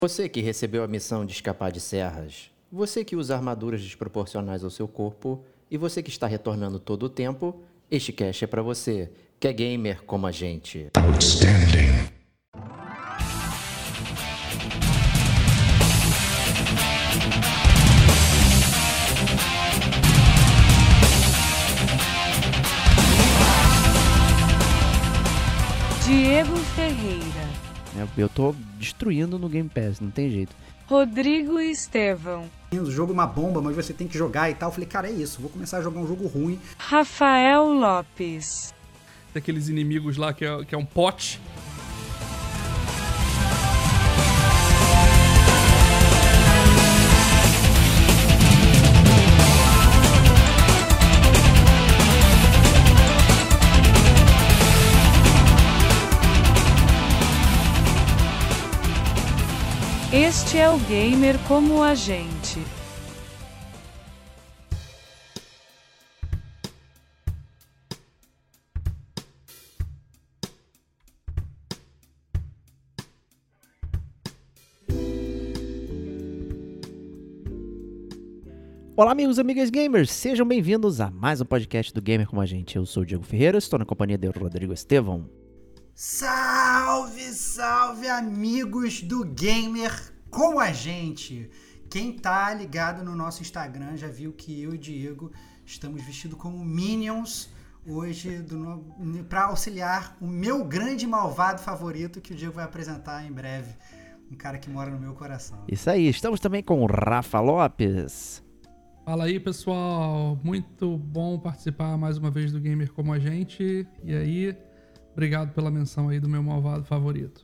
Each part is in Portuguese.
Você que recebeu a missão de escapar de serras, você que usa armaduras desproporcionais ao seu corpo e você que está retornando todo o tempo, este cast é pra você, que é gamer como a gente. Outstanding. Diego Ferreira, Eu tô destruindo no Game Pass, não tem jeito. Rodrigo Estevão, O jogo é uma bomba, mas você tem que jogar e tal. Eu falei, cara, é isso, vou começar a jogar um jogo ruim. Rafael Lopes, Daqueles inimigos lá que é um pote. este é o Gamer como a gente. Olá, amigos e amigas gamers, sejam bem-vindos a mais um podcast do Gamer como a gente. Eu sou o Diego Ferreira, estou na companhia de Rodrigo Estevão. Salve, salve, amigos do Gamer como a gente. Quem tá ligado no nosso Instagram já viu que eu e o Diego estamos vestidos como Minions hoje para auxiliar o meu grande malvado favorito que o Diego vai apresentar em breve. Um cara que mora no meu coração. Isso aí, estamos também com o Rafa Lopes. Fala aí, pessoal. Muito bom participar mais uma vez do Gamer como a gente. E aí, obrigado pela menção aí do meu malvado favorito.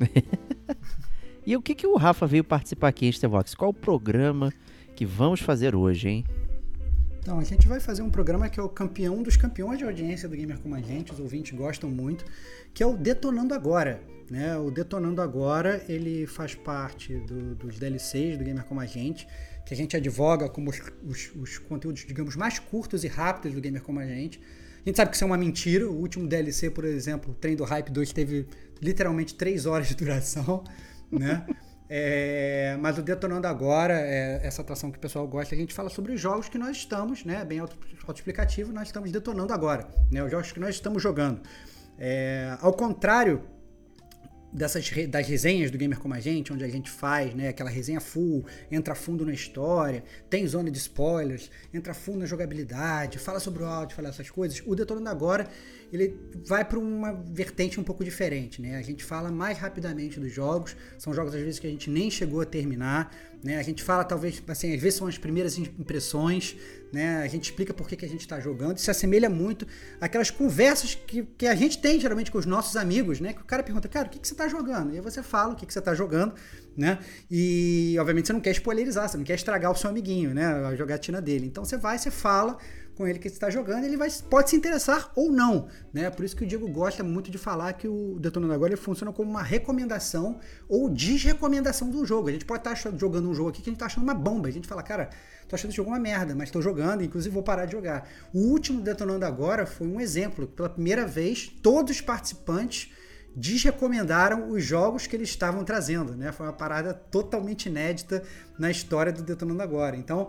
E o que o Rafa veio participar aqui em Stevox? Qual o programa que vamos fazer hoje, hein? Então, a gente vai fazer um programa que é o campeão dos campeões de audiência do Gamer como a gente, os ouvintes gostam muito, que é o Detonando Agora. Né? O Detonando Agora, ele faz parte dos DLCs do Gamer como a gente, que a gente advoga como os conteúdos, digamos, mais curtos e rápidos do Gamer como a gente. A gente sabe que isso é uma mentira. O último DLC, por exemplo, o Trem do Hype 2, teve literalmente 3 horas de duração, né? Mas o Detonando Agora, essa atração que o pessoal gosta, a gente fala sobre os jogos que nós estamos, né? Bem autoexplicativo, nós estamos detonando agora, né? Os jogos que nós estamos jogando. Ao contrário das resenhas do Gamer como a gente, onde a gente faz, né, aquela resenha full, entra fundo na história, tem zona de spoilers, entra fundo na jogabilidade, fala sobre o áudio, fala essas coisas, o Detonando Agora, ele vai para uma vertente um pouco diferente, né? A gente fala mais rapidamente dos jogos, são jogos às vezes que a gente nem chegou a terminar, né? A gente fala talvez, assim, às vezes são as primeiras impressões, né? A gente explica por que a gente está jogando, se assemelha muito àquelas conversas que a gente tem geralmente com os nossos amigos, né? Que o cara pergunta, cara, o que você está jogando? E aí você fala o que você está jogando, né? E obviamente você não quer spoilerizar, você não quer estragar o seu amiguinho, né? A jogatina dele. Então você vai, você fala com ele que você está jogando, ele pode se interessar ou não, né? Por isso que o Diego gosta muito de falar que o Detonando Agora ele funciona como uma recomendação ou desrecomendação do jogo. A gente pode estar jogando um jogo aqui que a gente está achando uma bomba. A gente fala, cara, tô achando esse jogo uma merda, mas tô jogando, inclusive vou parar de jogar. O último Detonando Agora foi um exemplo. Pela primeira vez, todos os participantes desrecomendaram os jogos que eles estavam trazendo, né? Foi uma parada totalmente inédita na história do Detonando Agora. Então,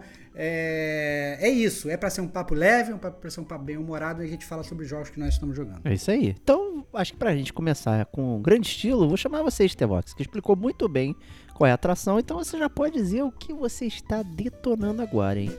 é isso. É para ser um papo leve, para ser um papo bem humorado, e a gente fala sobre os jogos que nós estamos jogando. É isso aí. Então, acho que pra gente começar com um grande estilo, vou chamar você, Stevox, que explicou muito bem qual é a atração, então você já pode dizer o que você está detonando agora, hein?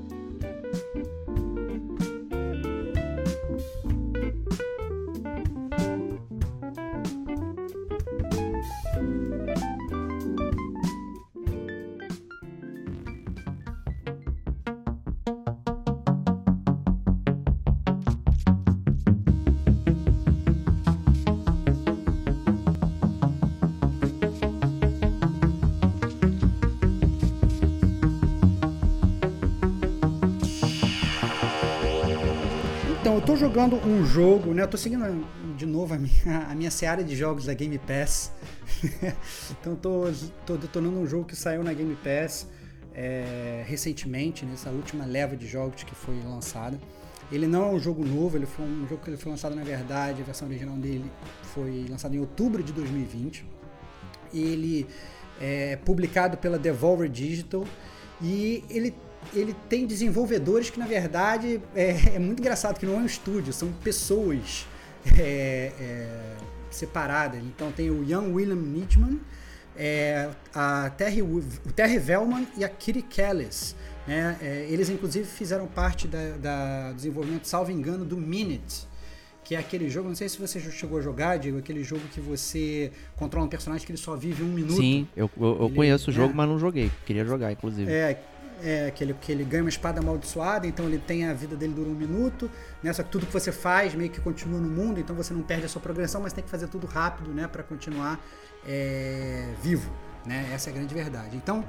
Então, eu tô jogando um jogo, né? Eu tô seguindo de novo a minha seara de jogos da Game Pass. Então, tô detonando um jogo que saiu na Game Pass recentemente, nessa última leva de jogos que foi lançada. Ele não é um jogo novo, ele foi um jogo que ele foi lançado, na verdade, a versão original dele foi lançada em outubro de 2020. Ele publicado pela Devolver Digital, e ele tem desenvolvedores que, na verdade, é muito engraçado, que não é um estúdio, são pessoas separadas. Então tem o Ian William Nitschmann, o Terry Velman e a Kitty Callis. Eles, inclusive, fizeram parte do desenvolvimento, salvo engano, do Minute, que é aquele jogo, não sei se você já chegou a jogar, Diego, aquele jogo que você controla um personagem que ele só vive 1 minuto. Sim, eu conheço o jogo, mas não joguei. Queria jogar, inclusive. Que ele ganha uma espada amaldiçoada, então ele tem a vida dele dura 1 minuto, né? Só que tudo que você faz meio que continua no mundo, então você não perde a sua progressão, mas tem que fazer tudo rápido, né, para continuar vivo, né? Essa é a grande verdade. Então,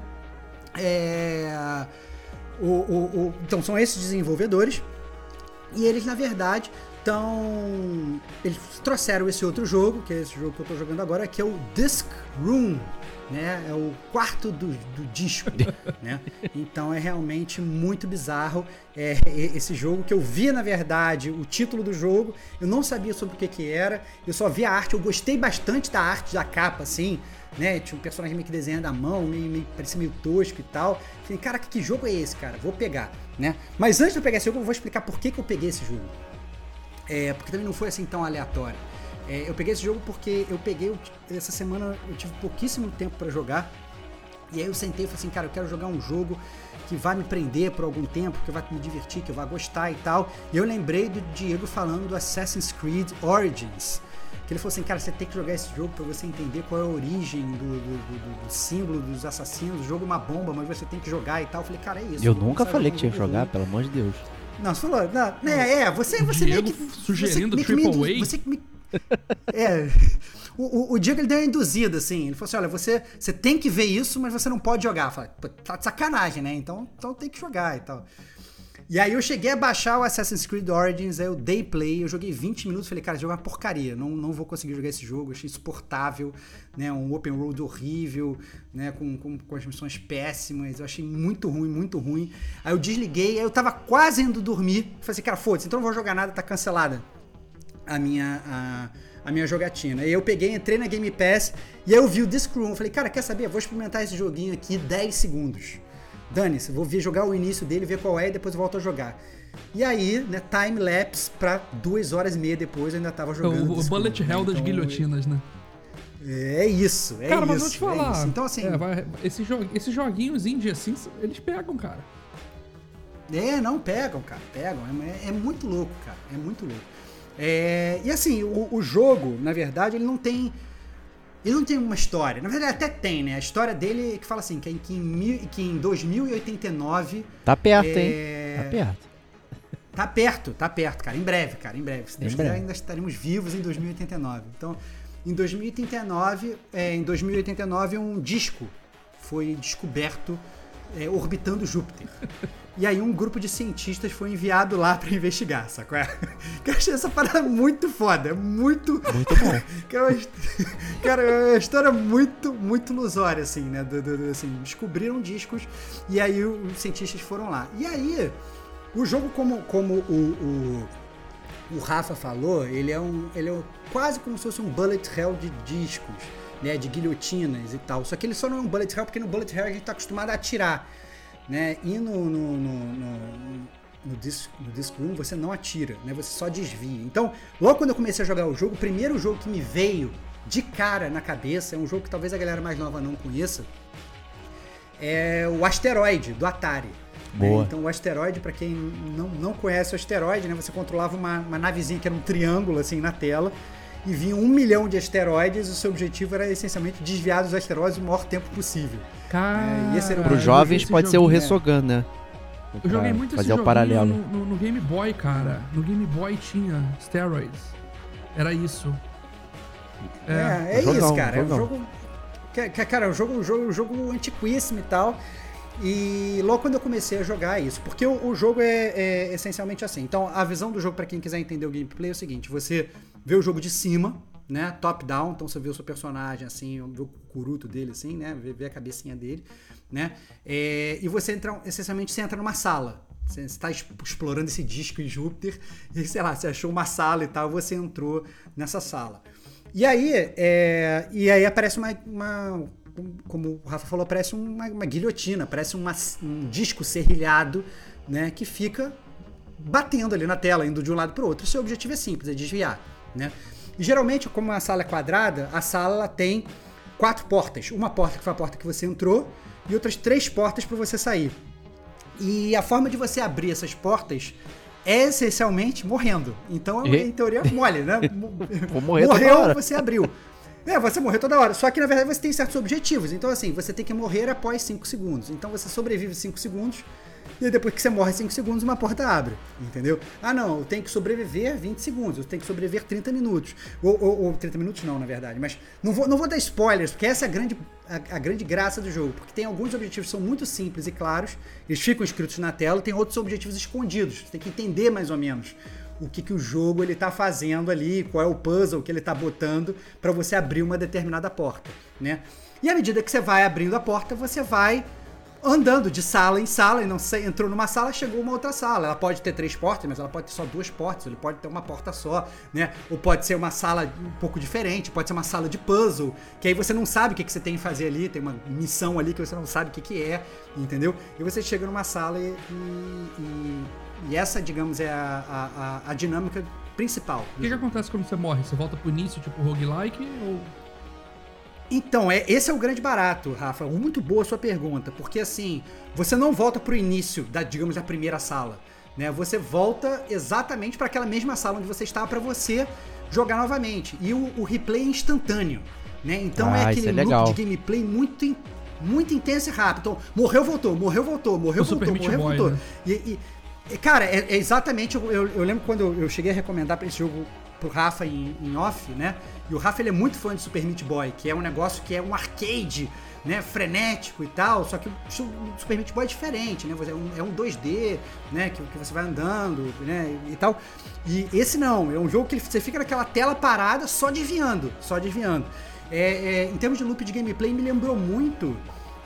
então são esses desenvolvedores, e eles, na verdade, eles trouxeram esse outro jogo, que é esse jogo que eu estou jogando agora, que é o Disc Room, né? É o quarto do disco, né? Então é realmente muito bizarro esse jogo, que eu vi, na verdade, o título do jogo, eu não sabia sobre o que era, eu só vi a arte, eu gostei bastante da arte da capa, assim, né? Tinha um personagem meio que desenhando à mão, parecia meio tosco e tal. Falei, cara, que jogo é esse, cara? Vou pegar, né? Mas antes de eu pegar esse jogo, eu vou explicar por que eu peguei esse jogo. Porque também não foi assim tão aleatório. Eu peguei esse jogo porque essa semana eu tive pouquíssimo tempo para jogar, e aí eu sentei e falei assim, cara, eu quero jogar um jogo que vai me prender por algum tempo, que vai me divertir, que eu vou gostar e tal. E eu lembrei do Diego falando do Assassin's Creed Origins, que ele falou assim, cara, você tem que jogar esse jogo para você entender qual é a origem do símbolo dos assassinos. O jogo é uma bomba, mas você tem que jogar e tal. Eu falei, cara, é isso. Eu nunca falei que tinha que jogar, pelo amor de Deus. Não, você falou, você Diego meio que sugerindo Triple A. Você que me o Diego, ele deu uma induzida, assim. Ele falou assim, olha, você tem que ver isso, mas você não pode jogar. Eu falei, tá de sacanagem, né? Então tem que jogar e tal. E aí eu cheguei a baixar o Assassin's Creed Origins, aí eu dei play, eu joguei 20 minutos, falei, cara, esse jogo é uma porcaria, não vou conseguir jogar esse jogo, achei insuportável, né? Um open world horrível, né? Com as missões péssimas, eu achei muito ruim. Aí eu desliguei, aí eu tava quase indo dormir, falei assim, cara, foda-se, então não vou jogar nada, tá cancelada a minha jogatina. E eu peguei, entrei na Game Pass, e aí eu vi o Disc Room, eu falei, cara, quer saber? Eu vou experimentar esse joguinho aqui 10 segundos. Dane-se, vou jogar o início dele, ver qual é, e depois eu volto a jogar. E aí, né, time-lapse pra 2h30 depois, eu ainda tava jogando. O Bullet Hell das guilhotinas, né? É isso, cara, mas vou te falar. Então, assim... esses joguinhos indie, assim, eles pegam, cara. Não, pegam, cara, pegam. É muito louco, cara, é muito louco. E assim, o jogo, na verdade, ele não tem uma história. Na verdade, até tem, né? A história dele é que fala assim, que em 2089... Tá perto, hein? Tá perto. Tá perto, cara. Em breve. Se Deus quiser, ainda estaremos vivos em 2089. Então, em 2089, um disco foi descoberto orbitando Júpiter. E aí um grupo de cientistas foi enviado lá pra investigar, sacou? Eu achei essa parada muito foda, muito bom. Cara, é uma história muito ilusória, assim, né? Assim, descobriram discos e aí os cientistas foram lá. E aí, o jogo, como o Rafa falou, ele é quase como se fosse um bullet hell de discos, né? De guilhotinas e tal. Só que ele só não é um bullet hell porque no bullet hell a gente tá acostumado a atirar, né? E no Disc Room você não atira, né? Você só desvia. Então, logo quando eu comecei a jogar o jogo, o primeiro jogo que me veio de cara na cabeça, é um jogo que talvez a galera mais nova não conheça, é o Asteroid, do Atari. Boa. Então o Asteroid, pra quem não conhece o Asteroid, né? Você controlava uma navezinha que era um triângulo assim na tela, e vinha 1 milhão de asteroides, e o seu objetivo era essencialmente desviar dos asteroides o maior tempo possível. Cara, para os jovens pode ser o Resogun, né? Eu joguei muito esse joguinho paralelo. No Game Boy, cara. No Game Boy tinha Steroids. Era isso. É isso, cara. É um jogo... Cara, é um jogo antiquíssimo e tal. E logo quando eu comecei a jogar isso, porque o jogo é essencialmente assim. Então, a visão do jogo, pra quem quiser entender o gameplay, é o seguinte: você vê o jogo de cima, né, top down, então você vê o seu personagem assim, vê o curuto dele assim, né, vê a cabecinha dele, né, e você essencialmente entra numa sala. Você está explorando esse disco em Júpiter e, sei lá, você achou uma sala e tal, você entrou nessa sala. E aí aparece como o Rafa falou, parece uma guilhotina, parece um disco serrilhado, né, que fica batendo ali na tela, indo de um lado para o outro. O seu objetivo é simples, é desviar, né? E geralmente, como a sala é quadrada, a sala tem 4 portas. Uma porta que foi a porta que você entrou e outras 3 portas para você sair. E a forma de você abrir essas portas é essencialmente morrendo. Então, em teoria, mole, né? Morreu, você abriu. Você morreu toda hora. Só que, na verdade, você tem certos objetivos. Então, assim, você tem que morrer após 5 segundos. Então, você sobrevive 5 segundos. E depois que você morre 5 segundos, uma porta abre. Entendeu? Ah, não, eu tenho que sobreviver 20 segundos. Eu tenho que sobreviver 30 minutos. Ou 30 minutos não, na verdade. Mas não vou dar spoilers, porque essa é a grande graça do jogo. Porque tem alguns objetivos que são muito simples e claros. Eles ficam escritos na tela. Tem outros objetivos escondidos. Você tem que entender mais ou menos o que o jogo ele tá fazendo ali, qual é o puzzle que ele tá botando para você abrir uma determinada porta, né? E à medida que você vai abrindo a porta, você vai andando de sala em sala, e não sei, entrou numa sala, chegou uma outra sala. Ela pode ter 3 portas, mas ela pode ter só 2 portas, ele pode ter uma porta só, né? Ou pode ser uma sala um pouco diferente, pode ser uma sala de puzzle, que aí você não sabe o que você tem que fazer ali, tem uma missão ali que você não sabe o que é, entendeu? E você chega numa sala e essa, digamos, é a dinâmica principal. O que acontece quando você morre? Você volta pro início, tipo roguelike, ou... Então, esse é o grande barato, Rafa. Muito boa a sua pergunta, porque assim, você não volta pro início da primeira sala, né? Você volta exatamente para aquela mesma sala onde você estava para você jogar novamente. E o replay é instantâneo, né? Então é aquele loop de gameplay muito intenso e rápido. Então, morreu, voltou, voltou. Né? E cara, é exatamente, eu lembro quando eu cheguei a recomendar pra esse jogo pro Rafa em off, né? E o Rafa, ele é muito fã de Super Meat Boy, que é um negócio que é um arcade, né? Frenético e tal, só que o Super Meat Boy é diferente, né? É um 2D, né? Que você vai andando, né? E tal. E esse não, é um jogo que você fica naquela tela parada só desviando. Em termos de loop de gameplay, me lembrou muito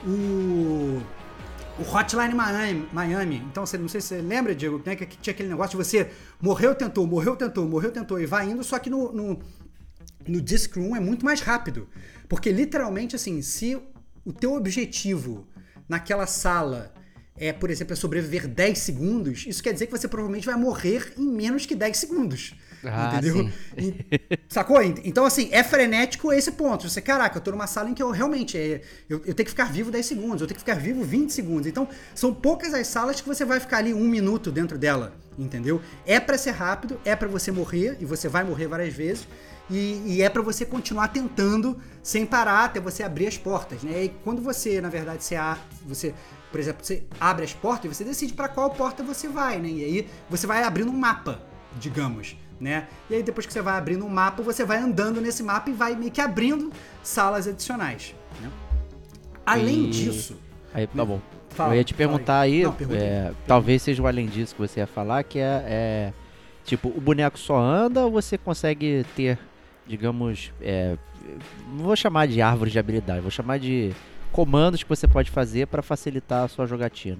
o Hotline Miami. Então, não sei se você lembra, Diego, né, que tinha aquele negócio de você morreu, tentou, e vai indo, só que no Disc Room é muito mais rápido. Porque, literalmente, assim, se o teu objetivo naquela sala por exemplo, sobreviver 10 segundos, isso quer dizer que você provavelmente vai morrer em menos que 10 segundos. Entendeu? Sacou? Então, assim, é frenético esse ponto. Você, caraca, eu tô numa sala em que eu realmente eu tenho que ficar vivo 10 segundos, eu tenho que ficar vivo 20 segundos. Então, são poucas as salas que você vai ficar ali 1 minuto dentro dela, entendeu? É pra ser rápido, é pra você morrer, e você vai morrer várias vezes, e é pra você continuar tentando sem parar até você abrir as portas, né? E quando você, na verdade, você por exemplo, você abre as portas e você decide pra qual porta você vai, né? E aí você vai abrindo um mapa, digamos, né? E aí depois que você vai abrindo um mapa, você vai andando nesse mapa e vai meio que abrindo salas adicionais, né? Além disso... Aí, tá bom. Eu ia te perguntar aí, talvez seja o além disso que você ia falar, que tipo, o boneco só anda ou você consegue ter, digamos, não vou chamar de árvore de habilidade, vou chamar de comandos que você pode fazer para facilitar a sua jogatina?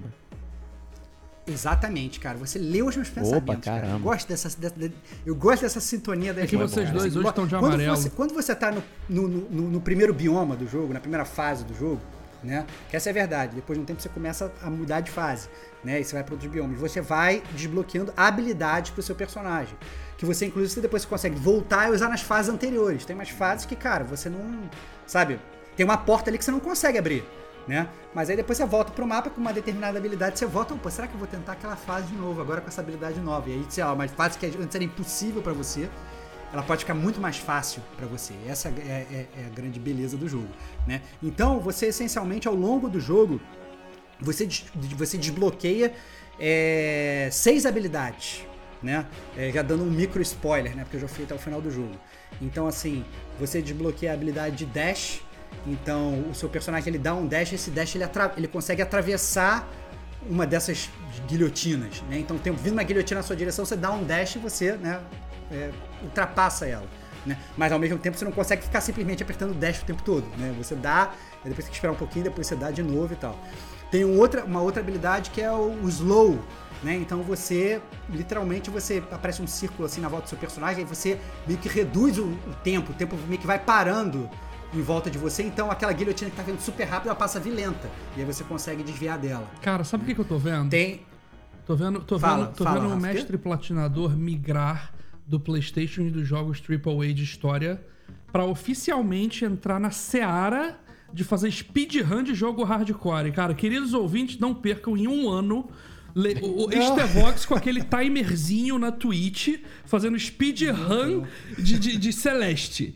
Exatamente, cara. Você leu os meus pensamentos. Opa, caramba. Cara. Eu gosto dessa sintonia da gente. É que vocês dois hoje estão de amarelo. Quando você tá no primeiro bioma do jogo, na primeira fase do jogo, né? Que essa é a verdade. Depois de um tempo você começa a mudar de fase, né? E você vai para outros biomas. Você vai desbloqueando habilidades pro seu personagem. Que você, inclusive, depois você consegue voltar e usar nas fases anteriores. Tem umas fases que, cara, você não... Sabe? Tem uma porta ali que você não consegue abrir, né? Mas aí depois você volta pro mapa com uma determinada habilidade, você volta, pô, será que eu vou tentar aquela fase de novo, agora com essa habilidade nova? E aí, sei lá, uma fase que antes era impossível pra você, ela pode ficar muito mais fácil pra você. Essa é a grande beleza do jogo, né? Então, você essencialmente, ao longo do jogo, você desbloqueia 6 habilidades, né? Já dando um micro spoiler, né? Porque eu já fui até o final do jogo. Então, assim, você desbloqueia a habilidade de dash. Então, o seu personagem, ele dá um dash, esse dash ele consegue atravessar uma dessas guilhotinas, né? Então, vindo uma guilhotina na sua direção, você dá um dash e você, né, ultrapassa ela, né? Mas, ao mesmo tempo, você não consegue ficar simplesmente apertando o dash o tempo todo, né? Você dá, depois tem que esperar um pouquinho, depois você dá de novo e tal. Tem uma outra habilidade que é o slow, né? Então, literalmente, aparece um círculo assim na volta do seu personagem, e você meio que reduz o tempo meio que vai parando em volta de você, então aquela guilhotina que tá vindo super rápido, ela passa a vir lenta. E aí você consegue desviar dela. Cara, sabe o que eu tô vendo? Tô vendo o mestre platinador migrar do PlayStation e dos jogos AAA de história pra oficialmente entrar na seara de fazer speedrun de jogo hardcore. Cara, queridos ouvintes, não percam em um ano o Estevox com aquele timerzinho na Twitch fazendo speedrun de Celeste.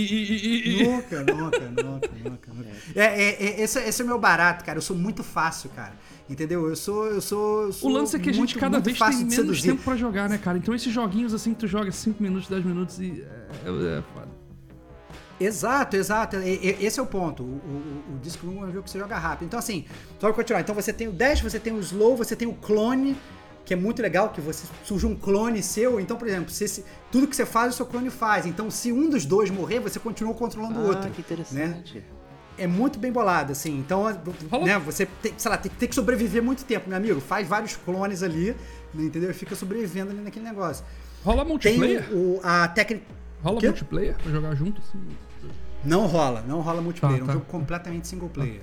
Nunca. Esse é o meu barato, cara. Eu sou muito fácil, cara. Entendeu? Eu sou o lance é que a gente cada vez tem menos seduzir. tempo pra jogar, né, cara? Então esses joguinhos assim que tu joga 5 minutos, 10 minutos e é foda. Exato. Esse é o ponto. O Disco Room é um jogo que você joga rápido. Então, assim, só pra continuar. Então, você tem o dash, você tem o slow, você tem o clone, que é muito legal, que você surge um clone seu. Então, por exemplo, tudo que você faz, o seu clone faz. Então, se um dos dois morrer, você continua controlando o outro. Que interessante. Né? É muito bem bolado, assim. Então, né, você tem, sei lá, tem que sobreviver muito tempo, meu amigo. Faz vários clones ali, entendeu? E fica sobrevivendo ali naquele negócio. Rola multiplayer? Tem a técnica... Rola multiplayer pra jogar junto, assim? Não rola multiplayer. É um jogo completamente single player.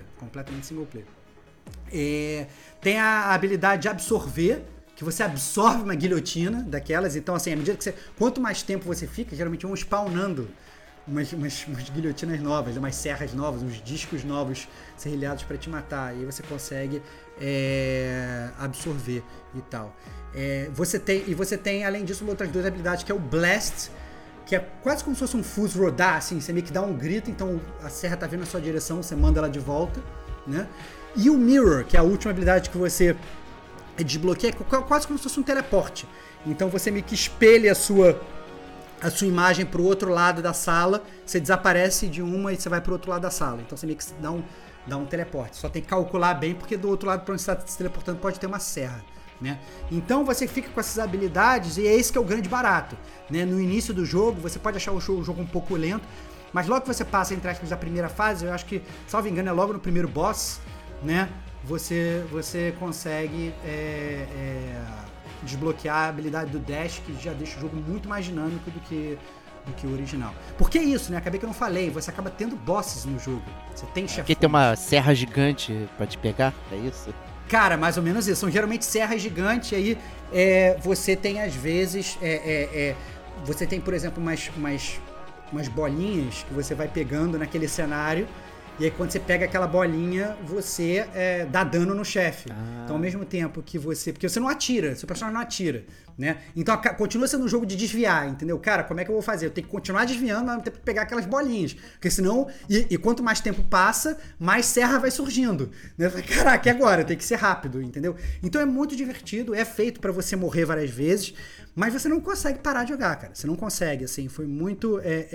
Tem a habilidade de absorver, que você absorve uma guilhotina daquelas. Então, assim, à medida que quanto mais tempo você fica, geralmente vão spawnando umas guilhotinas novas, umas serras novas, uns discos novos serrilhados para te matar. E aí você consegue absorver e tal. Você tem, além disso, outras duas habilidades, que é o Blast, que é quase como se fosse um fuzz rodar, assim, você meio que dá um grito, então a serra tá vindo na sua direção, você manda ela de volta, né? E o Mirror, que é a última habilidade que você desbloqueia, quase como se fosse um teleporte. Então você meio que espelha a sua imagem pro outro lado da sala, você desaparece de uma e você vai pro outro lado da sala. Então você meio que dá um teleporte. Só tem que calcular bem, porque do outro lado pra onde você está se teleportando pode ter uma serra. Né? Então você fica com essas habilidades e é esse que é o grande barato, né? No início do jogo você pode achar o jogo um pouco lento, mas logo que você passa entre aspas da primeira fase, eu acho que, salvo engano, é logo no primeiro boss, né? Você consegue desbloquear a habilidade do dash, que já deixa o jogo muito mais dinâmico do que o original. Porque é isso, né? Acabei que eu não falei, você acaba tendo bosses no jogo. Você tem chefões. Aqui tem uma serra gigante pra te pegar, é isso? Cara, mais ou menos isso. São geralmente serras gigantes, e aí você tem às vezes... você tem, por exemplo, umas bolinhas que você vai pegando naquele cenário, e aí quando você pega aquela bolinha, você dá dano no chefe. Então, ao mesmo tempo que você... Porque você não atira, seu personagem não atira, né? Então, continua sendo um jogo de desviar, entendeu? Cara, como é que eu vou fazer? Eu tenho que continuar desviando, mas ter que pegar aquelas bolinhas. Porque senão... E quanto mais tempo passa, mais serra vai surgindo. Né? Caraca, e agora? Tem que ser rápido, entendeu? Então, é muito divertido. É feito pra você morrer várias vezes, mas você não consegue parar de jogar, cara. Você não consegue, assim. Foi muito...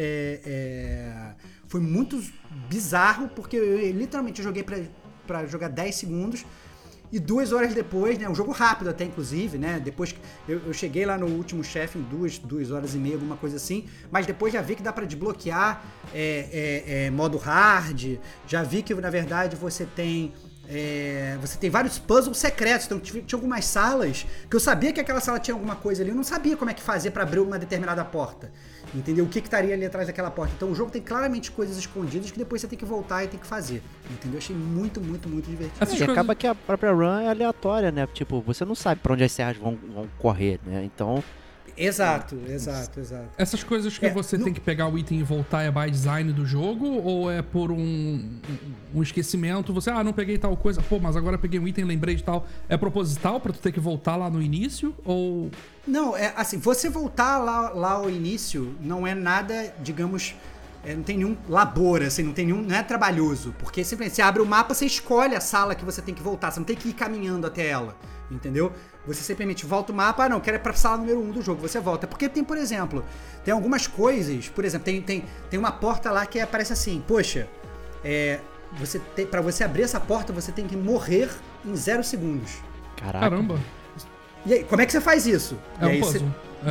Foi muito bizarro, porque eu literalmente joguei pra jogar 10 segundos e 2 horas depois, né, um jogo rápido até, inclusive, né, depois eu cheguei lá no último chefe em 2 horas e meia, alguma coisa assim, mas depois já vi que dá pra desbloquear modo hard, já vi que, na verdade, você tem vários puzzles secretos. Então tinha algumas salas que eu sabia que aquela sala tinha alguma coisa ali, eu não sabia como é que fazia pra abrir uma determinada porta, entendeu? O que estaria ali atrás daquela porta. Então o jogo tem claramente coisas escondidas que depois você tem que voltar e tem que fazer, entendeu? Achei muito, muito, muito divertido. E acaba que a própria run é aleatória, né? Tipo, você não sabe pra onde as serras vão correr, né? Então... Exato. Essas coisas que você tem que pegar o item e voltar é by design do jogo, ou é por um esquecimento? Você, não peguei tal coisa, pô, mas agora peguei um item e lembrei de tal. É proposital pra tu ter que voltar lá no início, ou... Não, assim, você voltar lá ao início não é nada, digamos... não tem nenhum labor, assim, não é trabalhoso, porque simplesmente você abre o mapa, você escolhe a sala que você tem que voltar, você não tem que ir caminhando até ela, entendeu? Você simplesmente volta o mapa, quero ir pra sala número 1 do jogo, você volta. Porque tem, por exemplo, tem algumas coisas, por exemplo, tem uma porta lá que aparece assim, poxa, pra você abrir essa porta, você tem que morrer em 0 segundos. Caramba! E aí, como é que você faz isso? É um puzzle.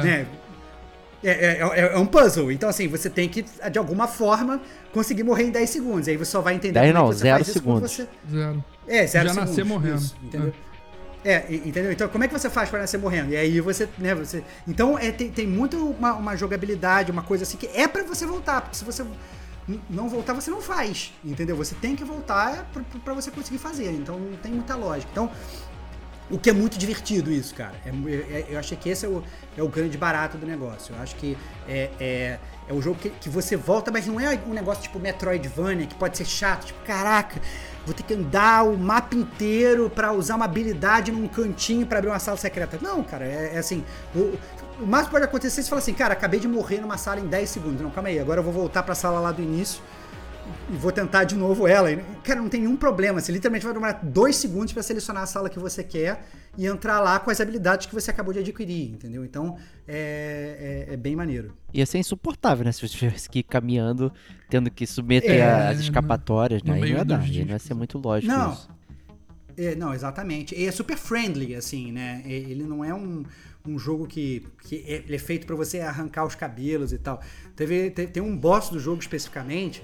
É um puzzle. Então, assim, você tem que, de alguma forma, conseguir morrer em 10 segundos. Aí você só vai entender 10 como não, é que você 0 faz isso segundos. Você... 0. 0 Já segundos. nascer morrendo. Isso, entendeu? Entendeu? Então, como é que você faz para nascer morrendo? E aí você, né, Então, tem muito uma jogabilidade, uma coisa assim, que é pra você voltar, porque se você não voltar, você não faz, entendeu? Você tem que voltar pra você conseguir fazer, então não tem muita lógica. Então, o que é muito divertido isso, cara. Eu acho que esse é o grande barato do negócio. Eu acho que é um jogo que você volta, mas não é um negócio tipo Metroidvania, que pode ser chato, tipo, caraca, vou ter que andar o mapa inteiro pra usar uma habilidade num cantinho pra abrir uma sala secreta. Não, cara, é assim, o máximo que pode acontecer é você falar assim, cara, acabei de morrer numa sala em 10 segundos. Não, calma aí, agora eu vou voltar pra sala lá do início e vou tentar de novo ela. Cara, não tem nenhum problema. Você literalmente vai demorar 2 segundos para selecionar a sala que você quer e entrar lá com as habilidades que você acabou de adquirir, entendeu? Então, é bem maneiro. Ia ser insuportável, né? Se você tivesse que ir caminhando, tendo que submeter as escapatórias, né? Aí não ia dar, não ia ser muito lógico isso. Não, exatamente. E é super friendly, assim, né? Ele não é um jogo que ele é feito para você arrancar os cabelos e tal. Tem um boss do jogo especificamente...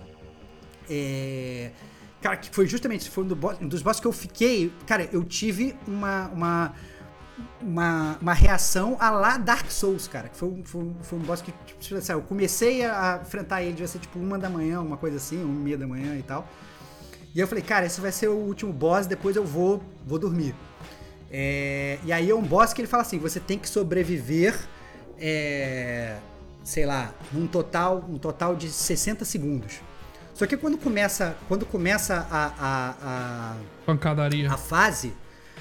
Cara, que foi justamente um dos bosses que eu fiquei. Cara, eu tive uma reação a lá Dark Souls, cara. Que foi um boss que, tipo, assim, eu comecei a enfrentar ele, devia ser tipo 1 da manhã, uma coisa assim, 1h30 da manhã e tal. E eu falei, cara, esse vai ser o último boss, depois eu vou dormir. E aí é um boss que ele fala assim: você tem que sobreviver, sei lá, um total de 60 segundos. Só que quando começa a pancadaria, a fase,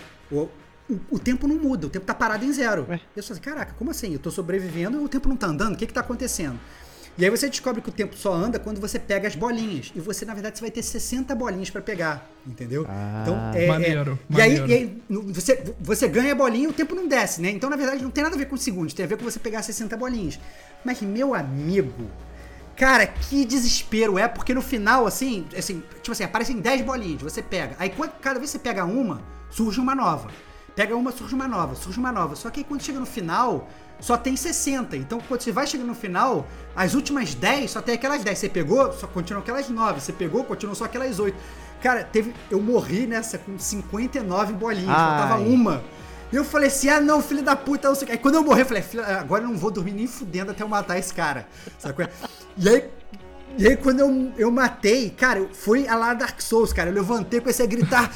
o tempo não muda, o tempo tá parado em 0. Eu sou assim, caraca, como assim? Eu tô sobrevivendo e o tempo não tá andando? O que tá acontecendo? E aí você descobre que o tempo só anda quando você pega as bolinhas. E você, na verdade, você vai ter 60 bolinhas pra pegar, entendeu? Então, maneiro. E aí você ganha a bolinha e o tempo não desce, né? Então, na verdade, não tem nada a ver com segundos, tem a ver com você pegar 60 bolinhas. Mas, meu amigo... Cara, que desespero porque no final, assim, tipo assim, aparecem 10 bolinhas, você pega. Aí cada vez que você pega uma, surge uma nova. Pega uma, surge uma nova, surge uma nova. Só que aí quando chega no final, só tem 60. Então quando você vai chegando no final, as últimas 10 só tem aquelas 10. Você pegou, só continuam aquelas 9. Você pegou, continuam só aquelas 8. Cara, eu morri nessa com 59 bolinhas, faltava uma. E eu falei assim, não, filho da puta, não sei o que. Aí quando eu morri, eu falei, agora eu não vou dormir nem fudendo até eu matar esse cara. Sabe? E aí quando eu matei, cara, foi a lá Dark Souls, cara. Eu levantei, comecei a gritar,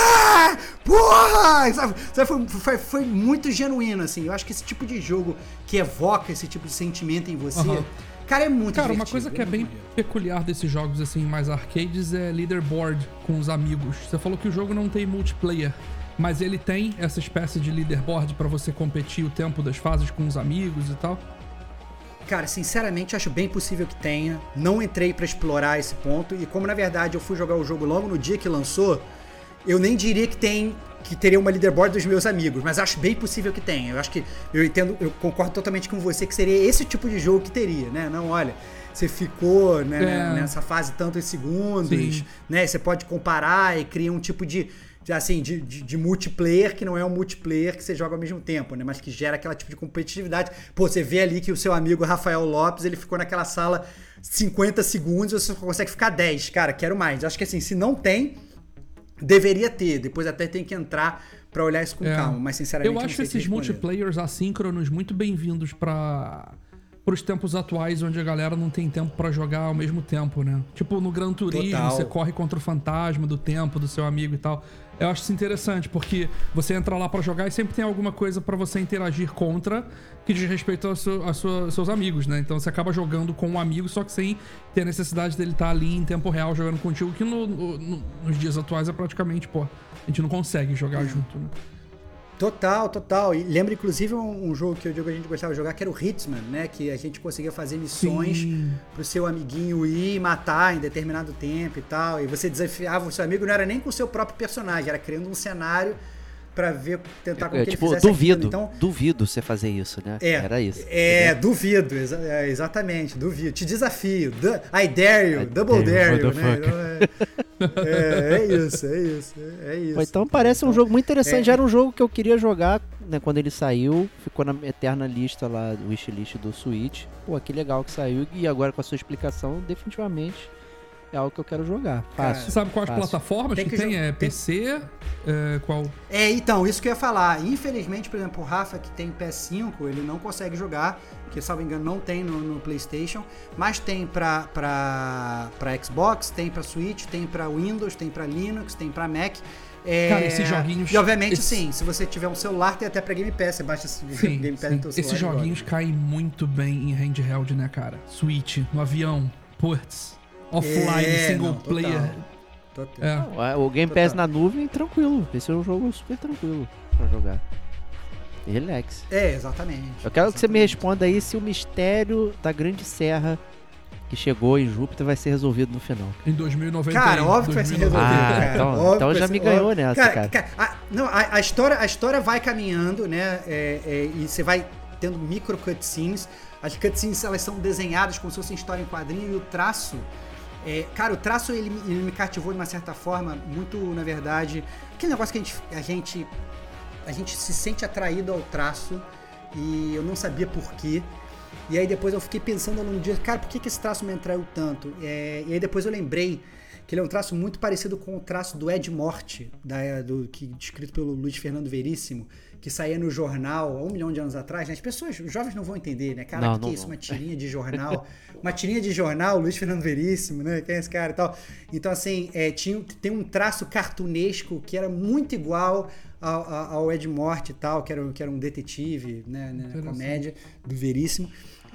porra! Sabe, foi muito genuíno, assim. Eu acho que esse tipo de jogo que evoca esse tipo de sentimento em você... Cara, é muito divertido. Uma coisa que é bem peculiar desses jogos, assim, mais arcades, é leaderboard com os amigos. Você falou que o jogo não tem multiplayer, mas ele tem essa espécie de leaderboard pra você competir o tempo das fases com os amigos e tal? Cara, sinceramente, acho bem possível que tenha. Não entrei pra explorar esse ponto. E como, na verdade, eu fui jogar o jogo logo no dia que lançou, eu nem diria que teria uma leaderboard dos meus amigos, mas acho bem possível que tenha. Eu acho que, eu concordo totalmente com você que seria esse tipo de jogo que teria, né? Não, olha, você ficou nessa fase tantos segundos, sim, né? Você pode comparar e criar um tipo de multiplayer que não é um multiplayer que você joga ao mesmo tempo, né? Mas que gera aquela tipo de competitividade. Pô, você vê ali que o seu amigo Rafael Lopes, ele ficou naquela sala 50 segundos e você só consegue ficar 10. Cara, quero mais. Acho que assim, se não tem, deveria ter. Depois até tem que entrar pra olhar isso com calma. Mas sinceramente, eu acho esses multiplayers assíncronos muito bem-vindos pros tempos atuais, onde a galera não tem tempo pra jogar ao mesmo tempo, né? Tipo, no Gran Turismo, você corre contra o fantasma do tempo do seu amigo e tal. Eu acho isso interessante, porque você entra lá pra jogar e sempre tem alguma coisa pra você interagir contra que diz respeito aos seus amigos, né? Então você acaba jogando com um amigo, só que sem ter a necessidade dele estar ali em tempo real jogando contigo, que nos dias atuais é praticamente, a gente não consegue jogar junto, né? Total. E lembra, inclusive, um jogo que a gente gostava de jogar, que era o Hitman, né? Que a gente conseguia fazer missões pro seu amiguinho ir e matar em determinado tempo e tal. E você desafiava o seu amigo, não era nem com o seu próprio personagem, era criando um cenário pra tentar com que ele fizesse duvido, então, duvido você fazer isso, né? Era isso. Duvido, exatamente, duvido. Te desafio, I dare you, double dare you, né? É isso. Então parece um jogo muito interessante. Já era um jogo que eu queria jogar, né, quando ele saiu. Ficou na eterna lista lá, wishlist do Switch. Pô, que legal que saiu. E agora com a sua explicação, definitivamente é algo que eu quero jogar. Fácil. Você sabe quais plataformas que tem? É PC? Qual? Então, isso que eu ia falar. Infelizmente, por exemplo, o Rafa, que tem PS5, ele não consegue jogar, que, salvo engano, não tem no PlayStation, mas tem pra Xbox, tem pra Switch, tem pra Windows, tem pra Linux, tem pra Mac. Cara, esses joguinhos... E, obviamente, sim, se você tiver um celular, tem até pra Game Pass. Você baixa Game Pass no teu celular. Esses joguinhos caem muito bem em handheld, né, cara? Switch, no avião, ports, offline, single player. Total. O Game Pass na nuvem, tranquilo. Esse é um jogo super tranquilo pra jogar. Relax. Exatamente. Eu quero que você me responda aí se o mistério da Grande Serra que chegou em Júpiter vai ser resolvido no final. Em 2091. Cara, óbvio que vai ser resolvido. Então já me ganhou nessa, cara. A história vai caminhando, né? E você vai tendo micro cutscenes. As cutscenes, elas são desenhadas como se fosse história em quadrinho, e o traço... cara, o traço, ele me cativou de uma certa forma, muito, na verdade... Aquele negócio que a gente se sente atraído ao traço, e eu não sabia por quê. E aí depois eu fiquei pensando num dia, cara, por que esse traço me atraiu tanto? E aí depois eu lembrei que ele é um traço muito parecido com o traço do Ed Morte, descrito pelo Luiz Fernando Veríssimo, que saía no jornal há 1 milhão de anos atrás, né? Os jovens não vão entender, né? Cara, o que é isso? Uma tirinha de jornal. Uma tirinha de jornal, Luiz Fernando Veríssimo, né? Quem é esse cara e tal? Então, assim, tem um traço cartunesco que era muito igual ao Ed Morte e tal, que era um detetive, né? Comédia do Veríssimo.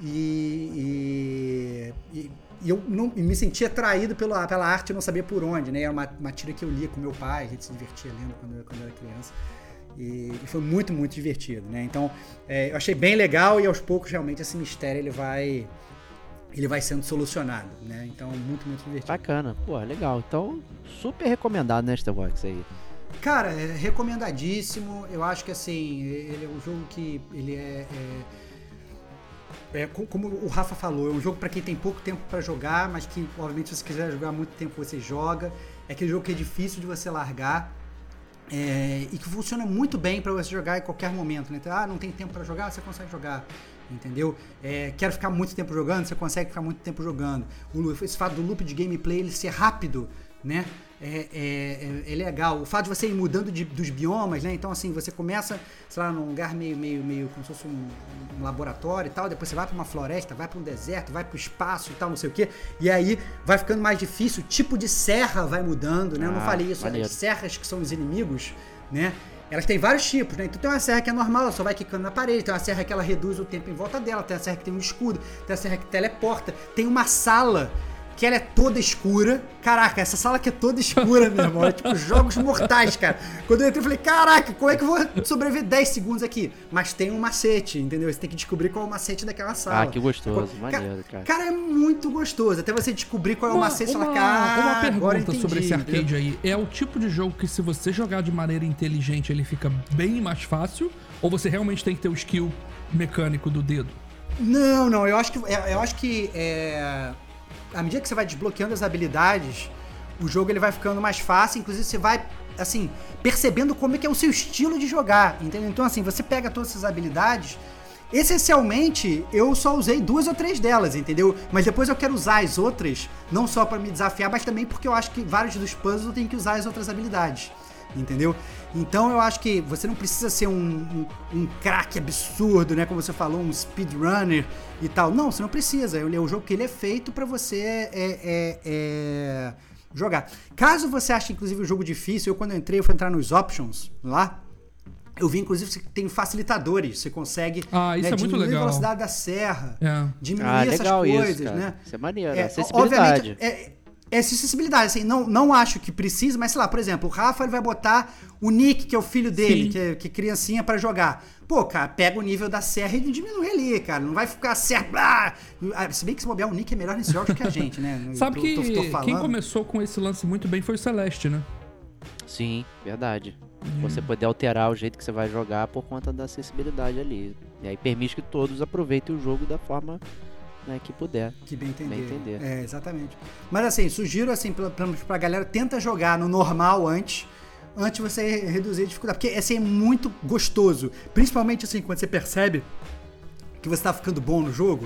E eu não me sentia atraído pela arte, eu não sabia por onde, né? Era uma tira que eu lia com meu pai, a gente se divertia lendo quando eu era criança. E foi muito, muito divertido, né? Então, eu achei bem legal, e aos poucos, realmente, esse mistério ele vai sendo solucionado, né? Então, muito, muito divertido. Bacana. Pô, legal. Então, super recomendado, né, Starbox aí? Cara, é recomendadíssimo. Eu acho que, assim, ele é um jogo que ele como o Rafa falou, é um jogo para quem tem pouco tempo para jogar, mas que, obviamente, se você quiser jogar muito tempo, você joga. É aquele jogo que é difícil de você largar. E que funciona muito bem para você jogar em qualquer momento, né? Não tem tempo para jogar, você consegue jogar, entendeu? Quero ficar muito tempo jogando, você consegue ficar muito tempo jogando. Esse fato do loop de gameplay ele ser rápido, né? É legal. O fato de você ir mudando dos biomas, né? Então, assim, você começa, sei lá, num lugar meio como se fosse um laboratório e tal, depois você vai para uma floresta, vai para um deserto, vai para o espaço e tal, não sei o quê, e aí vai ficando mais difícil, o tipo de serra vai mudando, né? Eu não falei isso, as serras que são os inimigos, né? Elas têm vários tipos, né? Então tem uma serra que é normal, ela só vai quicando na parede, tem uma serra que ela reduz o tempo em volta dela, tem uma serra que tem um escudo, tem uma serra que teleporta, tem uma sala que ela é toda escura. Caraca, essa sala aqui é toda escura, meu irmão. É tipo jogos mortais, cara. Quando eu entrei, eu falei, caraca, como é que eu vou sobreviver 10 segundos aqui? Mas tem um macete, entendeu? Você tem que descobrir qual é o macete daquela sala. Que gostoso, maneiro, cara. Cara, é muito gostoso. Até você descobrir qual é o macete, uma pergunta sobre esse arcade aí. É o tipo de jogo que, se você jogar de maneira inteligente, ele fica bem mais fácil? Ou você realmente tem que ter o skill mecânico do dedo? Não. Eu acho que à medida que você vai desbloqueando as habilidades, o jogo ele vai ficando mais fácil. Inclusive, você vai, assim, percebendo como é que é o seu estilo de jogar, entendeu? Então, assim, você pega todas essas habilidades. Essencialmente, eu só usei 2 ou 3 delas, entendeu? Mas depois eu quero usar as outras, não só pra me desafiar, mas também porque eu acho que vários dos puzzles eu tenho que usar as outras habilidades, entendeu? Então eu acho que você não precisa ser um craque absurdo, né? Como você falou, um speedrunner e tal. Não, você não precisa. É um jogo que ele é feito pra você jogar. Caso você ache, inclusive, o jogo difícil, quando eu entrei, eu fui entrar nos options lá. Eu vi, inclusive, que tem facilitadores. Você consegue isso é muito diminuir legal. A velocidade da serra, diminuir essas legal coisas, isso, né? Isso é maneiro, acessibilidade. Obviamente, acessibilidade, assim, não acho que precisa, mas sei lá, por exemplo, o Rafa ele vai botar o Nick, que é o filho dele, que é criancinha, pra jogar. Pô, cara, pega o nível da serra e diminui ali, cara. Não vai ficar serra. Se bem que se bobear, o Nick é melhor nesse jogo que a gente, né? Sabe quem começou com esse lance muito bem foi o Celeste, né? Sim, verdade. Você poder alterar o jeito que você vai jogar por conta da acessibilidade ali. E aí permite que todos aproveitem o jogo da forma, né, que puder. Que bem entender. Exatamente. Mas assim, sugiro assim pra galera, tenta jogar no normal antes de você reduzir a dificuldade. Porque assim, é muito gostoso. Principalmente assim, quando você percebe que você tá ficando bom no jogo.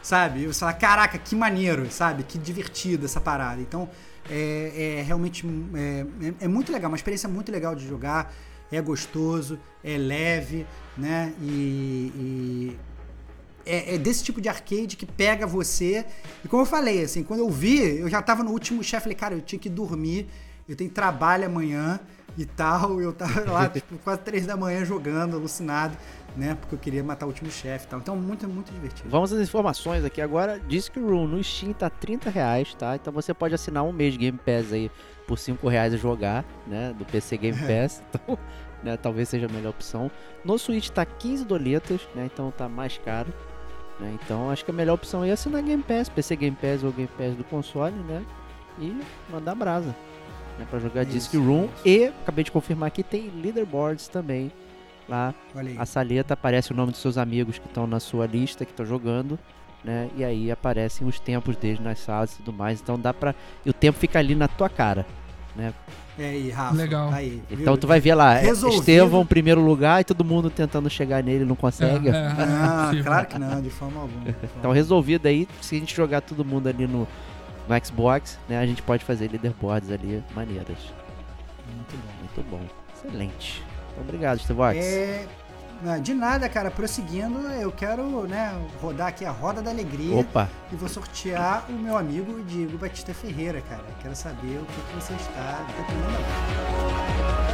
sabe? Você fala, caraca, que maneiro, sabe? Que divertido essa parada. Então, realmente é muito legal, uma experiência muito legal de jogar, é gostoso, é leve, né? E é desse tipo de arcade que pega você. E como eu falei, assim, quando eu vi, eu já tava no último chefe, falei, cara, eu tinha que dormir, eu tenho trabalho amanhã e tal. Eu tava lá, tipo, quase 3 da manhã jogando, alucinado, né? Porque eu queria matar o último chefe e tal. Então, muito, muito divertido. Vamos às informações aqui agora. Disc Room no Steam tá R$30, tá? Então você pode assinar um mês de Game Pass aí por R$5 e jogar, né? Do PC Game Pass. Então, né, talvez seja a melhor opção. No Switch tá $15, né? Então tá mais caro. Né? Então acho que a melhor opção é assinar Game Pass, PC Game Pass ou Game Pass do console, né? E mandar brasa, né? Pra jogar Disc Room. E acabei de confirmar que tem leaderboards também lá. A saleta aparece o nome dos seus amigos que estão na sua lista, que estão jogando, né? E aí aparecem os tempos deles nas salas e tudo mais. Então dá pra... E o tempo fica ali na tua cara, né? Aí, Rafa. Legal. Aí, então tu vai ver lá, resolvido. Estevão primeiro lugar e todo mundo tentando chegar nele, não consegue. Não, claro que não, de forma alguma. Então resolvido aí, se a gente jogar todo mundo ali no Xbox, né, a gente pode fazer leaderboards ali maneiras. Muito bom. Muito bom. Excelente. Então, obrigado, Stevox. De nada, cara. Prosseguindo, eu quero, né, rodar aqui a Roda da Alegria. Opa. E vou sortear o meu amigo Diego Batista Ferreira, cara. Quero saber o que você está determinando agora.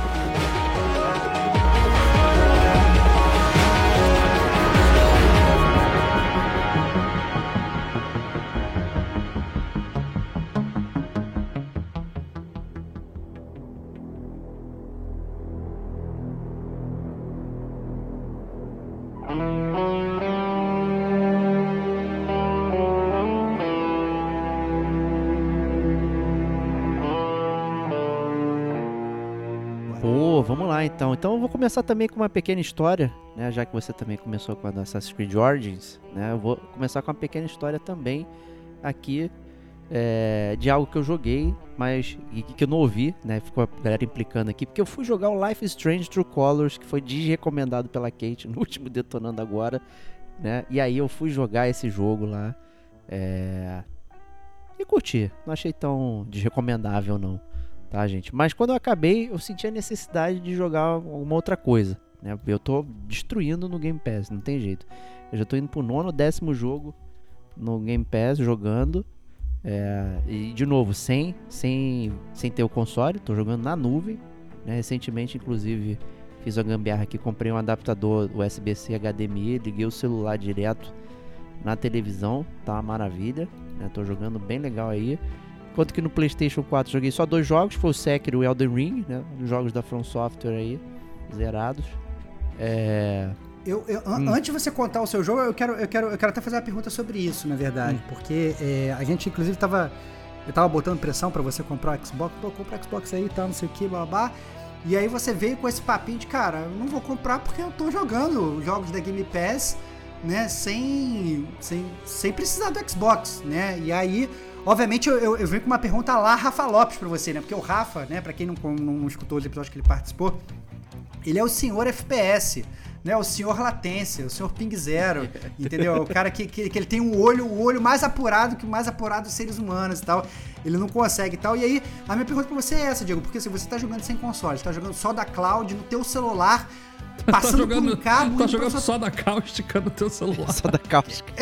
Vamos lá então. Então eu vou começar também com uma pequena história, né? Já que você também começou com a Assassin's Creed Origins, né? Eu vou começar com uma pequena história também aqui de algo que eu joguei, mas que eu não ouvi, né? Ficou a galera implicando aqui, porque eu fui jogar o Life is Strange True Colors, que foi desrecomendado pela Kate no último Detonando Agora, né? E aí eu fui jogar esse jogo lá e curti. Não achei tão desrecomendável não. Tá, gente? Mas quando eu acabei, eu senti a necessidade de jogar alguma outra coisa, né? Eu tô destruindo no Game Pass, não tem jeito. Eu já tô indo pro 9º, 10º jogo no Game Pass, jogando. E de novo, sem ter o console, tô jogando na nuvem, né? Recentemente, inclusive, fiz a gambiarra aqui, comprei um adaptador USB-C HDMI, liguei o celular direto na televisão, tá uma maravilha, né? Tô jogando bem legal aí. Enquanto que no PlayStation 4 joguei só 2 jogos, foi o Sekiro e o Elden Ring, né? Os jogos da From Software aí, zerados. Antes de você contar o seu jogo, eu quero até fazer uma pergunta sobre isso, na verdade. Porque a gente, inclusive, eu tava botando pressão pra você comprar o Xbox. Pô, compra o Xbox aí e tal, não sei o que, blá. E aí você veio com esse papinho de, cara, eu não vou comprar porque eu tô jogando jogos da Game Pass, né? Sem precisar do Xbox, né? E aí... Obviamente, eu venho com uma pergunta lá, Rafa Lopes, pra você, né? Porque o Rafa, né, pra quem não escutou os episódios que ele participou, ele é o senhor FPS, né? O senhor latência, o senhor ping zero, entendeu? O cara que ele tem o olho mais apurado que o mais apurado dos seres humanos e tal. Ele não consegue e tal. E aí, a minha pergunta pra você é essa, Diego, porque se você tá jogando sem console, você tá jogando só da cloud, no teu celular... Passando por um cabo... Tá jogando só da cáustica no teu celular. Só da cáustica.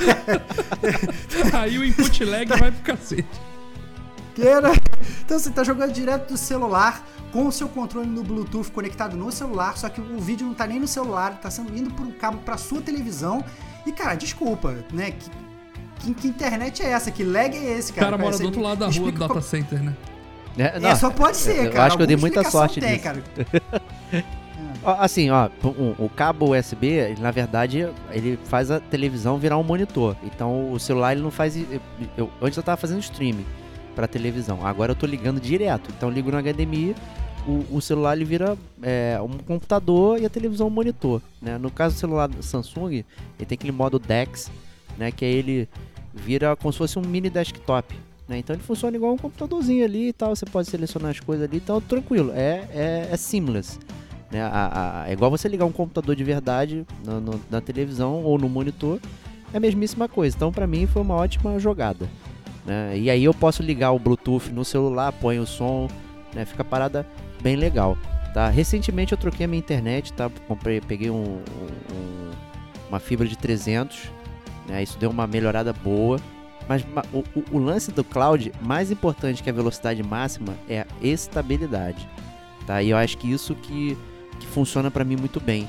Aí o input lag vai pro cacete. Então você tá jogando direto do celular, com o seu controle no Bluetooth conectado no celular, só que o vídeo não tá nem no celular, tá sendo indo por um cabo pra sua televisão. E, cara, desculpa, né? Que internet é essa? Que lag é esse, cara? O cara mora do outro lado da rua do data center, né? Só pode ser, cara. Eu acho que eu dei muita sorte nisso. Cara. Assim, o cabo USB, na verdade, ele faz a televisão virar um monitor. Então, o celular, ele não faz... Antes eu tava fazendo streaming pra televisão. Agora eu tô ligando direto. Então, eu ligo no HDMI, o celular, ele vira um computador e a televisão um monitor, né? No caso do celular do Samsung, ele tem aquele modo DeX, né? Que aí ele vira como se fosse um mini desktop, né? Então, ele funciona igual um computadorzinho ali e tal. Você pode selecionar as coisas ali. Então, tranquilo. É seamless. Né? É igual você ligar um computador de verdade na televisão ou no monitor é a mesmíssima coisa. Então, pra mim, foi uma ótima jogada, né? E aí eu posso ligar o Bluetooth no celular, põe o som, né? Fica a parada bem legal, tá? Recentemente eu troquei a minha internet, tá? Peguei uma fibra de 300, né? Isso deu uma melhorada boa. Mas o lance do cloud, mais importante que a velocidade máxima, é a estabilidade, tá? E eu acho que isso que funciona pra mim muito bem,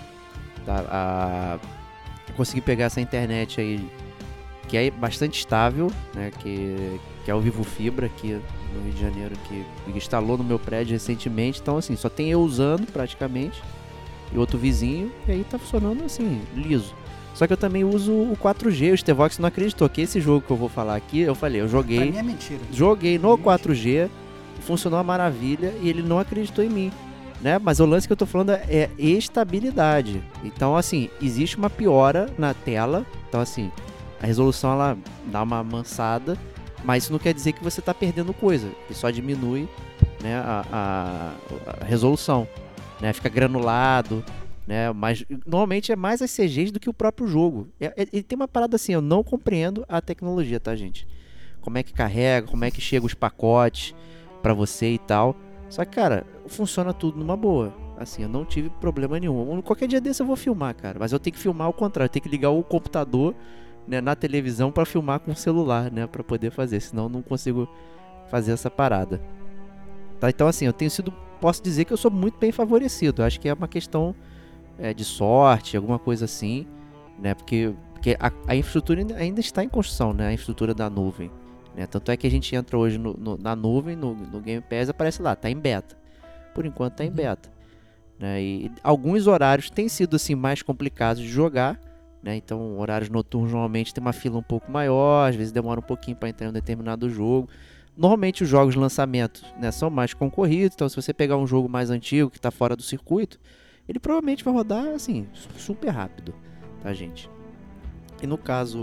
tá? Eu consegui pegar essa internet aí, que é bastante estável, né? Que é o Vivo Fibra aqui no Rio de Janeiro, que instalou no meu prédio recentemente. Então, assim, só tem eu usando praticamente e outro vizinho, e aí tá funcionando assim, liso. Só que eu também uso o 4G, o Stevox não acreditou que esse jogo que eu vou falar aqui, eu falei, eu joguei... Pra mim é mentira. Joguei no 4G, funcionou uma maravilha e ele não acreditou em mim, né? Mas o lance que eu tô falando é estabilidade. Então, assim, existe uma piora na tela, então, assim, a resolução, ela dá uma amansada, mas isso não quer dizer que você tá perdendo coisa, ele só diminui, né, a resolução, né? Fica granulado, né? Mas normalmente é mais as CGs do que o próprio jogo. Ele tem uma parada assim, eu não compreendo a tecnologia, tá, gente? Como é que carrega, como é que chega os pacotes pra você e tal. Só que, cara, funciona tudo numa boa. Assim, eu não tive problema nenhum. Qualquer dia desse eu vou filmar, cara. Mas eu tenho que filmar ao contrário. Eu tenho que ligar o computador, né, na televisão pra filmar com o celular, né? Pra poder fazer. Senão eu não consigo fazer essa parada. Tá? Então, assim, posso dizer que eu sou muito bem favorecido. Eu acho que é uma questão de sorte, alguma coisa assim, né? Porque a infraestrutura ainda está em construção, né? A infraestrutura da nuvem, né? Tanto é que a gente entra hoje na nuvem, no Game Pass, aparece lá, tá em beta. Por enquanto tá em beta, né? E alguns horários têm sido assim mais complicados de jogar, né? Então horários noturnos normalmente tem uma fila um pouco maior, às vezes demora um pouquinho para entrar em um determinado jogo. Normalmente os jogos de lançamento, né, são mais concorridos, então se você pegar um jogo mais antigo que está fora do circuito, ele provavelmente vai rodar assim, super rápido, tá, gente? E no caso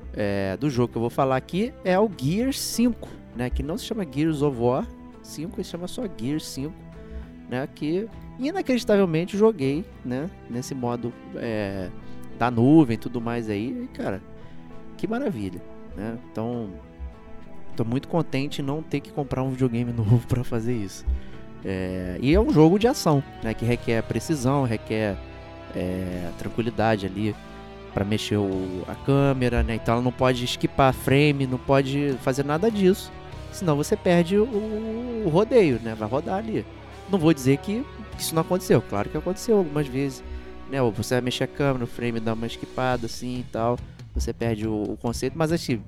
do jogo que eu vou falar aqui é o Gears 5, né? Que não se chama Gears of War 5, ele se chama só Gears 5, né? Que inacreditavelmente joguei, né? Nesse modo da nuvem e tudo mais aí, e, cara, que maravilha, né? Então, tô muito contente em não ter que comprar um videogame novo para fazer isso. E é um jogo de ação, né, que requer precisão, requer tranquilidade ali para mexer a câmera, né? Então ela não pode esquipar frame, não pode fazer nada disso, senão você perde o rodeio, né? Vai rodar ali. Não vou dizer que isso não aconteceu, claro que aconteceu algumas vezes, né? Você vai mexer a câmera, o frame dá uma esquipada assim e tal, você perde o conceito, mas assim,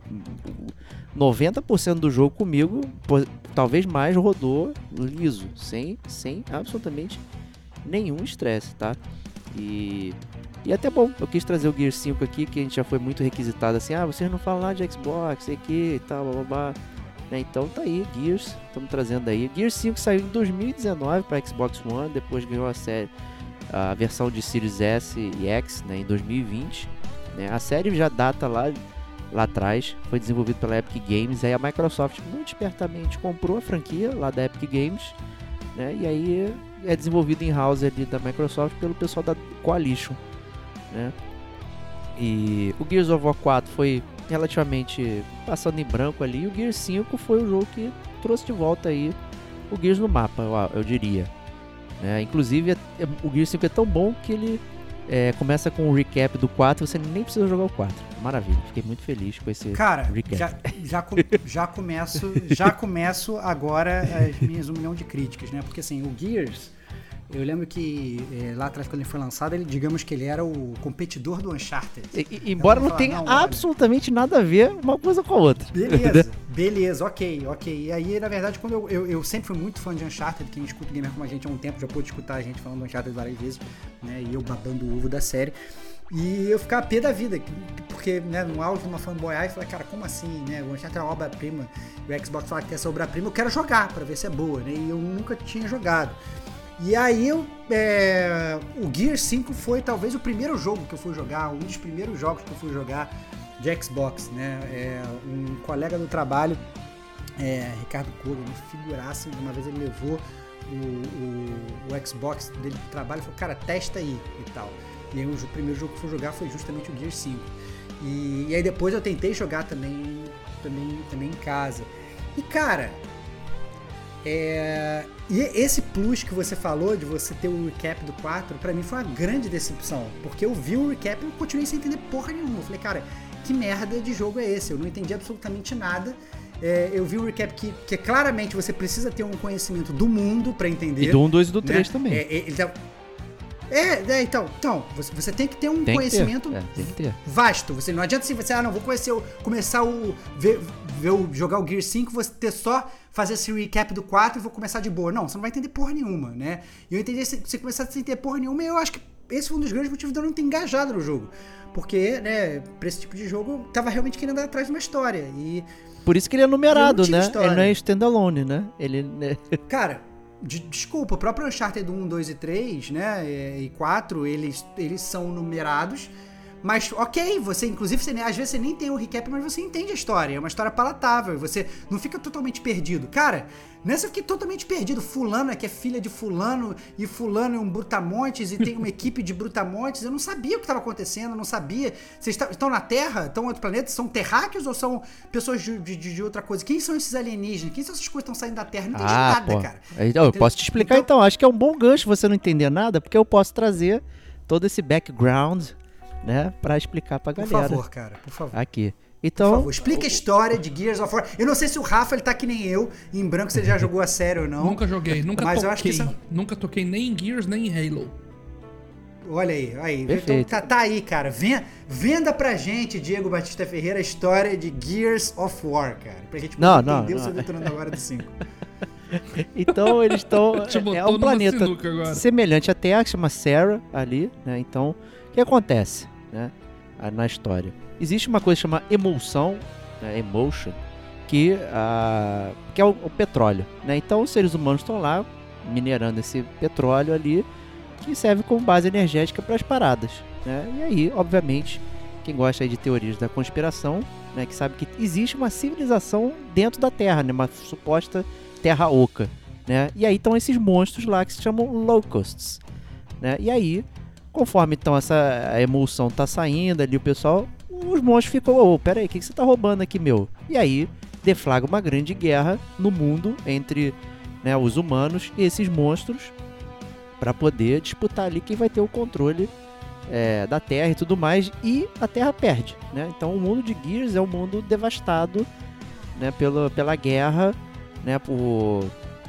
90% do jogo comigo, talvez mais, rodou liso, sem absolutamente nenhum estresse, tá? E até bom, eu quis trazer o Gears 5 aqui, que a gente já foi muito requisitado assim, vocês não falam nada de Xbox, sei que e tal, blá blá blá, né? Então tá aí, Gears, estamos trazendo aí. Gears 5 saiu em 2019 para Xbox One, depois ganhou a versão de Series S e X, né, em 2020, né? A série já data lá atrás, foi desenvolvido pela Epic Games, aí a Microsoft muito espertamente comprou a franquia lá da Epic Games, né? E aí é desenvolvido em house ali da Microsoft pelo pessoal da Coalition, né? E o Gears of War 4 foi relativamente passando em branco ali, e o Gears 5 foi o jogo que trouxe de volta aí o Gears no mapa, eu diria, né? Inclusive o Gears 5 é tão bom que ele começa com um recap do 4, você nem precisa jogar o 4. Maravilha, fiquei muito feliz com esse recap. Cara, já começo agora as minhas 1 milhão de críticas, né? Porque assim, o Gears, eu lembro que lá atrás, quando ele foi lançado, digamos que ele era o competidor do Uncharted. Embora não tenha absolutamente nada a ver uma coisa com a outra. Beleza, ok. E aí, na verdade, quando eu sempre fui muito fã de Uncharted, quem escuta Gamer como a gente há um tempo já pôde escutar a gente falando do Uncharted várias vezes, né? E eu babando o ovo da série. E eu ficava pé da vida, porque, né, no auge de uma fanboyagem, eu falei, cara, como assim, né? O Uncharted é uma obra-prima, o Xbox fala que tem essa obra-prima, eu quero jogar pra ver se é boa, né? E eu nunca tinha jogado. E aí, o Gears 5 foi talvez o primeiro jogo que eu fui jogar, um dos primeiros jogos que eu fui jogar de Xbox, né? Um colega do trabalho, Ricardo Couto, uma figuraça, uma vez ele levou o Xbox dele pro trabalho e falou, cara, testa aí e tal. E aí o primeiro jogo que eu fui jogar foi justamente o Gears 5. E aí depois eu tentei jogar também em casa. E cara, e esse plus que você falou de você ter o recap do 4, pra mim foi uma grande decepção, porque eu vi o recap e eu continuei sem entender porra nenhuma. Eu falei, cara, que merda de jogo é esse? Eu não entendi absolutamente nada. Eu vi o recap que claramente você precisa ter um conhecimento do mundo pra entender. E do 1, 2 e do 3 também. Então, você tem que ter um conhecimento vasto. Você não adianta assim, você, não, vou começar jogar o Gear 5, você fazer esse recap do 4 e vou começar de boa. Não, você não vai entender porra nenhuma, né? E eu entendi, se você começar sem entender porra nenhuma, eu acho que esse foi um dos grandes motivos de eu não ter engajado no jogo. Porque, né, pra esse tipo de jogo, eu tava realmente querendo ir atrás de uma história. E por isso que ele é numerado, né? História. Ele não é standalone, né? Cara, desculpa, o próprio Uncharted 1, 2 e 3, né, e 4, eles são numerados, mas ok, inclusive, às vezes você nem tem o recap, mas você entende a história, é uma história palatável, você não fica totalmente perdido. Cara, nessa eu fiquei totalmente perdido. Fulano que é filha de fulano, e fulano é um brutamontes, e tem uma equipe de brutamontes. Eu não sabia o que estava acontecendo, eu não sabia. Vocês estão na Terra? Estão em outro planeta? São terráqueos ou são pessoas de outra coisa? Quem são esses alienígenas? Quem são essas coisas que estão saindo da Terra? Não entendi nada, cara. Então, eu posso te explicar então. Acho que é um bom gancho você não entender nada, porque eu posso trazer todo esse background, né, pra explicar pra galera. Por favor, cara, por favor. Aqui. Então, por favor, explica a história de Gears of War. Eu não sei se o Rafa, ele tá que nem eu, em branco, se ele já jogou a sério ou não. Nunca joguei, mas toquei. Eu acho que nunca toquei nem em Gears, nem em Halo. Olha aí. Então, tá aí, cara. Venda pra gente, Diego Batista Ferreira, a história de Gears of War, cara. Pra gente poder entender o seu detonando agora do 5. Então, eles estão... é um planeta semelhante à Terra, que chama Sarah, ali, né? Então, o que acontece, né, na história? Existe uma coisa que chama emulsão, né, emotion, que é o petróleo, né? Então, os seres humanos estão lá minerando esse petróleo ali, que serve como base energética para as paradas, né? E aí, obviamente, quem gosta aí de teorias da conspiração, né, que sabe que existe uma civilização dentro da Terra, né, uma suposta Terra Oca, né? E aí estão esses monstros lá que se chamam Locusts, né? E aí, conforme então a emulsão tá saindo ali, o pessoal, os monstros ficam, peraí, o que você tá roubando aqui, meu? E aí deflagra uma grande guerra no mundo entre, né, os humanos e esses monstros, para poder disputar ali quem vai ter o controle da Terra e tudo mais, e a Terra perde, né? Então o mundo de Gears é um mundo devastado, né, pela guerra, né, por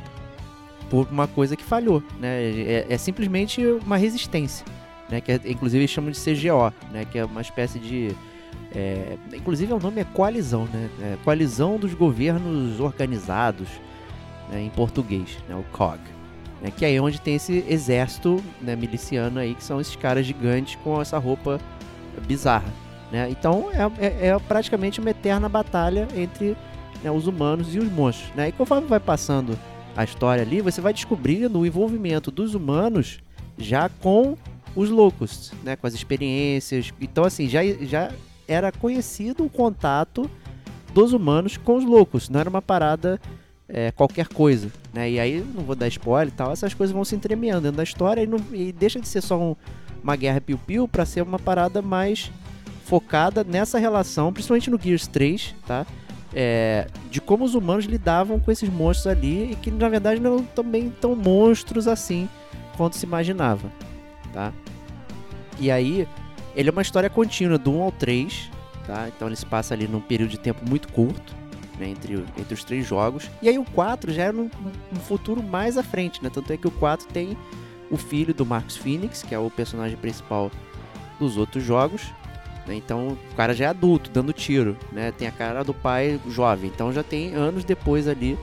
uma coisa que falhou, né? É simplesmente uma resistência, né, que inclusive eles chamam de CGO, né, que é uma espécie de inclusive o nome é coalizão, né? Coalizão dos governos organizados, né, em português, né, o COG, né, que é onde tem esse exército, né, miliciano aí, que são esses caras gigantes com essa roupa bizarra, né? Então é praticamente uma eterna batalha entre, né, os humanos e os monstros, né? E conforme vai passando a história ali, você vai descobrindo o envolvimento dos humanos já com os Locusts, né, com as experiências. Então, assim, já era conhecido o contato dos humanos com os Locusts, não era uma parada qualquer coisa, né? E aí, não vou dar spoiler e tal, essas coisas vão se entremeando dentro da história e deixa de ser só uma guerra piu-piu para ser uma parada mais focada nessa relação, principalmente no Gears 3, tá? De como os humanos lidavam com esses monstros ali, e que na verdade não eram também tão monstros assim quanto se imaginava, tá? E aí, ele é uma história contínua do 1 ao 3, tá? Então ele se passa ali num período de tempo muito curto, né, entre os 3 jogos. E aí o 4 já é num futuro mais à frente, né? Tanto é que o 4 tem o filho do Marcus Phoenix, que é o personagem principal dos outros jogos, né? Então o cara já é adulto, dando tiro, né? Tem a cara do pai jovem, então já tem anos depois ali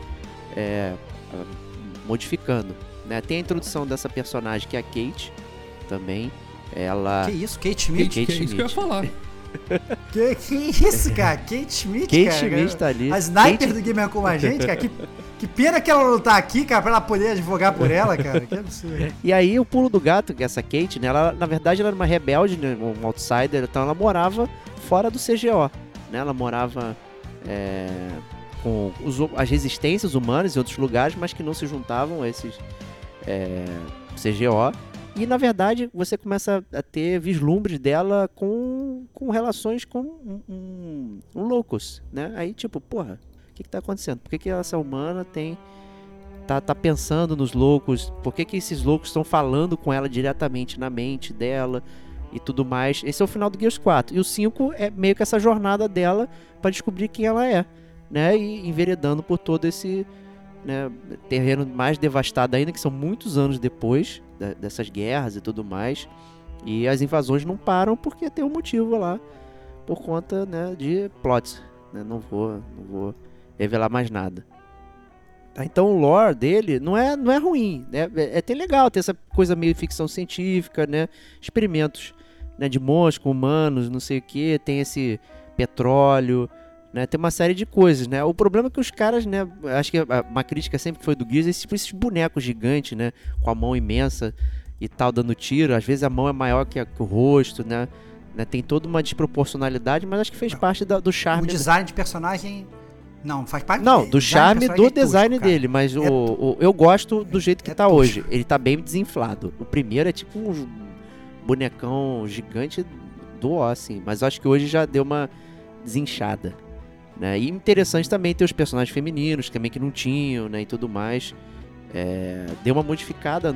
modificando, né? Tem a introdução dessa personagem que é a Kate também. Ela... Que isso? Kate Schmidt? Que isso que eu ia falar. Que isso, cara? Kate Schmidt, Kate Schmidt tá ali. A sniper do Gamer Como a Gente, cara. Que pena que ela não tá aqui, cara, pra ela poder advogar por ela, cara. Que absurdo. E aí, o pulo do gato, que essa Kate, né? Ela, na verdade, ela era uma rebelde, né, um outsider. Então, ela morava fora do CGO, né? Ela morava com as resistências humanas em outros lugares, mas que não se juntavam a esses CGO. E, na verdade, você começa a ter vislumbres dela com relações com um Locus, né? Aí, tipo, porra, o que tá acontecendo? Por que essa humana tá pensando nos Locus? Por que esses Locus estão falando com ela diretamente na mente dela e tudo mais? Esse é o final do Gears 4. E o 5 é meio que essa jornada dela para descobrir quem ela é, né? E enveredando por todo esse, né, terreno mais devastado ainda, que são muitos anos depois dessas guerras e tudo mais, e as invasões não param porque tem um motivo lá, por conta, né, de plots, né? Não vou revelar mais nada. Tá, então o lore dele não é ruim, né? É até legal ter essa coisa meio ficção científica, né? Experimentos, né, de monstros com humanos, não sei o que, tem esse petróleo, né, tem uma série de coisas, né? O problema é que os caras, né, acho que uma crítica sempre foi do Gears, esses bonecos gigantes, né, com a mão imensa e tal, dando tiro. Às vezes a mão é maior que o rosto, né? Tem toda uma desproporcionalidade, mas acho que fez parte do charme. O design de personagem não faz parte. Não, do charme do design dele, mas eu gosto do jeito que tá hoje. Ele tá bem desinflado. O primeiro é tipo um bonecão gigante do ó, assim, mas acho que hoje já deu uma desinchada. Né? E interessante também ter os personagens femininos também que não tinham, né, e tudo mais. Deu uma modificada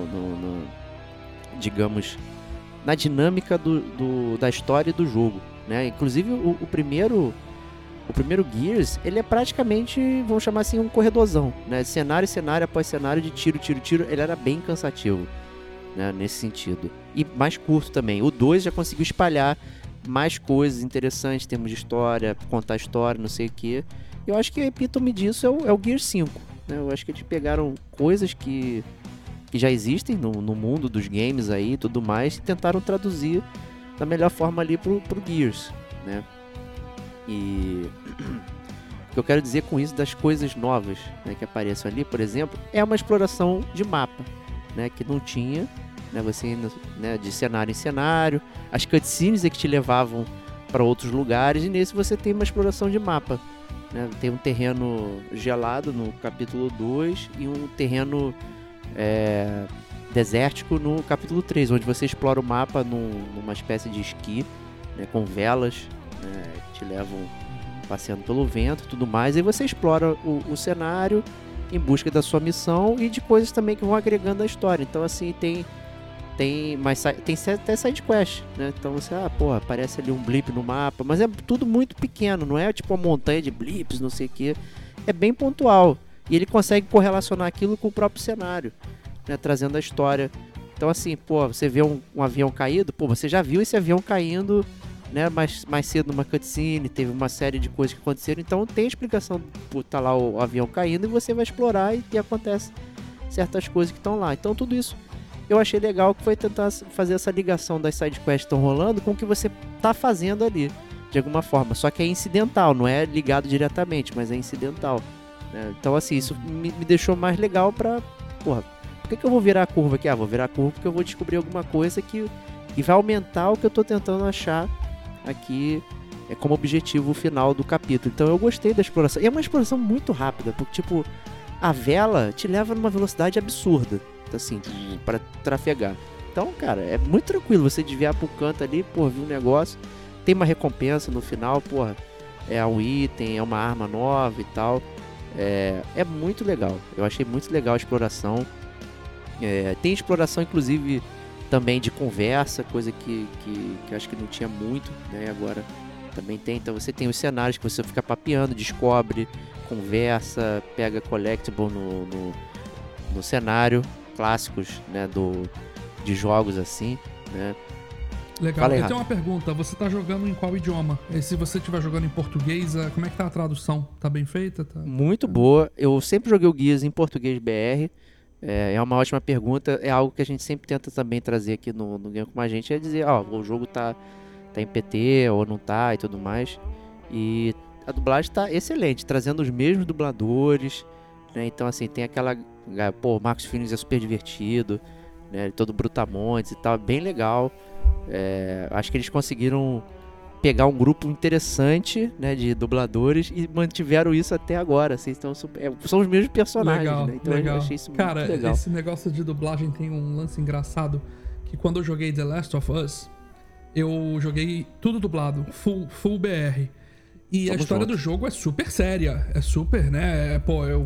digamos, na dinâmica da história e do jogo, né? Inclusive o primeiro Gears, ele é praticamente, vamos chamar assim, um corredorzão, né? Cenário após cenário de tiro, ele era bem cansativo, né, nesse sentido. E mais curto também. O 2 já conseguiu espalhar mais coisas interessantes em termos de história, contar história, não sei o que. Eu acho que a epítome disso é o Gear 5, né? Eu acho que eles pegaram coisas que já existem no mundo dos games aí e tudo mais e tentaram traduzir da melhor forma ali pro Gears, né? E o que eu quero dizer com isso das coisas novas, né, que aparecem ali, por exemplo, é uma exploração de mapa, né, que não tinha, né, você indo, né, de cenário em cenário. As cutscenes é que te levavam para outros lugares, e nesse você tem uma exploração de mapa, né? Tem um terreno gelado no capítulo 2 e um terreno desértico no capítulo 3, onde você explora o mapa numa espécie de esqui, né, com velas, né, que te levam passeando pelo vento e tudo mais. E você explora o cenário em busca da sua missão e de coisas também que vão agregando a história. Então, assim, tem até side quest, né? Então você, aparece ali um blip no mapa, mas é tudo muito pequeno, não é tipo uma montanha de blips, não sei o que. É bem pontual. E ele consegue correlacionar aquilo com o próprio cenário, né, trazendo a história. Então, assim, você vê um avião caído, você já viu esse avião caindo, né, mais cedo numa cutscene, teve uma série de coisas que aconteceram, então tem explicação por tá lá o avião caindo e você vai explorar e acontece certas coisas que estão lá. Então, tudo isso eu achei legal, que foi tentar fazer essa ligação das sidequests que estão rolando com o que você tá fazendo ali, de alguma forma. Só que é incidental, não é ligado diretamente, mas é incidental, né? Então, assim, isso me deixou mais legal pra... por que eu vou virar a curva aqui? Vou virar a curva porque eu vou descobrir alguma coisa que vai aumentar o que eu tô tentando achar aqui como objetivo final do capítulo. Então, eu gostei da exploração. E é uma exploração muito rápida, porque, tipo, a vela te leva numa velocidade absurda, assim, para trafegar. Então, cara, é muito tranquilo você desviar pro canto ali, viu um negócio, tem uma recompensa no final, é um item, é uma arma nova e tal. É muito legal. Eu achei muito legal a exploração. Tem exploração, inclusive, também de conversa, coisa que eu acho que não tinha muito, né? Agora também tem. Então você tem os cenários que você fica papeando, descobre, conversa, pega collectible no cenário, clássicos, né, de jogos assim, né? Legal. Eu tenho uma pergunta, você tá jogando em qual idioma? E se você estiver jogando em português, como é que tá a tradução? Tá bem feita? Tá... Muito boa. Eu sempre joguei o Gears em português BR. É uma ótima pergunta. É algo que a gente sempre tenta também trazer aqui no Game Com a Gente, é dizer, o jogo tá em PT ou não tá e tudo mais. E a dublagem tá excelente, trazendo os mesmos dubladores, né? Então, assim, tem aquela... o Marcos Phoenix é super divertido, né? Todo brutamontes e tal, bem legal. Acho que eles conseguiram pegar um grupo interessante, né, de dubladores e mantiveram isso até agora. Assim, então, são os mesmos personagens, legal, né? Então legal. eu achei isso Cara, muito legal. Esse negócio de dublagem tem um lance engraçado, que quando eu joguei The Last of Us, eu joguei tudo dublado, full BR. E a história do jogo é super séria, é super, né?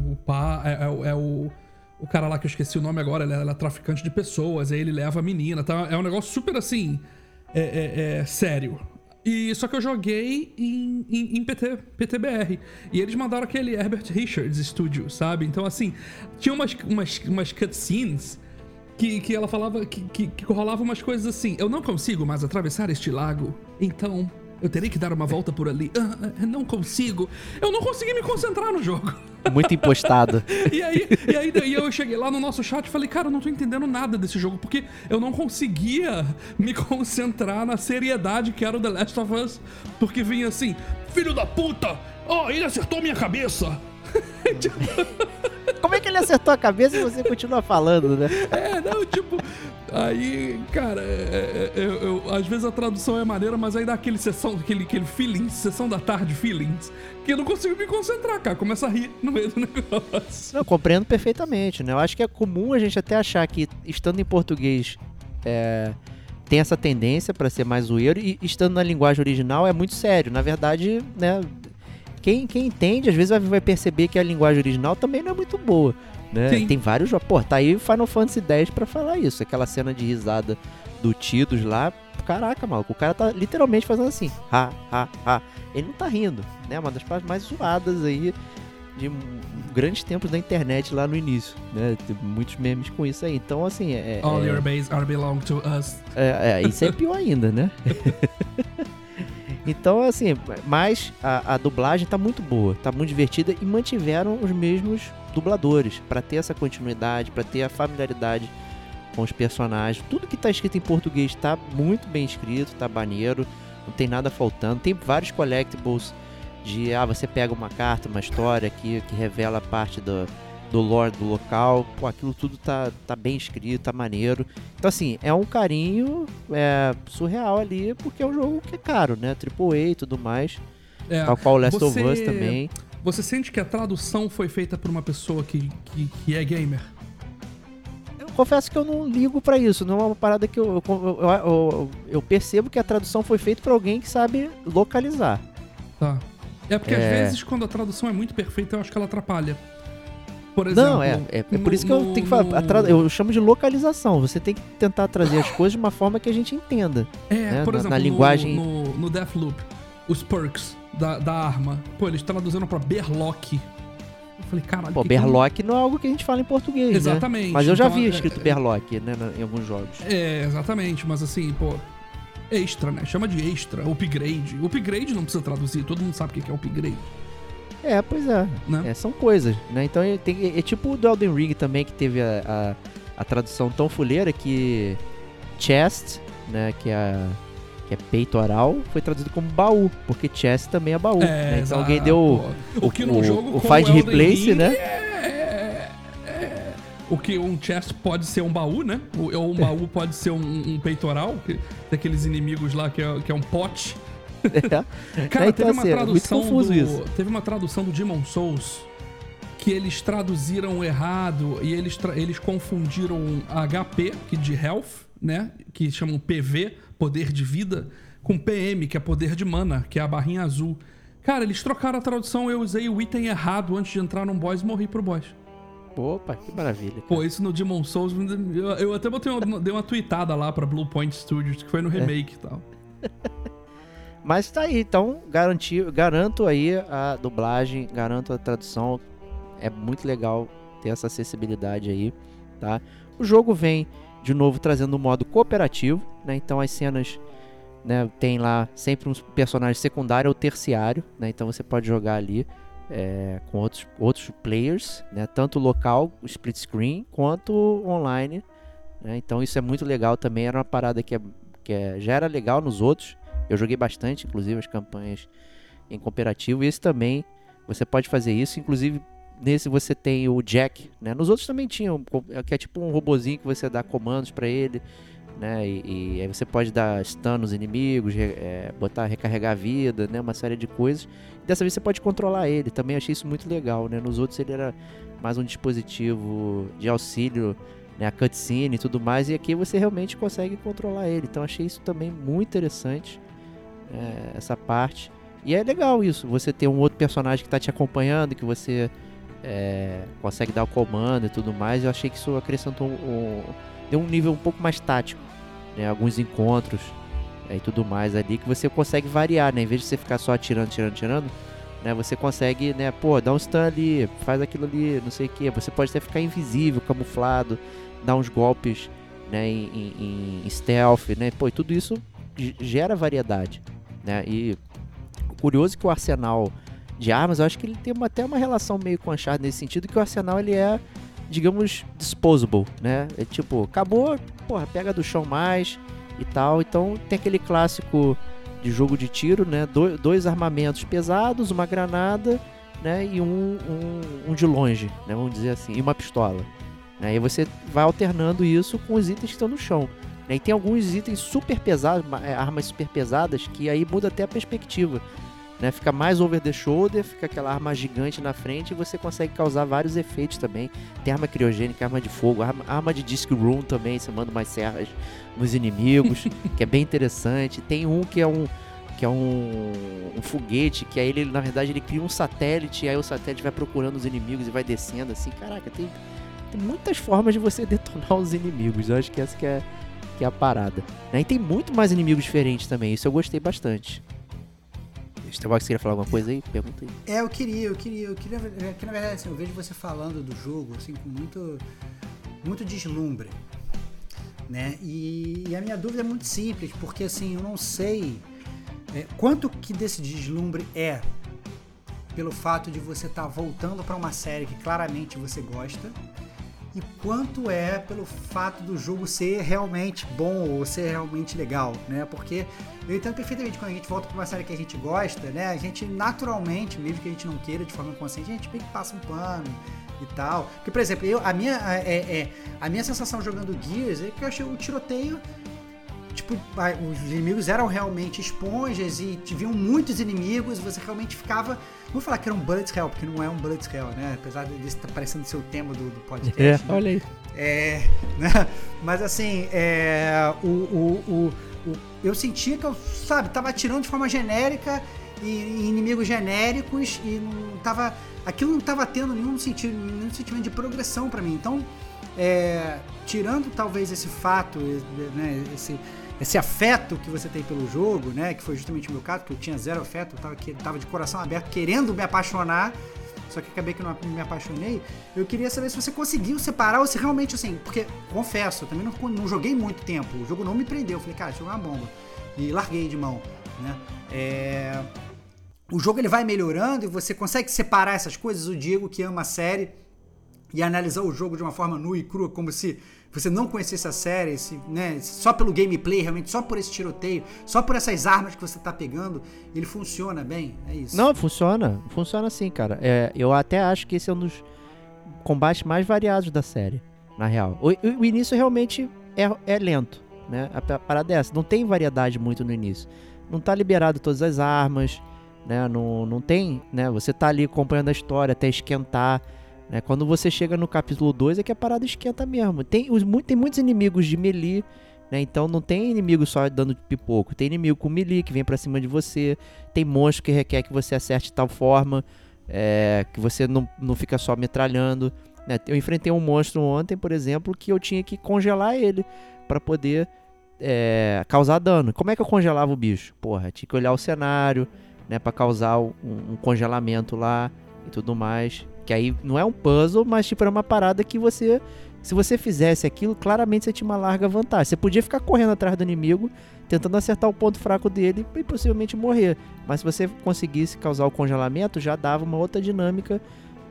O cara lá que eu esqueci o nome agora, ele é traficante de pessoas, aí ele leva a menina, tá? É um negócio super assim, sério. E só que eu joguei em PTBR. E eles mandaram aquele Herbert Richards Studio, sabe? Então, assim, tinha umas cutscenes que ela falava que rolava umas coisas assim. Eu não consigo mais atravessar este lago, então eu terei que dar uma volta por ali. Não consigo. Eu não consegui me concentrar no jogo. Muito impostado. E aí eu cheguei lá no nosso chat e falei, cara, eu não tô entendendo nada desse jogo, porque eu não conseguia me concentrar na seriedade que era o The Last of Us. Porque vinha assim, filho da puta, ele acertou minha cabeça. Como é que ele acertou a cabeça e você continua falando, né? Aí, cara, às vezes a tradução é maneira, mas aí dá aquele feelings, sessão da tarde feelings, que eu não consigo me concentrar, cara. Começa a rir no meio do negócio. Não, compreendo perfeitamente, né? Eu acho que é comum a gente até achar que, estando em português, tem essa tendência para ser mais zoeiro, e estando na linguagem original é muito sério. Na verdade, né? Quem entende, às vezes vai perceber que a linguagem original também não é muito boa, né? Tem vários jogos. Pô, tá aí Final Fantasy X pra falar isso. Aquela cena de risada do Tidus lá. Caraca, maluco, o cara tá literalmente fazendo assim. Ele não tá rindo, né? Uma das partes mais zoadas aí de grandes tempos da internet lá no início, né? Tem muitos memes com isso aí. Então, assim... All your base are belong to us. Isso é pior ainda, né? Então, assim, mas a dublagem tá muito boa, tá muito divertida e mantiveram os mesmos dubladores pra ter essa continuidade, pra ter a familiaridade com os personagens. Tudo que tá escrito em português tá muito bem escrito, tá maneiro, não tem nada faltando. Tem vários collectibles de, você pega uma carta, uma história aqui que revela parte do lore do local. Pô, aquilo tudo tá bem escrito, tá maneiro. Então, assim, é um carinho surreal ali, porque é um jogo que é caro, né? AAA e tudo mais. Tal qual o Last of Us também. Você sente que a tradução foi feita por uma pessoa que é gamer? Eu confesso que eu não ligo pra isso. Não é uma parada que eu percebo que a tradução foi feita por alguém que sabe localizar. Tá. É porque às vezes, quando a tradução é muito perfeita, eu acho que ela atrapalha. Por exemplo, não, é por isso que eu tenho que falar. Eu chamo de localização. Você tem que tentar trazer as coisas de uma forma que a gente entenda. Né? Por exemplo, na linguagem... no Deathloop, os perks da arma, eles traduziram pra Berlock. Eu falei, caralho. Pô, Berlock não é algo que a gente fala em português. Exatamente. Né? Mas eu já vi escrito Berlock, né, em alguns jogos. Exatamente. Mas assim, extra, né? Chama de extra, upgrade. Upgrade não precisa traduzir, todo mundo sabe o que é upgrade. Pois é. Né? São coisas, né? Então é tipo o do Elden Ring também, que teve a tradução tão fuleira que chest, né? Que é peitoral, foi traduzido como baú, porque chest também é baú. Né? Então alguém deu o Find Replace, né? O que um chest pode ser um baú, né? Ou um baú pode ser um peitoral, daqueles inimigos lá que é um pote. Cara, então, teve uma tradução muito confuso isso. Teve uma tradução do Demon Souls que eles traduziram errado e eles confundiram HP, que de health, né? Que chamam PV, poder de vida, com PM, que é poder de mana, que é a barrinha azul. Cara, eles trocaram a tradução, eu usei o item errado antes de entrar num boss e morri pro boss. Opa, que maravilha. Cara. Isso no Demon Souls, eu até dei uma tweetada lá pra Blue Point Studios, que foi no remake e tal. Mas tá aí, então garanto aí a dublagem, garanto a tradução. É muito legal ter essa acessibilidade aí, tá? O jogo vem, de novo, trazendo um modo cooperativo, né? Então as cenas, né, tem lá sempre um personagem secundário ou terciário, né? Então você pode jogar ali com outros players, né? Tanto local, o split screen, quanto online, né? Então isso é muito legal também, era uma parada que já era legal nos outros. Eu joguei bastante, inclusive, as campanhas em cooperativo. E esse também, você pode fazer isso. Inclusive, nesse você tem o Jack, né? Nos outros também tinha, que é tipo um robozinho que você dá comandos pra ele, né? E aí você pode dar stun nos inimigos, recarregar a vida, né? Uma série de coisas. Dessa vez você pode controlar ele. Também achei isso muito legal, né? Nos outros ele era mais um dispositivo de auxílio, né? A cutscene e tudo mais. E aqui você realmente consegue controlar ele. Então achei isso também muito interessante, essa parte. E é legal isso, você ter um outro personagem que está te acompanhando, que você consegue dar o comando e tudo mais. Eu achei que isso acrescentou deu um nível um pouco mais tático, né? Alguns encontros e tudo mais ali, que você consegue variar, né? Em vez de você ficar só atirando, né? Você consegue, né? Pô, dá um stun ali, faz aquilo ali, não sei o que. Você pode até ficar invisível, camuflado, dar uns golpes, né? Em stealth, né? Pô, e tudo isso gera variedade, né? E curioso que o arsenal de armas, eu acho que ele tem até uma relação meio com o Uncharted nesse sentido, que o arsenal ele é, digamos, disposable, né? É tipo, acabou, porra, pega do chão mais e tal. Então tem aquele clássico de jogo de tiro, né? Dois armamentos pesados, uma granada, né? E um de longe, né? Vamos dizer assim, e uma pistola, né? E você vai alternando isso com os itens que estão no chão. E tem alguns itens super pesados, armas super pesadas, que aí muda até a perspectiva, né? Fica mais over the shoulder, fica aquela arma gigante na frente e você consegue causar vários efeitos também. Tem arma criogênica, arma de fogo, arma de disc room também, você manda umas serras nos inimigos, que é bem interessante. Tem um que é um foguete, que aí ele, na verdade, ele cria um satélite, e aí o satélite vai procurando os inimigos e vai descendo assim. Caraca, tem muitas formas de você detonar os inimigos. Eu acho que essa que é a parada, né? E tem muito mais inimigos diferentes também, isso eu gostei bastante. Starbox, você queria falar alguma coisa aí? Pergunta aí. Eu queria, que na verdade assim, eu vejo você falando do jogo assim, com muito deslumbre, né? E a minha dúvida é muito simples, porque assim, eu não sei quanto que desse deslumbre é pelo fato de você estar voltando para uma série que claramente você gosta, e quanto é pelo fato do jogo ser realmente bom ou ser realmente legal, né? Porque eu entendo perfeitamente, quando a gente volta para uma série que a gente gosta, né? A gente naturalmente, mesmo que a gente não queira de forma consciente, a gente meio que passa um pano e tal. Porque, por exemplo, a minha sensação jogando Gears é que eu achei o tiroteio, tipo, os inimigos eram realmente esponjas e tinham muitos inimigos, você realmente ficava... Não vou falar que era um bullet hell, porque não é um bullet hell, né? Apesar de estar parecendo ser o tema do podcast. Né? Olha aí. Né? Mas assim, eu sentia que eu, tava atirando de forma genérica e inimigos genéricos e aquilo não tava tendo nenhum sentimento de progressão pra mim. Então, tirando talvez esse fato, né, esse afeto que você tem pelo jogo, né, que foi justamente o meu caso, que eu tinha zero afeto, eu tava de coração aberto, querendo me apaixonar, só que acabei que não me apaixonei. Eu queria saber se você conseguiu separar ou se realmente, assim, porque, confesso, eu também não joguei muito tempo, o jogo não me prendeu, eu falei, cara, deixa eu jogar uma bomba, e larguei de mão, né. O jogo ele vai melhorando e você consegue separar essas coisas. O Diego, que ama a série, e analisar o jogo de uma forma nua e crua, como se você não conhecesse a série, né, só pelo gameplay, realmente, só por esse tiroteio, só por essas armas que você tá pegando, ele funciona bem, é isso? Não, funciona sim, cara. Eu até acho que esse é um dos combates mais variados da série, na real. O início realmente é lento, né, a parada é essa, não tem variedade muito no início, não tá liberado todas as armas, né, não tem, né, você tá ali acompanhando a história até esquentar. Quando você chega no capítulo 2 é que a parada esquenta mesmo. Tem muitos inimigos de melee, né? Então não tem inimigo só dando pipoco. Tem inimigo com melee que vem pra cima de você. Tem monstro que requer que você acerte de tal forma que você não fica só metralhando, né? Eu enfrentei um monstro ontem, por exemplo, que eu tinha que congelar ele pra poder causar dano. Como é que eu congelava o bicho? Porra, tinha que olhar o cenário, né? Pra causar um congelamento lá e tudo mais. Que aí não é um puzzle, mas tipo, era uma parada que você, se você fizesse aquilo, claramente você tinha uma larga vantagem. Você podia ficar correndo atrás do inimigo, tentando acertar o ponto fraco dele e possivelmente morrer. Mas se você conseguisse causar o congelamento, já dava uma outra dinâmica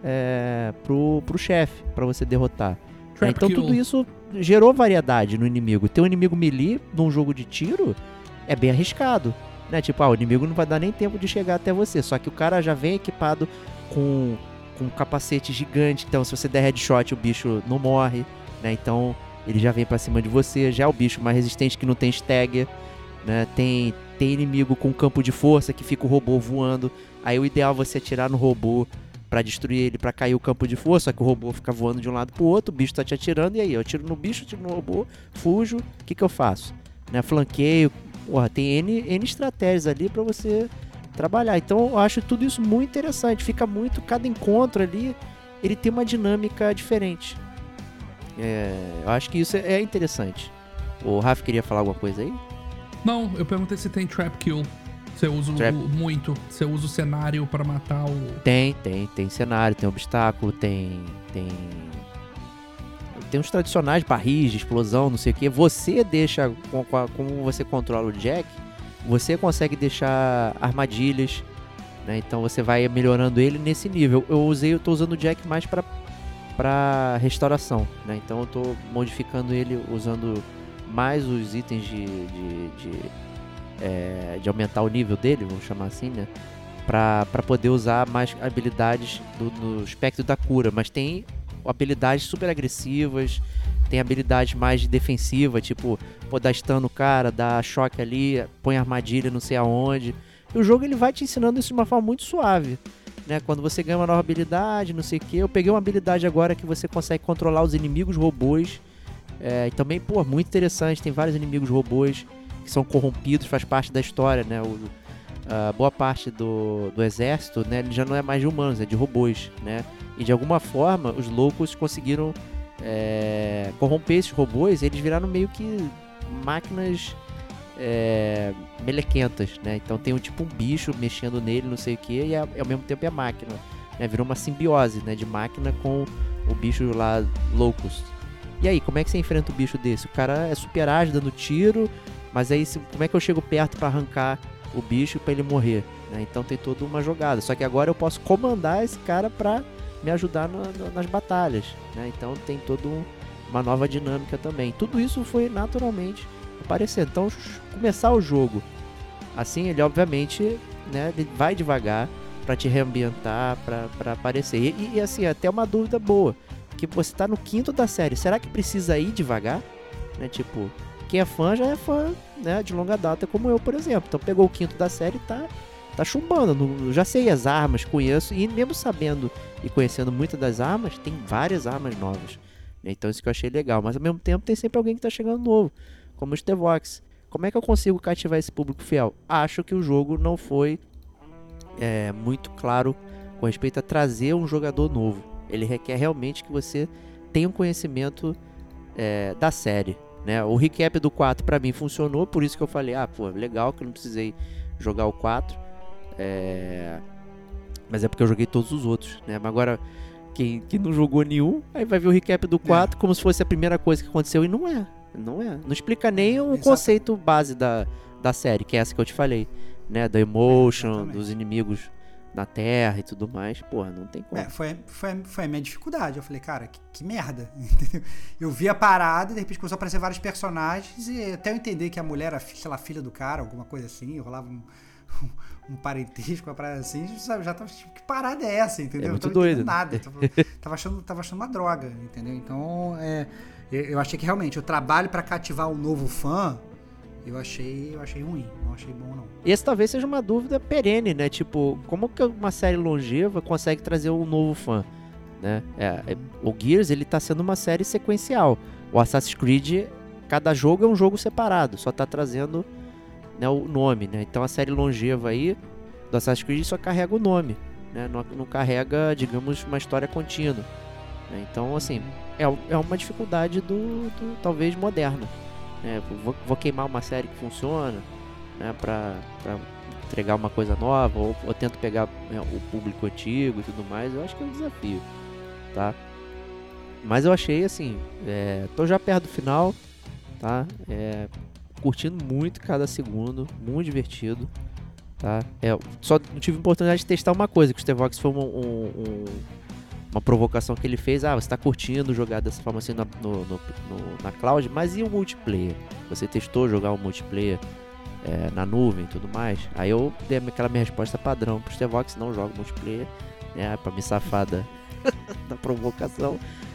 pro chefe, pra você derrotar. Então tudo isso gerou variedade no inimigo. Ter um inimigo melee num jogo de tiro é bem arriscado, né? Tipo, o inimigo não vai dar nem tempo de chegar até você. Só que o cara já vem equipado com um capacete gigante, então se você der headshot o bicho não morre, né? Então ele já vem pra cima de você. Já é o bicho mais resistente que não tem stagger, né? Tem inimigo com campo de força que fica o robô voando. Aí o ideal é você atirar no robô pra destruir ele, pra cair o campo de força. Só que o robô fica voando de um lado pro outro, o bicho tá te atirando. E aí, eu atiro no bicho, atiro no robô, fujo. O que eu faço? Né? Flanqueio. Porra, tem N estratégias ali pra você trabalhar. Então eu acho tudo isso muito interessante. Fica muito, cada encontro ali, ele tem uma dinâmica diferente. Eu acho que isso é interessante. O Rafa queria falar alguma coisa aí? Não, eu perguntei se tem trap kill. Você usa muito. Você usa o cenário pra matar o... Tem cenário, tem obstáculo, tem uns tradicionais, barris de explosão, não sei o que. Você deixa, como você controla o Jack, você consegue deixar armadilhas, né? Então você vai melhorando ele nesse nível. Eu tô usando o Jack mais pra restauração, né? Então eu tô modificando ele usando mais os itens de aumentar o nível dele, vamos chamar assim, né? Pra poder usar mais habilidades no espectro da cura. Mas tem habilidades super agressivas, tem habilidades mais defensivas, tipo, dar stun no cara, dar choque ali, põe armadilha não sei aonde. E o jogo ele vai te ensinando isso de uma forma muito suave, né? Quando você ganha uma nova habilidade, não sei o que. Eu peguei uma habilidade agora que você consegue controlar os inimigos robôs. E também, muito interessante, tem vários inimigos robôs que são corrompidos, faz parte da história, né? Boa parte do exército, né? Ele já não é mais de humanos, é de robôs, né? E de alguma forma os loucos conseguiram corromper esses robôs. Eles viraram meio que máquinas melequentas, né? Então tem um bicho mexendo nele, não sei o que, e ao mesmo tempo é máquina, né? Virou uma simbiose, né? De máquina com o bicho lá, Locust. E aí, como é que você enfrenta um bicho desse? O cara é super ágil, dando tiro, mas aí como é que eu chego perto pra arrancar o bicho pra ele morrer, né? Então tem toda uma jogada. Só que agora eu posso comandar esse cara pra me ajudar nas batalhas, né? Então tem toda uma nova dinâmica também. Tudo isso foi naturalmente aparecendo. Então começar o jogo assim, ele obviamente, né, ele vai devagar pra te reambientar, pra aparecer. E assim, até uma dúvida boa, que você tá no 5º da série, será que precisa ir devagar? Né? Tipo, quem é fã já é fã, né, de longa data, como eu, por exemplo. Então pegou o 5º da série e tá chumbando. Já sei as armas, conheço, e mesmo sabendo e conhecendo muitas das armas, tem várias armas novas. Né? Então isso que eu achei legal. Mas ao mesmo tempo tem sempre alguém que tá chegando novo, como o Stevox. Como é que eu consigo cativar esse público fiel? Acho que o jogo não foi muito claro com respeito a trazer um jogador novo. Ele requer realmente que você tenha um conhecimento da série, né? O recap do 4 pra mim funcionou, por isso que eu falei, legal que eu não precisei jogar o 4. Mas é porque eu joguei todos os outros, né? Mas agora, quem não jogou nenhum, aí vai ver o recap do 4 como se fosse a primeira coisa que aconteceu, e não é. Não explica nem o conceito base da série, que é essa que eu te falei, né? Da emotion, dos inimigos na Terra e tudo mais. Porra, não tem como. Foi a minha dificuldade. Eu falei, cara, que merda. Entendeu? Eu vi a parada e de repente começou a aparecer vários personagens, e até eu entender que a mulher era, sei lá, filha do cara, alguma coisa assim, rolava um parentesco, uma parada assim, sabe? Já tava tipo, que parada é essa, entendeu? É muito doido. Nada. Tava achando uma droga, entendeu? Então, eu achei que realmente o trabalho pra cativar um novo fã, eu achei ruim, não achei bom não. Esse talvez seja uma dúvida perene, né? Tipo, como que uma série longeva consegue trazer um novo fã, né? O Gears, ele tá sendo uma série sequencial. O Assassin's Creed, cada jogo é um jogo separado, só tá trazendo, né, o nome, né? Então a série longeva aí do Assassin's Creed só carrega o nome, né? Não carrega, digamos, uma história contínua, né? Então, assim, é uma dificuldade do talvez moderna. Vou queimar uma série que funciona, né, pra entregar uma coisa nova, ou tento pegar, né, o público antigo e tudo mais. Eu acho que é um desafio, tá? Mas eu achei assim, tô já perto do final, tá? Curtindo muito cada segundo, muito divertido, tá? Só não tive oportunidade de testar uma coisa, que o Stevox foi uma provocação que ele fez. Você tá curtindo jogar dessa forma assim na cloud, mas e o multiplayer? Você testou jogar o multiplayer na nuvem e tudo mais? Aí eu dei aquela minha resposta padrão pro Stevox: não jogo multiplayer, né? Pra me safar da provocação.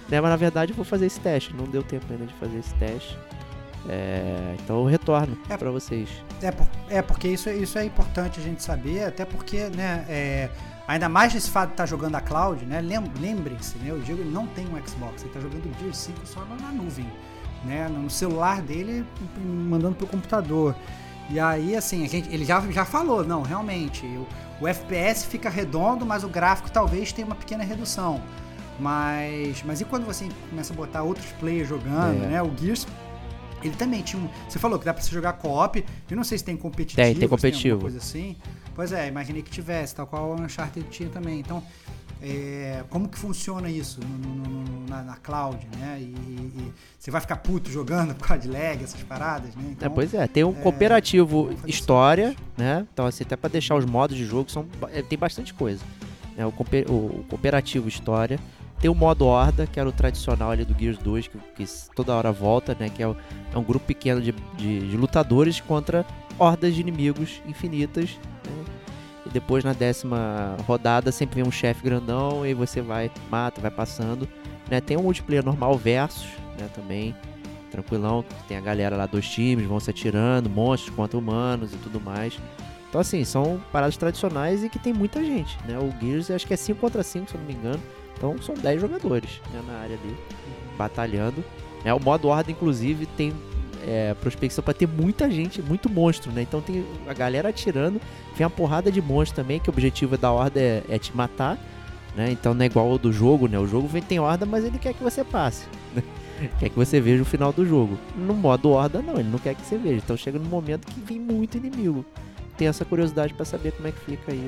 Né? Mas na verdade eu vou fazer esse teste. Não deu tempo ainda de fazer esse teste. Então eu retorno para vocês. Porque isso é importante a gente saber, até porque, né, ainda mais esse fato de estar jogando a cloud, né, lembrem-se, né, o Diego ele não tem um Xbox, ele está jogando o Gears 5 só na nuvem, né, no celular dele, mandando pro computador. E aí, assim, ele já falou, não, realmente, o FPS fica redondo, mas o gráfico talvez tenha uma pequena redução. Mas e quando você começa a botar outros players jogando, né, o Gears... Ele também tinha Você falou que dá pra você jogar co-op. Eu não sei se tem competitivo. Tem competitivo. Se tem alguma coisa assim. Pois imaginei que tivesse, tal qual o Uncharted tinha também. Então, como que funciona isso na cloud, né? E você vai ficar puto jogando por causa de lag, essas paradas, né? Então, tem um cooperativo história, né? Então, assim, até pra deixar os modos de jogo, tem bastante coisa. Né? O cooperativo história. Tem o modo Horda, que era o tradicional ali do Gears 2, que toda hora volta, né? Que é um grupo pequeno de lutadores contra hordas de inimigos infinitas, né? E depois na 10ª rodada sempre vem um chefe grandão e você mata, vai passando, né? Tem um multiplayer normal versus, né? Também, tranquilão, tem a galera lá, 2 times, vão se atirando, monstros contra humanos e tudo mais. Então assim, são paradas tradicionais e que tem muita gente, né? O Gears acho que é 5 contra 5, se eu não me engano. Então são 10 jogadores, né, na área ali, batalhando. O modo Horda, inclusive, tem prospecção para ter muita gente, muito monstro, né? Então tem a galera atirando, tem uma porrada de monstro também, que o objetivo da Horda é te matar, né? Então não é igual ao do jogo, né? O jogo tem Horda, mas ele quer que você passe, né? Quer que você veja o final do jogo. No modo Horda, não, ele não quer que você veja. Então chega num momento que vem muito inimigo. Tem essa curiosidade para saber como é que fica aí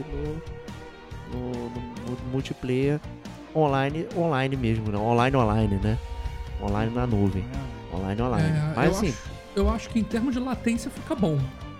no multiplayer. Online mesmo, não? Online, né? Online na nuvem. Online. Mas assim... Eu acho que em termos de latência fica bom.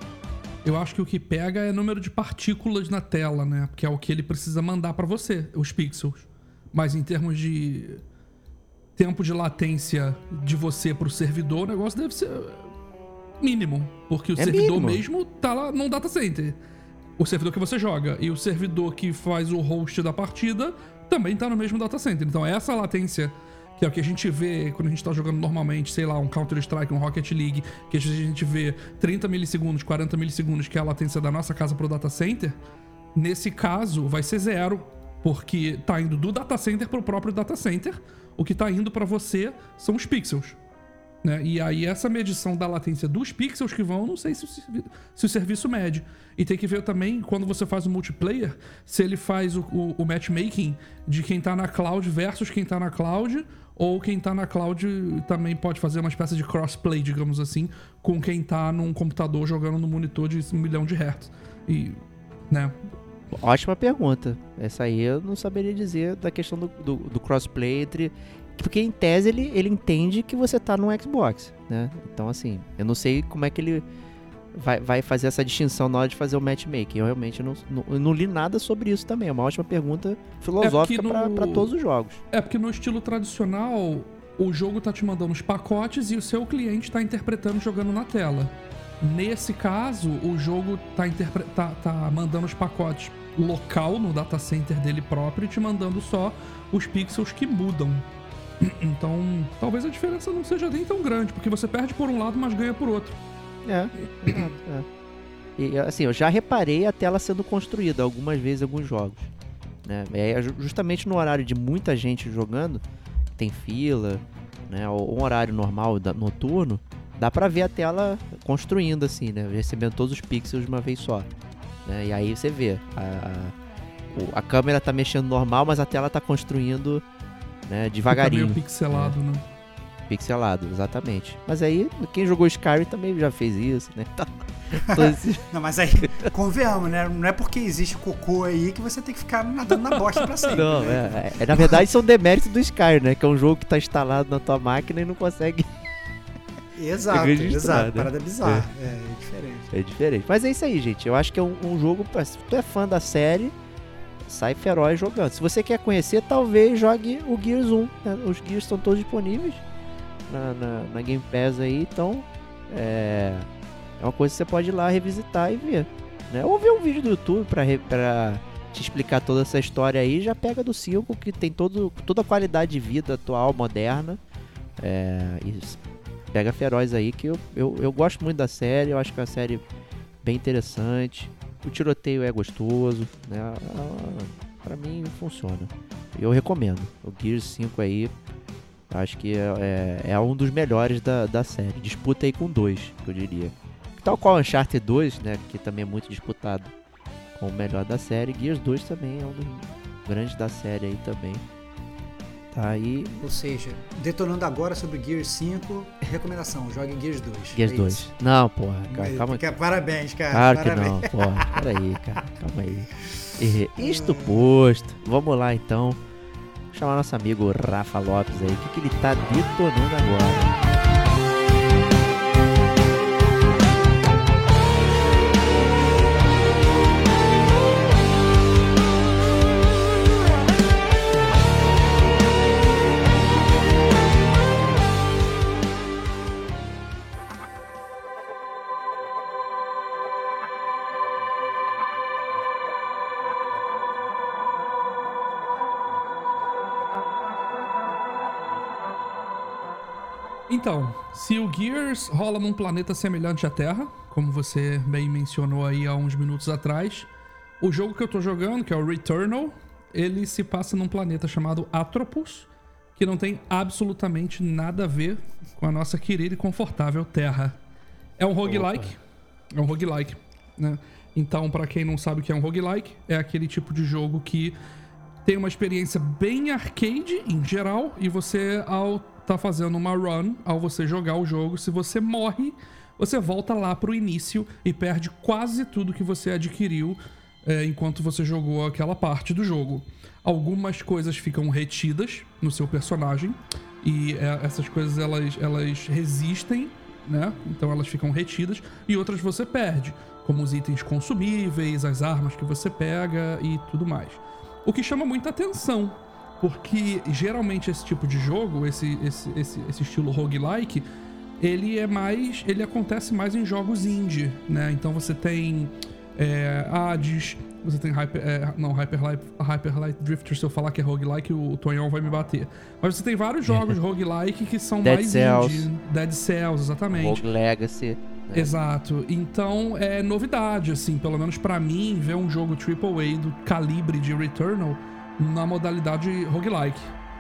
Eu acho que o que pega é número de partículas na tela, né? Que é o que ele precisa mandar pra você, os pixels. Mas em termos de tempo de latência de você pro servidor, o negócio deve ser mínimo. Porque o servidor mínimo. Mesmo tá lá no data center. O servidor que você joga e o servidor que faz o host da partida também tá no mesmo data center. Então essa latência, que é o que a gente vê quando a gente tá jogando normalmente, sei lá, um Counter-Strike, um Rocket League, que a gente vê 30 milissegundos, 40 milissegundos, que é a latência da nossa casa pro data center, nesse caso vai ser 0, porque tá indo do data center pro próprio data center, o que tá indo pra você são os pixels. Né? E aí essa medição da latência dos pixels que vão, não sei se o serviço mede. E tem que ver também, quando você faz o multiplayer, se ele faz o matchmaking de quem tá na cloud versus quem tá na cloud, ou quem tá na cloud também pode fazer uma espécie de crossplay, digamos assim, com quem tá num computador jogando no monitor de 1 milhão de hertz. E, né? Ótima pergunta. Essa aí eu não saberia dizer da questão do crossplay entre... Porque em tese ele entende que você tá no Xbox, né? Então assim, eu não sei como é que ele vai fazer essa distinção na hora de fazer o matchmaking. Eu realmente não li nada sobre isso também. É uma ótima pergunta filosófica para todos os jogos. É porque no estilo tradicional, o jogo tá te mandando os pacotes e o seu cliente tá interpretando jogando na tela. Nesse caso, o jogo tá mandando os pacotes local no data center dele próprio e te mandando só os pixels que mudam. Então, talvez a diferença não seja nem tão grande, porque você perde por um lado, mas ganha por outro. Exato. E assim, eu já reparei a tela sendo construída algumas vezes em alguns jogos, né? Justamente no horário de muita gente jogando, tem fila, né? Ou um horário normal, noturno, dá pra ver a tela construindo assim, né? Recebendo todos os pixels de uma vez só, né? E aí você vê, a câmera tá mexendo normal, mas a tela tá construindo, né, devagarinho. Fica meio pixelado, né? Pixelado, exatamente. Mas aí, quem jogou Skyrim também já fez isso, né? Não, mas aí, convenhamos, né? Não é porque existe cocô aí que você tem que ficar nadando na bosta pra sempre. Não, né? Na verdade, são deméritos do Skyrim, né? Que é um jogo que tá instalado na tua máquina e não consegue... Exato. Parada bizarra. É diferente. É diferente. Mas é isso aí, gente. Eu acho que é um jogo... Se tu é fã da série... Sai feroz jogando. Se você quer conhecer, talvez jogue o Gears 1. Né? Os Gears estão todos disponíveis na Game Pass aí, então é uma coisa que você pode ir lá revisitar e ver, né? Ou ver um vídeo do YouTube pra te explicar toda essa história aí, já pega do 5, que tem toda a qualidade de vida atual, moderna. E pega Feroz aí, que eu gosto muito da série, eu acho que é uma série bem interessante. O tiroteio é gostoso, né? Pra mim funciona. Eu recomendo. O Gears 5 aí, acho que é um dos melhores da série. Disputa aí com 2, que eu diria. Tal qual Uncharted 2, né? Que também é muito disputado com o melhor da série. Gears 2 também é um dos grandes da série aí também. Tá aí. Ou seja, detonando agora sobre Gears 5, recomendação, jogue Gears 2. Gears 2. Isso. Não, porra, calma. Parabéns, cara. Claro parabéns. Que não, porra. Peraí, cara. Calma aí. Isto posto. Vamos lá, então. Vou chamar nosso amigo Rafa Lopes aí. O que ele tá detonando agora? Então, se o Gears rola num planeta semelhante à Terra, como você bem mencionou aí há uns minutos atrás, o jogo que eu tô jogando, que é o Returnal, ele se passa num planeta chamado Atropos, que não tem absolutamente nada a ver com a nossa querida e confortável Terra. É um roguelike. É um roguelike, né? Então, pra quem não sabe o que é um roguelike, é aquele tipo de jogo que tem uma experiência bem arcade, em geral, e você, ao tá fazendo uma run, ao você jogar o jogo, se você morre, você volta lá pro início e perde quase tudo que você adquiriu enquanto você jogou aquela parte do jogo. Algumas coisas ficam retidas no seu personagem, e essas coisas elas resistem, né? Então elas ficam retidas, e outras você perde, como os itens consumíveis, as armas que você pega e tudo mais. O que chama muita atenção, porque geralmente esse tipo de jogo, esse estilo roguelike, ele acontece mais em jogos indie, né? Então você tem Hades, você tem Hyper Light Drifter. Se eu falar que é roguelike, o Tonhão vai me bater. Mas você tem vários jogos roguelike que são mais indie. Dead Cells, exatamente. Rogue Legacy. Né? Exato. Então é novidade, assim, pelo menos pra mim, ver um jogo AAA do calibre de Returnal na modalidade roguelike.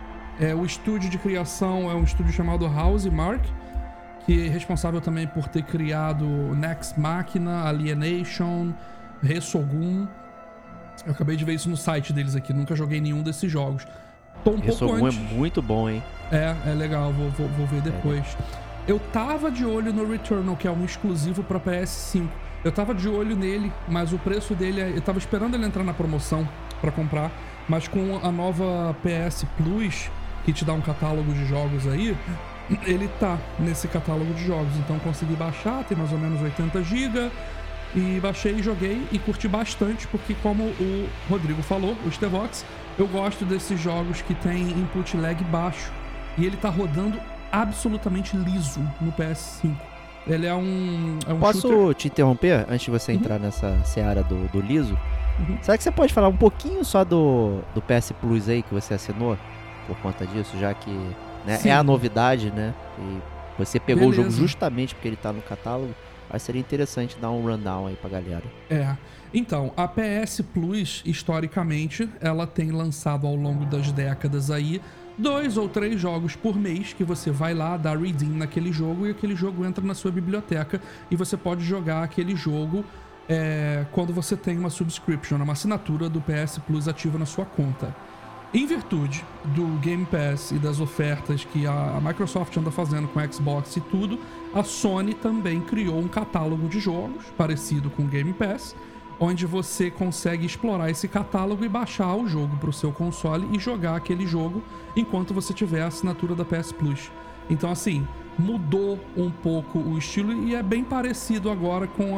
O estúdio de criação é um estúdio chamado Housemarque, que é responsável também por ter criado Nex Machina, Alienation, Resogun. Eu acabei de ver isso no site deles aqui, nunca joguei nenhum desses jogos. Tô um pouco antes. É muito bom, hein? É legal, vou ver depois. Eu tava de olho no Returnal, que é um exclusivo pra PS5. Eu tava de olho nele, mas o preço dele, eu tava esperando ele entrar na promoção pra comprar. Mas com a nova PS Plus, que te dá um catálogo de jogos aí, ele tá nesse catálogo de jogos. Então consegui baixar, tem mais ou menos 80 GB. E baixei, joguei e curti bastante, porque como o Rodrigo falou, o Stevox, eu gosto desses jogos que tem input lag baixo. E ele tá rodando absolutamente liso no PS5. Ele é um Posso shooter... te interromper antes de você entrar nessa seara do liso? Será que você pode falar um pouquinho só do PS Plus aí que você assinou por conta disso, já que né, é a novidade, né? E você pegou o jogo justamente porque ele tá no catálogo. Aí seria interessante dar um rundown aí pra galera. Então, a PS Plus, historicamente, ela tem lançado ao longo das décadas aí 2 ou 3 jogos por mês que você vai lá, dá redeem naquele jogo e aquele jogo entra na sua biblioteca e você pode jogar aquele jogo quando você tem uma subscription, uma assinatura do PS Plus ativa na sua conta. Em virtude do Game Pass e das ofertas que a Microsoft anda fazendo com o Xbox e tudo, a Sony também criou um catálogo de jogos parecido com o Game Pass, onde você consegue explorar esse catálogo e baixar o jogo para o seu console e jogar aquele jogo enquanto você tiver a assinatura da PS Plus. Então, assim, mudou um pouco o estilo e é bem parecido agora com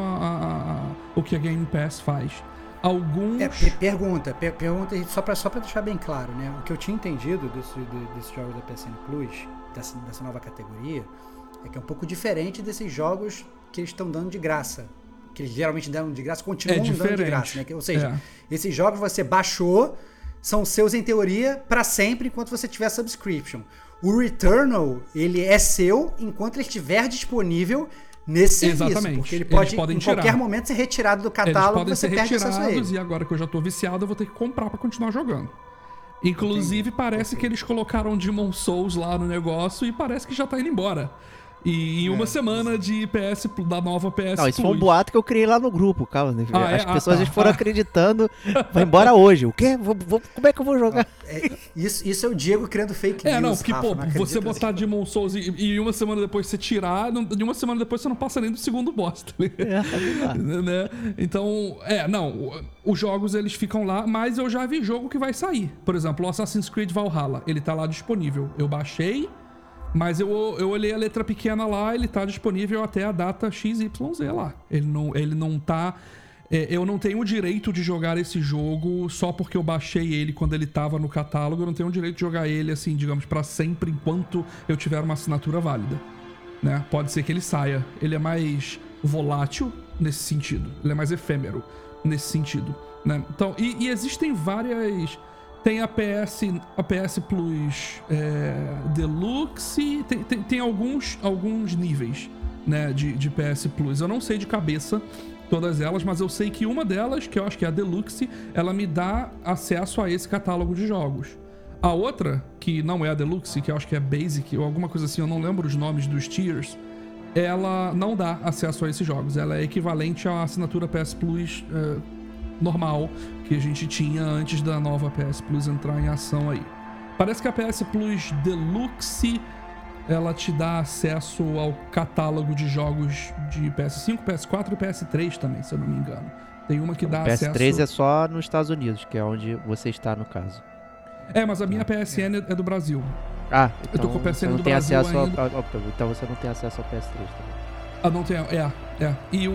o que a Game Pass faz. Alguns... Pergunta só pra deixar bem claro, né? O que eu tinha entendido desses jogos da PSN Plus, dessa nova categoria, é que é um pouco diferente desses jogos que eles estão dando de graça, que eles geralmente dão de graça, continuam dando de graça, né? Ou seja, esses jogos você baixou, são seus em teoria para sempre enquanto você tiver subscription. O Returnal, ele é seu enquanto ele estiver disponível nesse serviço, porque ele pode em qualquer momento ser retirado do catálogo e você perde acesso a ele. E agora que eu já tô viciado, eu vou ter que comprar pra continuar jogando. Inclusive, parece que eles colocaram Demon Souls lá no negócio e parece que já tá indo embora. E em uma semana de da nova PS Não, isso foi um boato que eu criei lá no grupo, calma. As pessoas foram acreditando. Vai embora hoje. O quê? Como é que eu vou jogar? Isso é o Diego criando fake news. Não, porque, Rafa, você botar Demon Souls e uma semana depois você tirar, de uma semana depois você não passa nem do segundo boss, tá ligado? Né? Então, os jogos eles ficam lá, mas eu já vi jogo que vai sair. Por exemplo, o Assassin's Creed Valhalla, ele tá lá disponível. Eu baixei, mas eu olhei a letra pequena lá, ele tá disponível até a data XYZ lá. Ele não tá... eu não tenho o direito de jogar esse jogo só porque eu baixei ele quando ele tava no catálogo. Eu não tenho o direito de jogar ele, assim, digamos, pra sempre, enquanto eu tiver uma assinatura válida, né? Pode ser que ele saia. Ele é mais volátil nesse sentido. Ele é mais efêmero nesse sentido, né? Então, e existem várias... Tem a PS Plus Deluxe, tem alguns níveis, né, de PS Plus. Eu não sei de cabeça todas elas, mas eu sei que uma delas, que eu acho que é a Deluxe, ela me dá acesso a esse catálogo de jogos. A outra, que não é a Deluxe, que eu acho que é Basic ou alguma coisa assim, eu não lembro os nomes dos tiers, ela não dá acesso a esses jogos. Ela é equivalente à assinatura PS Plus normal que a gente tinha antes da nova PS Plus entrar em ação aí. Parece que a PS Plus Deluxe, ela te dá acesso ao catálogo de jogos de PS5, PS4 e PS3 também, se eu não me engano. Tem uma que dá PS3 acesso... PS3 é só nos Estados Unidos, que é onde você está no caso. Mas a minha PSN é do Brasil. Então eu tô com o PSN você não do tem Brasil acesso ainda. Então você não tem acesso ao PS3 também. Não tem, E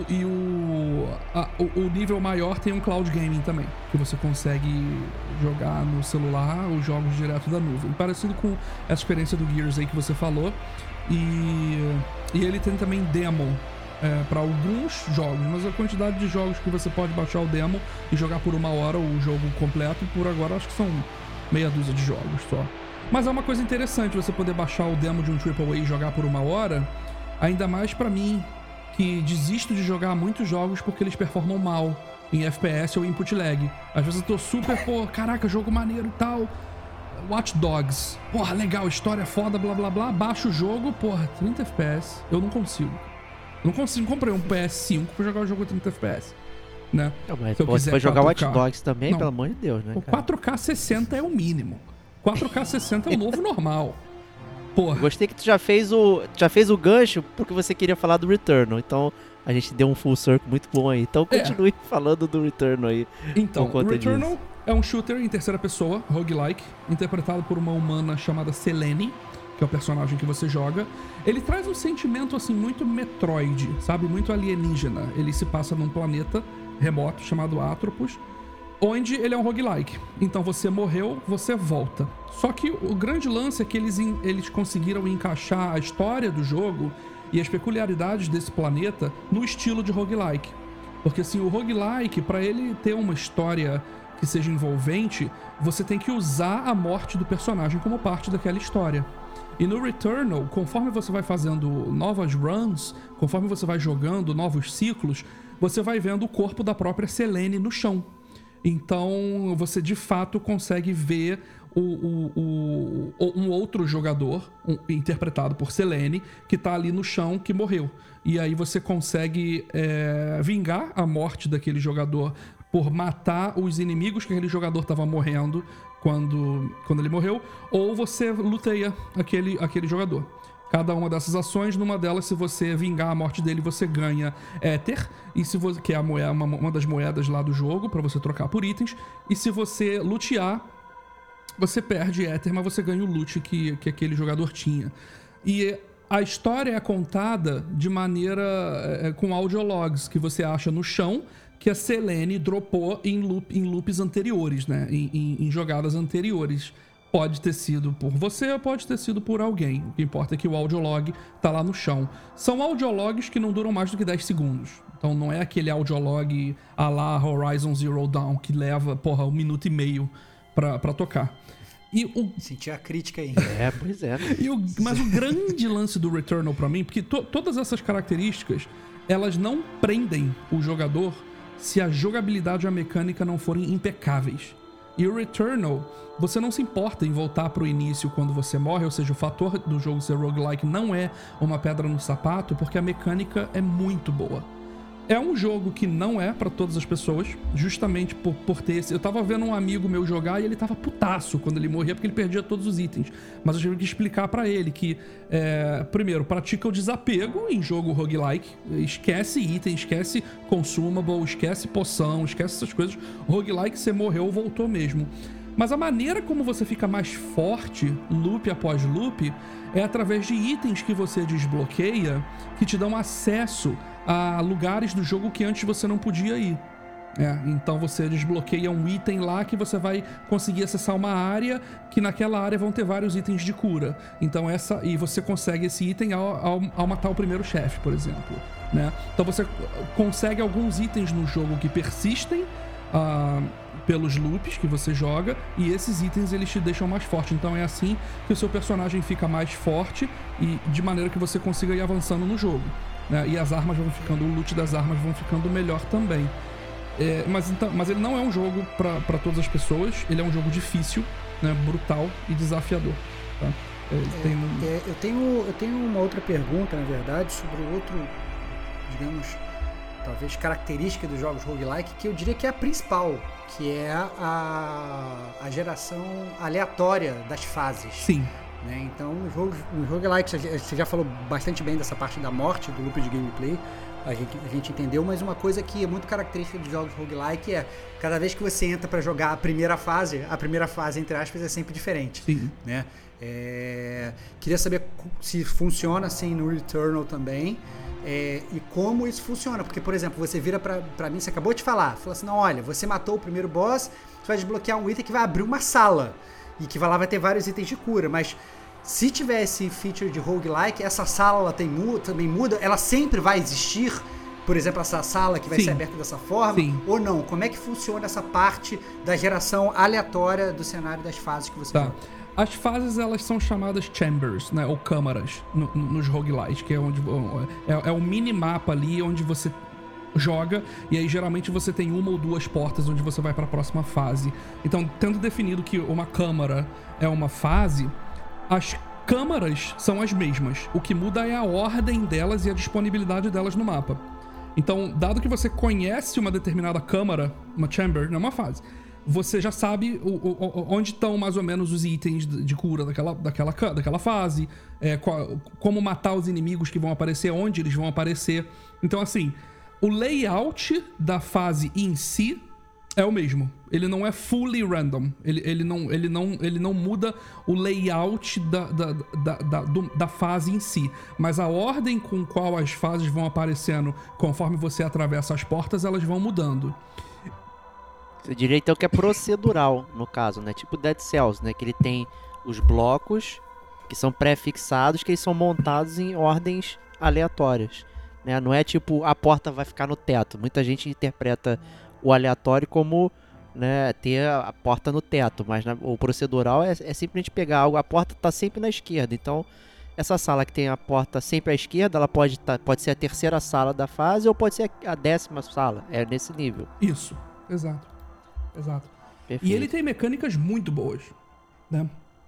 o nível maior tem um cloud gaming também, que você consegue jogar no celular os jogos direto da nuvem. Parecido com essa experiência do Gears aí que você falou. E ele tem também demo para alguns jogos, mas a quantidade de jogos que você pode baixar o demo e jogar por 1 hora o jogo completo, por agora acho que são meia dúzia de jogos só. Mas é uma coisa interessante você poder baixar o demo de um AAA e jogar por 1 hora. Ainda mais pra mim, que desisto de jogar muitos jogos porque eles performam mal em FPS ou input lag. Às vezes eu tô super, caraca, jogo maneiro e tal. Watch Dogs, legal, história foda, blá blá blá. Baixo o jogo, 30 FPS. Eu não consigo. Comprei um PS5 pra jogar o jogo a 30 FPS. Né? Mas você vai jogar Watch Dogs também, pelo amor de Deus, né? O 4K 60 é o mínimo. 4K 60 é o novo normal. Gostei que tu já fez o gancho porque você queria falar do Returnal. Então a gente deu um full circle muito bom aí. Então continue falando do Returnal aí. Então, o Returnal é um shooter em terceira pessoa, roguelike, interpretado por uma humana chamada Selene, que é o personagem que você joga. Ele traz um sentimento assim muito Metroid, sabe? Muito alienígena. Ele se passa num planeta remoto chamado Atropos, onde ele é um roguelike. Então você morreu, você volta. Só que o grande lance é que eles conseguiram encaixar a história do jogo e as peculiaridades desse planeta no estilo de roguelike. Porque assim, o roguelike, para ele ter uma história que seja envolvente, você tem que usar a morte do personagem como parte daquela história. E no Returnal, conforme você vai fazendo novas runs, conforme você vai jogando novos ciclos, você vai vendo o corpo da própria Selene no chão. Então, você de fato consegue ver um outro jogador, interpretado por Selene, que tá ali no chão, que morreu. E aí você consegue vingar a morte daquele jogador por matar os inimigos que aquele jogador estava morrendo quando ele morreu, ou você luteia aquele jogador. Cada uma dessas ações, numa delas, se você vingar a morte dele, você ganha Ether, que é uma das moedas lá do jogo, para você trocar por itens. E se você lutear, você perde Ether, mas você ganha o loot que aquele jogador tinha. E a história é contada de maneira com audiologs, que você acha no chão, que a Selene dropou em loops anteriores, né? Em jogadas anteriores. Pode ter sido por você ou pode ter sido por alguém. O que importa é que o audiolog tá lá no chão. São audiologs que não duram mais do que 10 segundos. Então não é aquele audiolog à la Horizon Zero Dawn que leva, 1 minuto e meio pra tocar. Senti a crítica aí. Pois é. Mas o grande lance do Returnal pra mim, porque todas essas características, elas não prendem o jogador se a jogabilidade e a mecânica não forem impecáveis. E o Returnal, você não se importa em voltar pro início quando você morre, ou seja, o fator do jogo ser roguelike não é uma pedra no sapato, porque a mecânica é muito boa. É um jogo que não é pra todas as pessoas, justamente por ter esse... Eu tava vendo um amigo meu jogar e ele tava putaço quando ele morria, porque ele perdia todos os itens. Mas eu tive que explicar pra ele que, primeiro, pratica o desapego em jogo roguelike. Esquece item, esquece consumable, esquece poção, esquece essas coisas. Roguelike, você morreu, voltou mesmo. Mas a maneira como você fica mais forte, loop após loop, é através de itens que você desbloqueia, que te dão acesso a lugares do jogo que antes você não podia ir. Então você desbloqueia um item lá que você vai conseguir acessar uma área que naquela área vão ter vários itens de cura. Então e você consegue esse item ao matar o primeiro chefe, por exemplo, né? Então você consegue alguns itens no jogo que persistem pelos loops que você joga, e esses itens eles te deixam mais forte. Então é assim que o seu personagem fica mais forte e de maneira que você consiga ir avançando no jogo, né? E as armas vão ficando, o loot das armas vão ficando melhor também. Mas ele não é um jogo para todas as pessoas. Ele é um jogo difícil, né? Brutal e desafiador, tá? Eu tenho uma outra pergunta, na verdade, sobre outro, digamos, talvez característica dos jogos roguelike, que eu diria que é a principal, que é a geração aleatória das fases. Sim. Né? Então, os roguelikes, você já falou bastante bem dessa parte da morte, do loop de gameplay, a gente entendeu, mas uma coisa que é muito característica dos jogos roguelike é, cada vez que você entra para jogar a primeira fase, entre aspas, é sempre diferente. Sim. Né? Queria saber se funciona assim no Returnal também, e como isso funciona, porque, por exemplo, você vira pra mim, você acabou de falar, falou assim, não, olha, você matou o primeiro boss, você vai desbloquear um item que vai abrir uma sala, e que lá vai ter vários itens de cura, mas se tiver esse feature de roguelike, essa sala ela também muda, ela sempre vai existir, por exemplo, essa sala que vai ser aberta dessa forma, ou não? Como é que funciona essa parte da geração aleatória do cenário das fases que você joga? As fases, elas são chamadas chambers, né, ou câmaras nos roguelites, que é onde é o minimapa ali onde você joga, e aí geralmente você tem uma ou duas portas onde você vai para a próxima fase. Então, tendo definido que uma câmara é uma fase, as câmaras são as mesmas. O que muda é a ordem delas e a disponibilidade delas no mapa. Então, dado que você conhece uma determinada câmara, uma chamber, não é uma fase, você já sabe onde estão mais ou menos os itens de cura daquela fase, como matar os inimigos que vão aparecer, onde eles vão aparecer. Então, assim, o layout da fase em si é o mesmo. Ele não é fully random. Ele não muda o layout da fase em si. Mas a ordem com qual as fases vão aparecendo conforme você atravessa as portas, elas vão mudando. Você diria então que é procedural, no caso, né? Tipo Dead Cells, né? Que ele tem os blocos que são pré-fixados, que eles são montados em ordens aleatórias, né? Não é tipo, a porta vai ficar no teto. Muita gente interpreta o aleatório como, né, ter a porta no teto, mas o procedural é simplesmente pegar algo, a porta tá sempre na esquerda, então essa sala que tem a porta sempre à esquerda, ela pode ser a terceira sala da fase ou pode ser a 10ª sala, é nesse nível. Isso, exato. Perfeito. E ele tem mecânicas muito boas, né?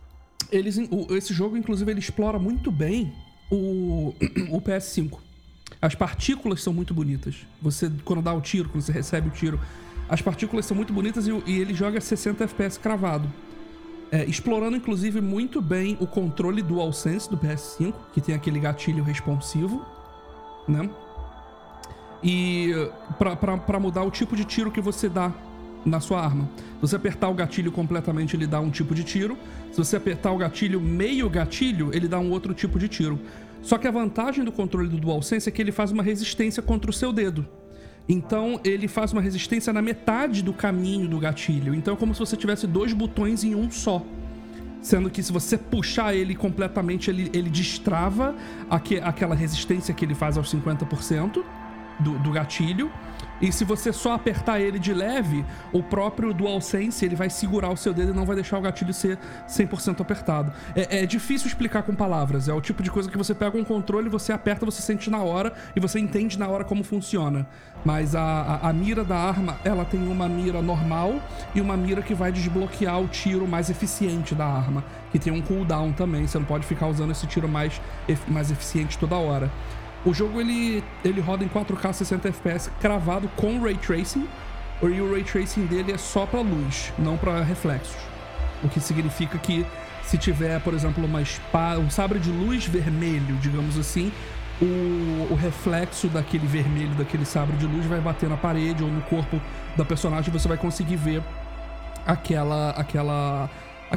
Esse jogo, inclusive, ele explora muito bem o PS5. As partículas são muito bonitas. Você, quando dá o tiro, quando você recebe o tiro, as partículas são muito bonitas e ele joga 60 FPS cravado. Explorando, inclusive, muito bem o controle DualSense do PS5, que tem aquele gatilho responsivo, né? E pra mudar o tipo de tiro que você dá na sua arma. Se você apertar o gatilho completamente, ele dá um tipo de tiro. Se você apertar o gatilho meio gatilho, ele dá um outro tipo de tiro. Só que a vantagem do controle do DualSense é que ele faz uma resistência contra o seu dedo. Então, ele faz uma resistência na metade do caminho do gatilho. Então, é como se você tivesse 2 botões em um só. sendo que se você puxar ele completamente, ele destrava aquela resistência que ele faz aos 50% do gatilho. E se você só apertar ele de leve, o próprio DualSense ele vai segurar o seu dedo e não vai deixar o gatilho ser 100% apertado. É difícil explicar com palavras. É o tipo de coisa que você pega um controle, você aperta, você sente na hora e você entende na hora como funciona. Mas a mira da arma, ela tem uma mira normal e uma mira que vai desbloquear o tiro mais eficiente da arma, que tem um cooldown também. Você não pode ficar usando esse tiro mais eficiente toda hora. O jogo ele roda em 4K 60 FPS cravado com Ray Tracing, e o Ray Tracing dele é só para luz, não para reflexos. O que significa que se tiver, por exemplo, um sabre de luz vermelho, digamos assim, o reflexo daquele vermelho, daquele sabre de luz vai bater na parede ou no corpo da personagem e você vai conseguir ver aquela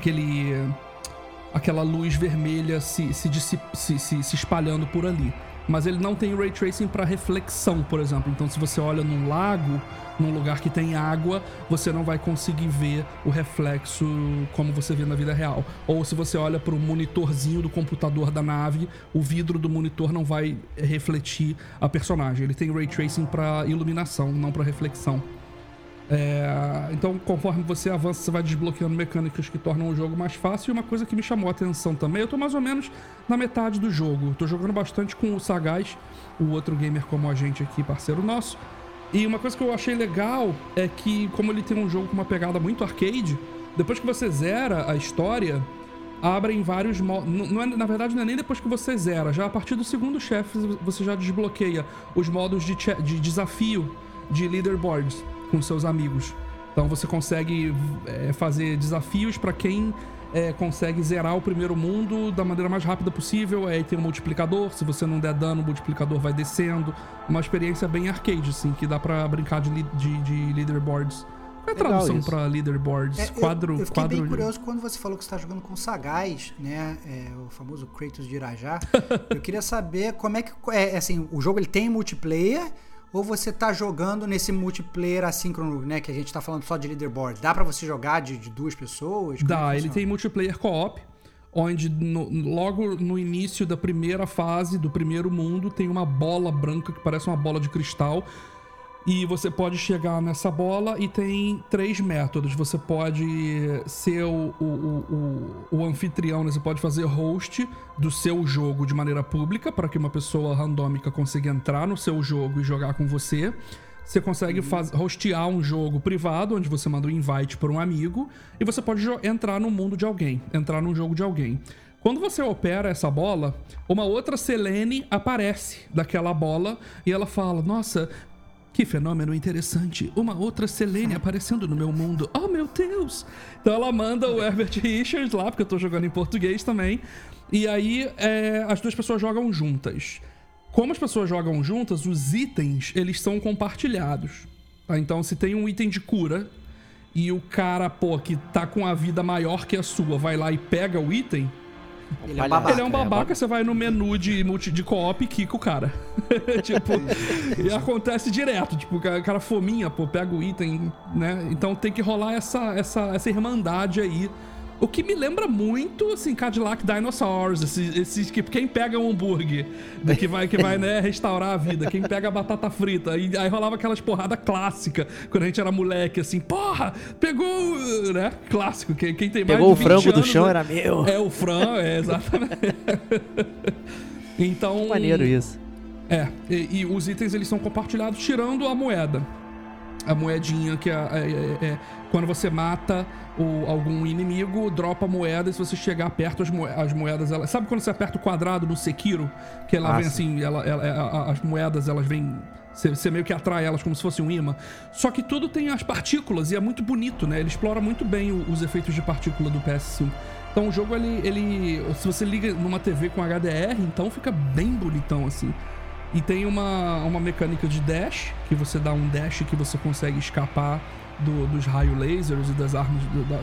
luz vermelha se espalhando por ali. Mas ele não tem Ray Tracing para reflexão, por exemplo. Então, se você olha num lago, num lugar que tem água, você não vai conseguir ver o reflexo como você vê na vida real. Ou se você olha para o monitorzinho do computador da nave, o vidro do monitor não vai refletir a personagem. Ele tem Ray Tracing para iluminação, não para reflexão. Então, conforme você avança, você vai desbloqueando mecânicas que tornam o jogo mais fácil. E uma coisa que me chamou a atenção também, eu tô mais ou menos na metade do jogo. Tô jogando bastante com o Sagaz, o outro gamer como a gente aqui, parceiro nosso. E uma coisa que eu achei legal é que, como ele tem um jogo com uma pegada muito arcade, depois que você zera a história, abrem vários modos. Na verdade, não é nem depois que você zera. Já a partir do segundo chefe, você já desbloqueia os modos de desafio de leaderboards com seus amigos. Então você consegue fazer desafios para quem consegue zerar o primeiro mundo da maneira mais rápida possível. Aí tem um multiplicador, se você não der dano, o multiplicador vai descendo. Uma experiência bem arcade, assim, que dá para brincar de leaderboards. Qual é a tradução para leaderboards? Eu fiquei bem curioso quando você falou que você está jogando com Sagaz, né? O famoso Kratos de Irajá. Eu queria saber como é que... assim, o jogo ele tem multiplayer... Ou você tá jogando nesse multiplayer assíncrono, né? Que a gente tá falando só de leaderboard. Dá pra você jogar de duas pessoas? Dá, ele tem multiplayer co-op, onde logo no início da primeira fase, do primeiro mundo, tem uma bola branca que parece uma bola de cristal. E você pode chegar nessa bola e tem 3 métodos. Você pode ser o anfitrião, né? Você pode fazer host do seu jogo de maneira pública para que uma pessoa randômica consiga entrar no seu jogo e jogar com você. Você consegue hostear um jogo privado, onde você manda um invite para um amigo. E você pode entrar no mundo de alguém, entrar num jogo de alguém. Quando você opera essa bola, uma outra Selene aparece daquela bola e ela fala, nossa... Que fenômeno interessante. Uma outra Selene aparecendo no meu mundo. Oh, meu Deus! Então ela manda o Herbert Richards lá, porque eu tô jogando em português também. E aí as duas pessoas jogam juntas. Como as pessoas jogam juntas, os itens, eles são compartilhados. Tá? Então, se tem um item de cura e o cara, que tá com a vida maior que a sua, vai lá e pega o item... Ele é um babaca, você vai no menu de co-op e quica o cara. Tipo, e acontece direto. Tipo, o cara fominha, pega o item, né? Então tem que rolar essa irmandade aí. O que me lembra muito, assim, Cadillac Dinosaurs, quem pega um hambúrguer, que vai né, restaurar a vida, quem pega a batata frita, aí rolava aquelas porradas clássicas, quando a gente era moleque, assim, porra, pegou, né, clássico, quem tem mais pegou de 20 o frango anos, do chão, era meu. O frango, exatamente. Então... Que maneiro isso. E os itens, eles são compartilhados, tirando a moeda. A moedinha que quando você mata algum inimigo, dropa a moeda e se você chegar perto, as moedas... Sabe quando você aperta o quadrado no Sekiro? Que ela vem assim, as moedas, elas vêm... Você meio que atrai elas como se fosse um imã. Só que tudo tem as partículas e é muito bonito, né? Ele explora muito bem os efeitos de partícula do PS5. Então o jogo, ele se você liga numa TV com HDR, então fica bem bonitão, assim. E tem uma mecânica de dash, que você dá um dash que você consegue escapar dos raios lasers e das armas,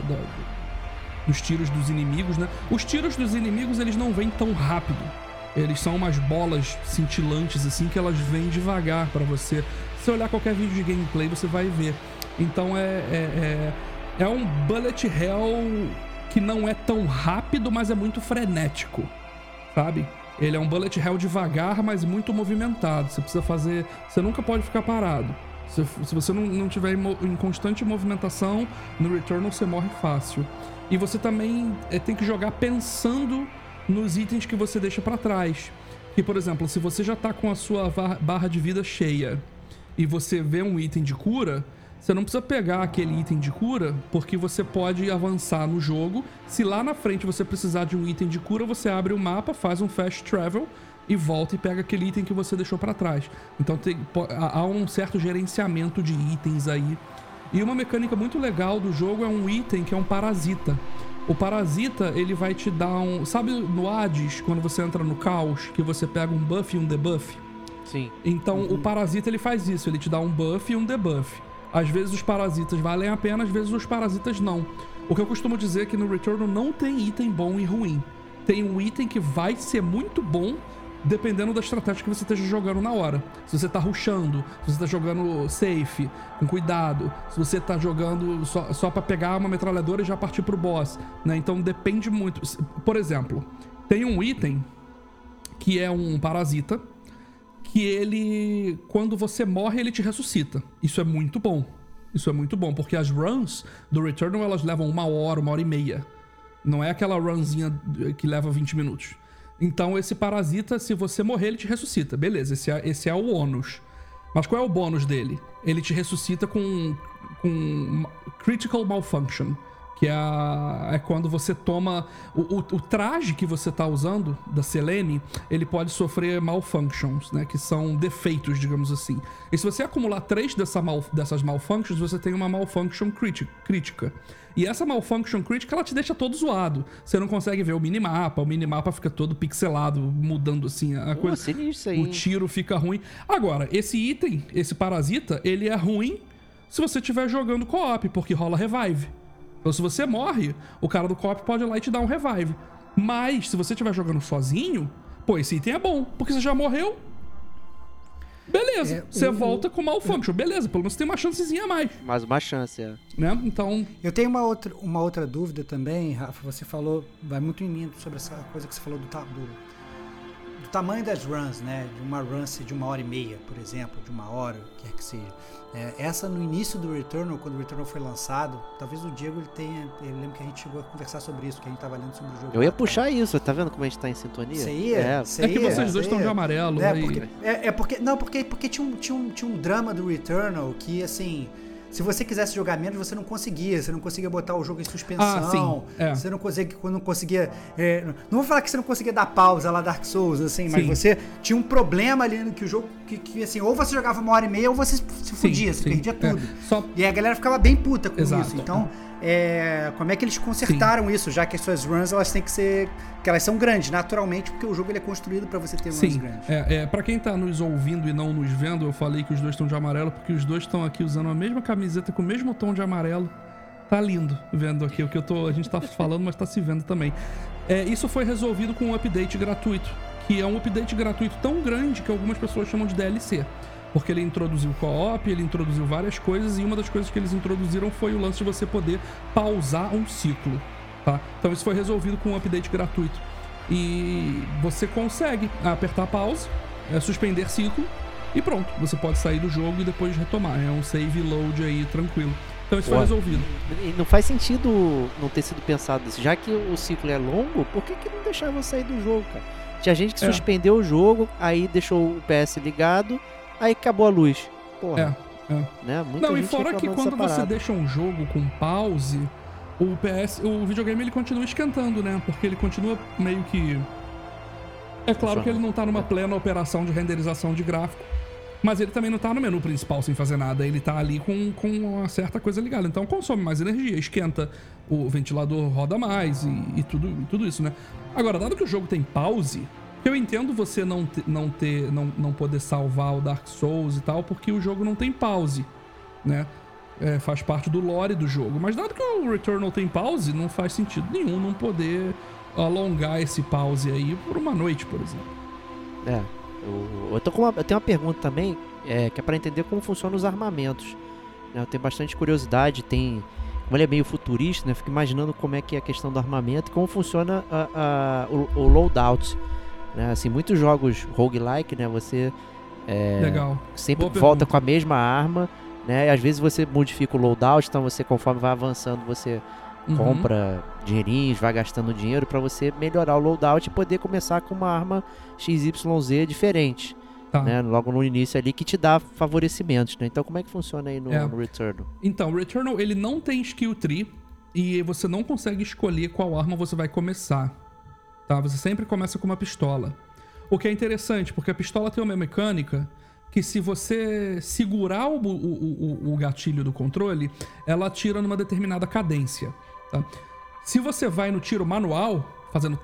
dos tiros dos inimigos, né? Os tiros dos inimigos, eles não vêm tão rápido. Eles são umas bolas cintilantes, assim, que elas vêm devagar pra você. Se você olhar qualquer vídeo de gameplay, você vai ver. Então é um bullet hell que não é tão rápido, mas é muito frenético, sabe? Ele é um bullet hell devagar, mas muito movimentado. Você precisa fazer... Você nunca pode ficar parado. Se você não tiver em constante movimentação, no Returnal você morre fácil. E você também tem que jogar pensando nos itens que você deixa pra trás. Que, por exemplo, se você já tá com a sua barra de vida cheia e você vê um item de cura, você não precisa pegar aquele item de cura, porque você pode avançar no jogo. Se lá na frente você precisar de um item de cura, você abre o mapa, faz um fast travel e volta e pega aquele item que você deixou pra trás. Então há um certo gerenciamento de itens aí. E uma mecânica muito legal do jogo é um item que é um parasita. O parasita, ele vai te dar um... Sabe no Hades, quando você entra no caos, que você pega um buff e um debuff? Sim. Então o parasita, ele faz isso, ele te dá um buff e um debuff. Às vezes os parasitas valem a pena, às vezes os parasitas não. O que eu costumo dizer é que no Returnal não tem item bom e ruim. Tem um item que vai ser muito bom dependendo da estratégia que você esteja jogando na hora. Se você tá rushando, se você tá jogando safe, com cuidado, se você tá jogando só pra pegar uma metralhadora e já partir pro boss, né? Então depende muito. Por exemplo, tem um item que é um parasita, que ele, quando você morre, ele te ressuscita. Isso é muito bom. Isso é muito bom, porque as runs do Returnal, elas levam 1 hora, 1h30. Não é aquela runzinha que leva 20 minutos. Então esse parasita, se você morrer, ele te ressuscita. Beleza, esse é o ônus. Mas qual é o bônus dele? Ele te ressuscita com Critical Malfunction, que é quando você toma... O traje que você tá usando, da Selene, ele pode sofrer malfunctions, né? Que são defeitos, digamos assim. E se você acumular 3 dessas malfunctions, você tem uma malfunction crítica. E essa malfunction crítica, ela te deixa todo zoado. Você não consegue ver o minimapa fica todo pixelado, mudando assim a coisa. Sinistro aí. O tiro fica ruim. Agora, esse item, esse parasita, ele é ruim se você estiver jogando co-op, porque rola revive. Então se você morre, o cara do co-op pode ir lá e te dar um revive. Mas se você estiver jogando sozinho, pô, esse item é bom, porque você já morreu. Beleza, você volta com malfunction. Beleza, pelo menos tem uma chancezinha a mais. Mais uma chance, né? Então... Eu tenho uma outra dúvida também, Rafa. Você falou, vai muito em linha sobre essa coisa que você falou do tamanho das runs, né? De uma run de 1h30, por exemplo, de 1 hora, o que quer que seja. Essa no início do Returnal, quando o Returnal foi lançado, talvez o Diego ele lembra que a gente chegou a conversar sobre isso, que a gente tava lendo sobre o jogo. Eu ia puxar isso, tá vendo como a gente tá em sintonia? Você ia? É que vocês dois estão de amarelo. Porque tinha um drama do Returnal que, assim, se você quisesse jogar menos, você não conseguia botar o jogo em suspensão, você não conseguia, não vou falar que você não conseguia dar pausa lá Dark Souls, assim, mas você tinha um problema ali no que o jogo, que assim, ou você jogava 1h30 ou você se fudia, você perdia tudo. E a galera ficava bem puta com isso, então... como é que eles consertaram isso, já que as suas runs elas têm que ser, que elas são grandes naturalmente, porque o jogo ele é construído pra você ter runs grandes. Pra quem tá nos ouvindo e não nos vendo, eu falei que os dois estão de amarelo porque os dois estão aqui usando a mesma camiseta com o mesmo tom de amarelo. Tá lindo vendo aqui o que a gente tá falando, mas tá se vendo também. Isso foi resolvido com um update gratuito, que é um update gratuito tão grande que algumas pessoas chamam de DLC. Porque ele introduziu co-op, ele introduziu várias coisas, e uma das coisas que eles introduziram foi o lance de você poder pausar um ciclo, tá? Então isso foi resolvido com um update gratuito. E você consegue apertar pause, suspender ciclo, e pronto. Você pode sair do jogo e depois retomar. É um save load aí, tranquilo. Então isso foi resolvido. E não faz sentido não ter sido pensado nisso. Já que o ciclo é longo, por que não deixava sair do jogo, cara? Tinha gente que suspendeu o jogo, aí deixou o PS ligado, aí acabou a luz. Porra. Né? Não, e fora que quando você deixa um jogo com pause, o videogame ele continua esquentando, né? Porque ele continua meio que... É claro que ele não tá numa plena operação de renderização de gráfico, mas ele também não tá no menu principal sem fazer nada. Ele tá ali com uma certa coisa ligada. Então consome mais energia, esquenta, o ventilador roda mais e tudo isso, né? Agora, dado que o jogo tem pause... Eu entendo você não poder salvar o Dark Souls e tal, porque o jogo não tem pause, né? Faz parte do lore do jogo. Mas dado que o Returnal tem pause, não faz sentido nenhum não poder alongar esse pause aí por uma noite, por exemplo. Eu tenho uma pergunta também, que é para entender como funcionam os armamentos. Eu tenho bastante curiosidade, como ele é meio futurista, né? Eu fico imaginando como é que é a questão do armamento e como funciona o loadout. Né? Assim, muitos jogos roguelike, né? Você Legal. sempre volta com a mesma arma, né? E às vezes você modifica o loadout, então você, conforme vai avançando, você compra dinheirinhos, vai gastando dinheiro para você melhorar o loadout e poder começar com uma arma XYZ diferente. Tá. Né? Logo no início ali, que te dá favorecimentos, né? Então como é que funciona aí no Returnal? Então, o Returnal, ele não tem skill tree e você não consegue escolher qual arma você vai começar. Tá? Você sempre começa com uma pistola. O que é interessante, porque a pistola tem uma mecânica que se você segurar o gatilho do controle, ela atira numa determinada cadência. Tá? Se você vai no tiro manual, fazendo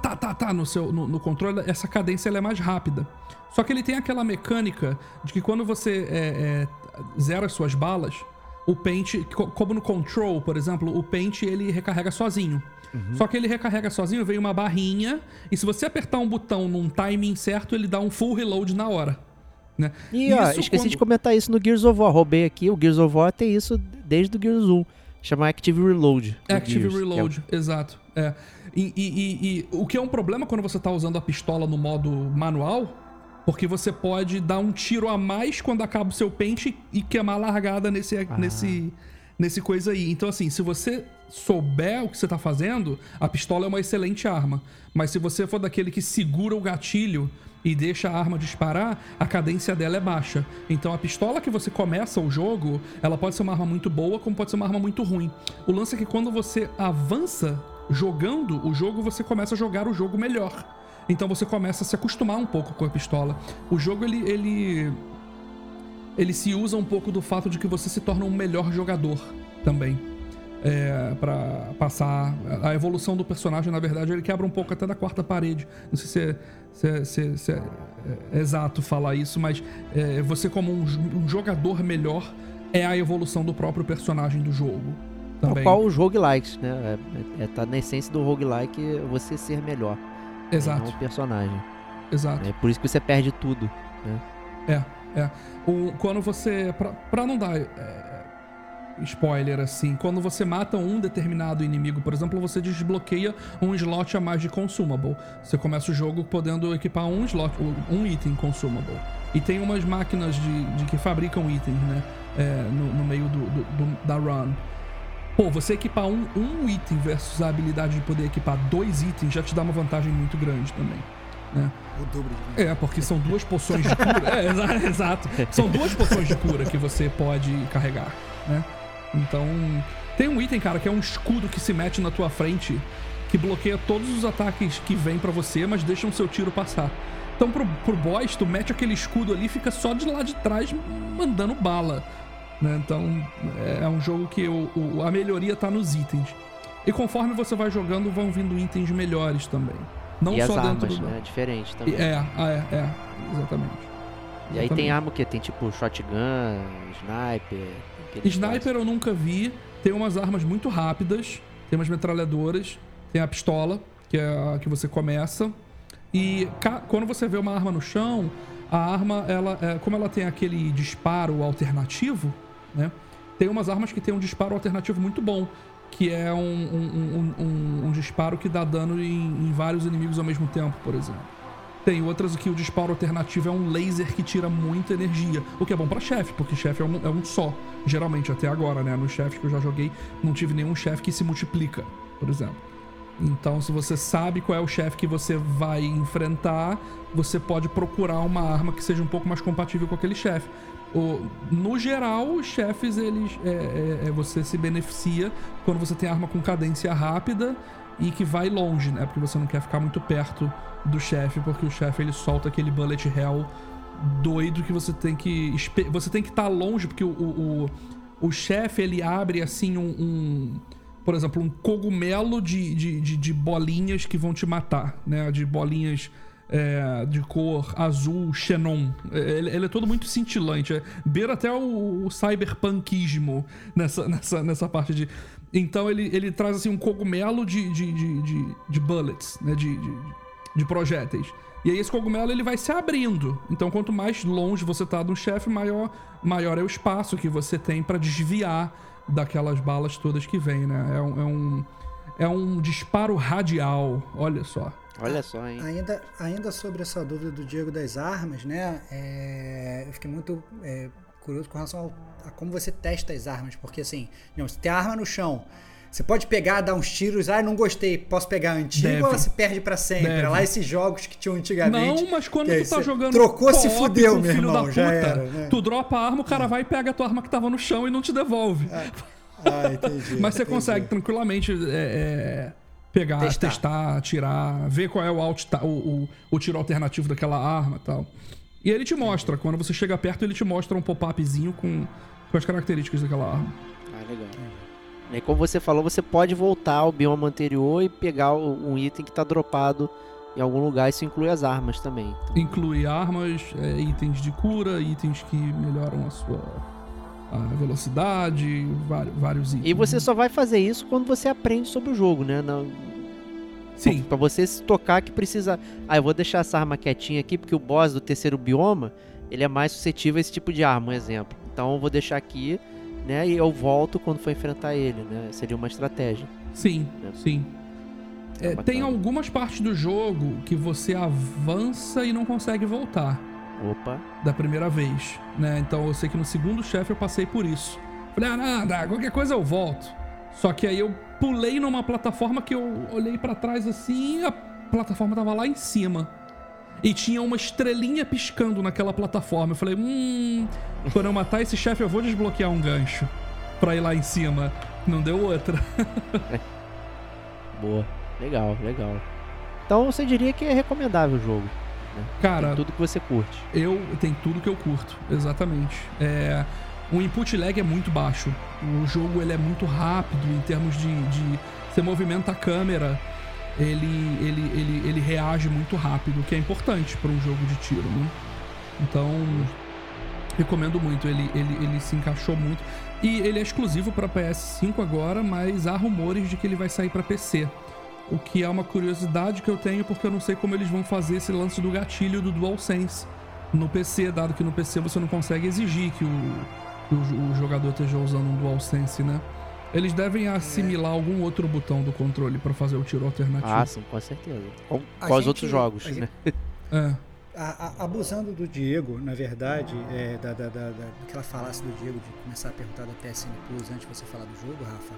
no controle, essa cadência ela é mais rápida. Só que ele tem aquela mecânica de que quando você zera as suas balas, o pente, como no Control, por exemplo, o pente ele recarrega sozinho. Só que ele recarrega sozinho, vem uma barrinha, e se você apertar um botão num timing certo, ele dá um full reload na hora. Né? E esqueci de comentar isso no Gears of War, roubei aqui, o Gears of War tem isso desde o Gears 1, chama Active Reload. Active Reload, exato. E o que é um problema quando você tá usando a pistola no modo manual, porque você pode dar um tiro a mais quando acaba o seu pente e queimar a largada nesse coisa aí. Então assim, se você souber o que você tá fazendo, a pistola é uma excelente arma. Mas se você for daquele que segura o gatilho e deixa a arma disparar, a cadência dela é baixa. Então a pistola que você começa o jogo, ela pode ser uma arma muito boa, como pode ser uma arma muito ruim. O lance é que quando você avança jogando o jogo, você começa a jogar o jogo melhor. Então você começa a se acostumar um pouco com a pistola. O jogo, ele se usa um pouco do fato de que você se torna um melhor jogador também. Pra passar... A evolução do personagem, na verdade, ele quebra um pouco até da quarta parede. Não sei se é exato falar isso, mas você como um jogador melhor é a evolução do próprio personagem do jogo. Também. Qual os roguelikes, né? Tá na essência do roguelike você ser melhor. Exato. Não o personagem. Exato. É por isso que você perde tudo, né? Quando você... Pra não dar spoiler, assim, quando você mata um determinado inimigo, por exemplo, você desbloqueia um slot a mais de consumable. Você começa o jogo podendo equipar um item consumable. E tem umas máquinas de que fabricam itens, né? No meio da run. Pô, você equipar um item versus a habilidade de poder equipar 2 itens já te dá uma vantagem muito grande também, né? O dobro. Porque são 2 poções de cura. Exato. São 2 poções de cura que você pode carregar, né? Então, tem um item, cara, que é um escudo que se mete na tua frente, que bloqueia todos os ataques que vêm pra você, mas deixam seu tiro passar. Então, pro boss, tu mete aquele escudo ali e fica só de lá de trás mandando bala. Né? Então, é um jogo que a melhoria tá nos itens. E conforme você vai jogando, vão vindo itens melhores também. Não e só as dentro armas, do... né? Diferente também. Exatamente. E aí tem arma o quê? Tem tipo shotgun, sniper... Sniper eu nunca vi. Tem umas armas muito rápidas, tem umas metralhadoras, tem a pistola, que é a que você começa. E quando você vê uma arma no chão, a arma, como ela tem aquele disparo alternativo, né? Tem umas armas que tem um disparo alternativo muito bom, que é um disparo que dá dano em vários inimigos ao mesmo tempo, por exemplo. Tem outras que o disparo alternativo é um laser que tira muita energia, o que é bom pra chefe, porque chefe é um só, geralmente, até agora, né? Nos chefes que eu já joguei, não tive nenhum chefe que se multiplica, por exemplo. Então, se você sabe qual é o chefe que você vai enfrentar, você pode procurar uma arma que seja um pouco mais compatível com aquele chefe. No geral, os chefes, você se beneficia quando você tem arma com cadência rápida e que vai longe, né? Porque você não quer ficar muito perto do chefe, porque o chefe ele solta aquele bullet hell doido que você tem que estar longe, porque o chefe ele abre assim por exemplo, um cogumelo de bolinhas que vão te matar, né? De bolinhas de cor azul xenon. Ele é todo muito cintilante, beira até o cyberpunkismo nessa parte de... Então ele traz assim um cogumelo de bullets, né? De projéteis. E aí esse cogumelo ele vai se abrindo. Então quanto mais longe você tá do chefe, maior é o espaço que você tem para desviar daquelas balas todas que vem, né? É um disparo radial, olha só. Olha só, hein? Ainda sobre essa dúvida do Diego das armas, né? Eu fiquei muito curioso com relação a como você testa as armas, porque assim, se tem a arma no chão, você pode pegar, dar uns tiros, não gostei, posso pegar a antiga ou ela se perde pra sempre? É lá esses jogos que tinham antigamente. Não, mas quando tu tá jogando trocou, se fudeu, meu irmão, já era, né? Tu dropa a arma, o cara vai e pega a tua arma que tava no chão e não te devolve. Entendi. Mas você consegue tranquilamente pegar, testar, atirar, ver qual é o tiro alternativo daquela arma e tal. E ele te mostra, quando você chega perto, ele te mostra um pop-upzinho com as características daquela arma. Legal. E como você falou, você pode voltar ao bioma anterior e pegar um item que está dropado em algum lugar. Isso inclui as armas também. Então... Inclui armas, itens de cura, itens que melhoram a velocidade, vários itens. E você só vai fazer isso quando você aprende sobre o jogo, né? Sim. Pra você se tocar que precisa... eu vou deixar essa arma quietinha aqui porque o boss do terceiro bioma, ele é mais suscetível a esse tipo de arma, um exemplo. Então eu vou deixar aqui... né? E eu volto quando for enfrentar ele, né? Seria uma estratégia. Sim, né? Sim. Tem algumas partes do jogo que você avança e não consegue voltar. Opa. Da primeira vez, né? Então eu sei que no segundo chefe eu passei por isso. Falei, nada, qualquer coisa eu volto. Só que aí eu pulei numa plataforma que eu olhei pra trás assim e a plataforma tava lá em cima. E tinha uma estrelinha piscando naquela plataforma. Eu falei, quando eu matar esse chefe eu vou desbloquear um gancho pra ir lá em cima. Não deu outra. Boa. Legal. Então você diria que é recomendável o jogo, né? Cara... Tem tudo que você curte. Tem tudo que eu curto, exatamente. O input lag é muito baixo. O jogo ele é muito rápido em termos de você movimenta a câmera... Ele reage muito rápido, o que é importante para um jogo de tiro, né? Então, recomendo muito. Ele se encaixou muito. E ele é exclusivo para PS5 agora, mas há rumores de que ele vai sair para PC. O que é uma curiosidade que eu tenho, porque eu não sei como eles vão fazer esse lance do gatilho do DualSense no PC, dado que no PC você não consegue exigir que o jogador esteja usando um DualSense, né? Eles devem assimilar algum outro botão do controle pra fazer o tiro alternativo. Sim, com certeza. Com os outros jogos, né? Abusando do Diego, na verdade, daquela falácia do Diego de começar a perguntar da PSN Plus antes de você falar do jogo, Rafa,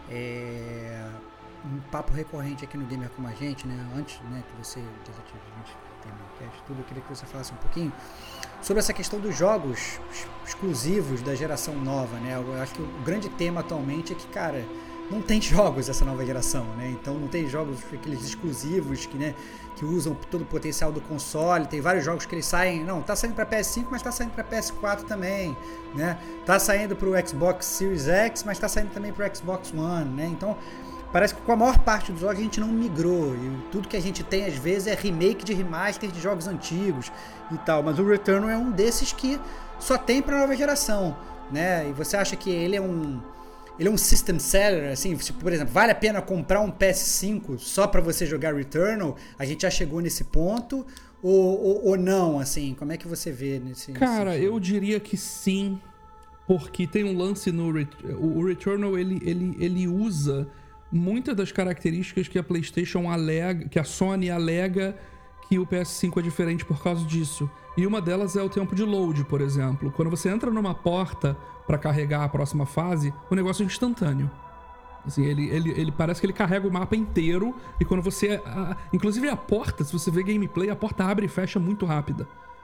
um papo recorrente aqui no Gamer Como a Gente, né? Antes, né, que você terminar o cast, tudo, eu queria que você falasse um pouquinho sobre essa questão dos jogos exclusivos da geração nova, né? Eu acho que o grande tema atualmente é que, cara, não tem jogos dessa nova geração, né? Então não tem jogos aqueles exclusivos que, né, que usam todo o potencial do console. Tem vários jogos que eles saem, tá saindo para PS5, mas tá saindo para PS4 também, né? Tá saindo pro Xbox Series X, mas tá saindo também pro Xbox One, né? Então parece que com a maior parte dos jogos a gente não migrou, e tudo que a gente tem às vezes é remake de remaster de jogos antigos e tal, mas o Returnal é um desses que só tem para nova geração, né? E você acha que ele é um system seller, assim, por exemplo, vale a pena comprar um PS5 só para você jogar Returnal? A gente já chegou nesse ponto ou não, assim? Como é que você vê nesse... Cara, eu diria que sim, porque tem um lance no... O Returnal, ele usa muitas das características que a PlayStation alega, que a Sony alega que o PS5 é diferente por causa disso. E uma delas é o tempo de load, por exemplo. Quando você entra numa porta para carregar a próxima fase, o negócio é instantâneo. Assim, ele parece que ele carrega o mapa inteiro, e quando você... inclusive a porta, se você vê gameplay, a porta abre e fecha muito rápido.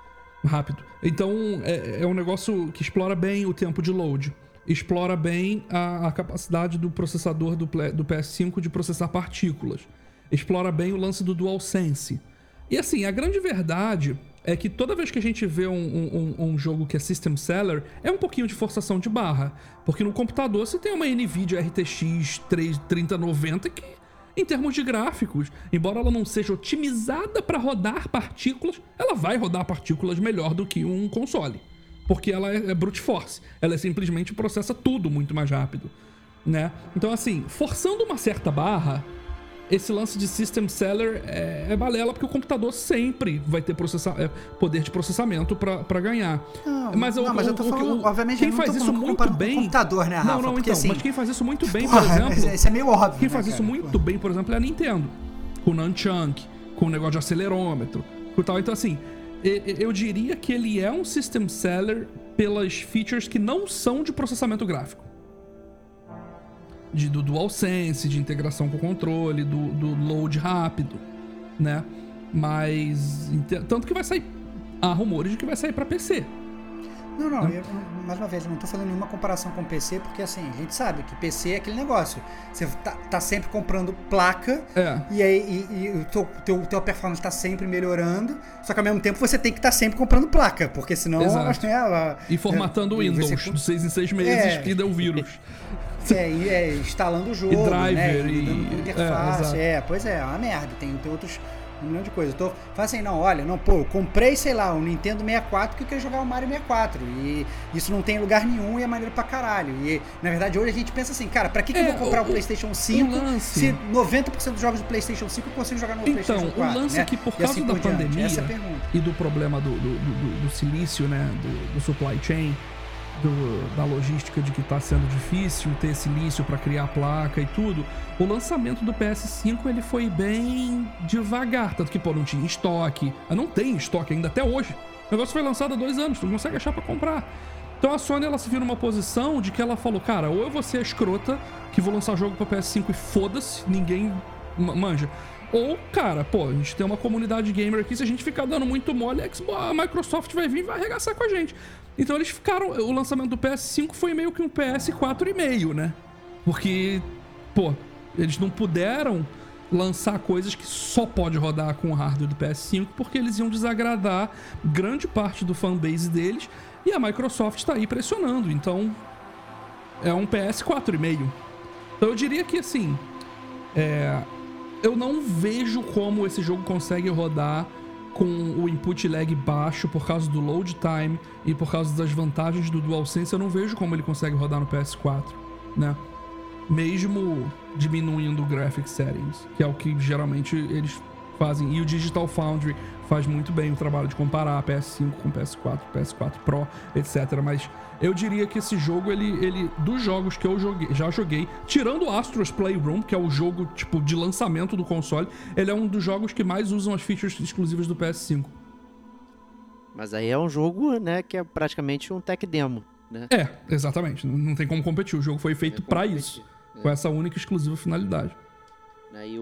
Então é um negócio que explora bem o tempo de load. Explora bem a capacidade do processador do PS5 de processar partículas. Explora bem o lance do DualSense. E assim, a grande verdade é que toda vez que a gente vê um jogo que é System Seller, é um pouquinho de forçação de barra. Porque no computador você tem uma NVIDIA RTX 3090 que, em termos de gráficos, embora ela não seja otimizada para rodar partículas, ela vai rodar partículas melhor do que um console. Porque ela é brute force. Ela simplesmente processa tudo muito mais rápido, né? Então, assim, forçando uma certa barra, esse lance de System Seller é balela, porque o computador sempre vai ter poder de processamento pra ganhar. Mas eu tô falando, obviamente, quem faz isso muito bem... computador, né, Rafa? Não, porque, então, assim, mas quem faz isso muito bem, por exemplo... Isso é meio óbvio, quem faz isso muito bem, por exemplo, é a Nintendo. Com o Nunchunk, com o negócio de acelerômetro, com tal. Então, assim, eu diria que ele é um System Seller pelas features que não são de processamento gráfico. Do DualSense, de integração com o controle, do load rápido, né? Mas... Tanto que vai sair... Há rumores de que vai sair pra PC. Não, mais uma vez, eu não tô fazendo nenhuma comparação com PC, porque assim, a gente sabe que PC é aquele negócio. Você tá sempre comprando placa, e aí o teu performance tá sempre melhorando, só que ao mesmo tempo você tem que estar sempre comprando placa, porque senão... Exato. E formatando o Windows de 6 em 6 meses que deu vírus. Instalando o jogo, e driver, né? E interface. Pois é uma merda. Tem outros... Um milhão de coisas. Eu tô assim, eu comprei, sei lá, o Nintendo 64 porque eu queria jogar o Mario 64. E isso não tem lugar nenhum e é maneiro pra caralho. E, na verdade, hoje a gente pensa assim, cara, pra que eu vou comprar o PlayStation 5 se 90% dos jogos do PlayStation 5 eu consigo jogar no PlayStation 4? Então, o lance é que por causa assim da pandemia e do problema do silício, né, do supply chain, da logística de que tá sendo difícil ter silício para criar a placa e tudo, o lançamento do PS5 ele foi bem devagar, tanto que não tinha estoque, não tem estoque ainda até hoje. O negócio foi lançado há 2 anos, tu não consegue achar para comprar. Então a Sony ela se viu numa posição de que ela falou, cara, ou eu vou ser a escrota que vou lançar jogo para PS5 e foda-se, ninguém manja. Ou, cara, a gente tem uma comunidade gamer aqui, se a gente ficar dando muito mole, a Microsoft vai vir e vai arregaçar com a gente. Então eles ficaram... O lançamento do PS5 foi meio que um PS4,5, né? Porque, eles não puderam lançar coisas que só pode rodar com o hardware do PS5, porque eles iam desagradar grande parte do fanbase deles, e a Microsoft tá aí pressionando. Então, é um PS4,5. Então eu diria que, assim... Eu não vejo como esse jogo consegue rodar com o input lag baixo por causa do load time e por causa das vantagens do DualSense. Eu não vejo como ele consegue rodar no PS4, né? Mesmo diminuindo o graphics settings, que é o que geralmente eles fazem. E o Digital Foundry faz muito bem o trabalho de comparar PS5 com PS4, PS4 Pro, etc. Mas eu diria que esse jogo, ele dos jogos que eu já joguei, tirando o Astro's Playroom, que é o jogo tipo de lançamento do console, ele é um dos jogos que mais usam as features exclusivas do PS5. Mas aí é um jogo, né, que é praticamente um tech demo, né? Exatamente. Não tem como competir. O jogo foi feito pra isso, com essa única e exclusiva finalidade. Aí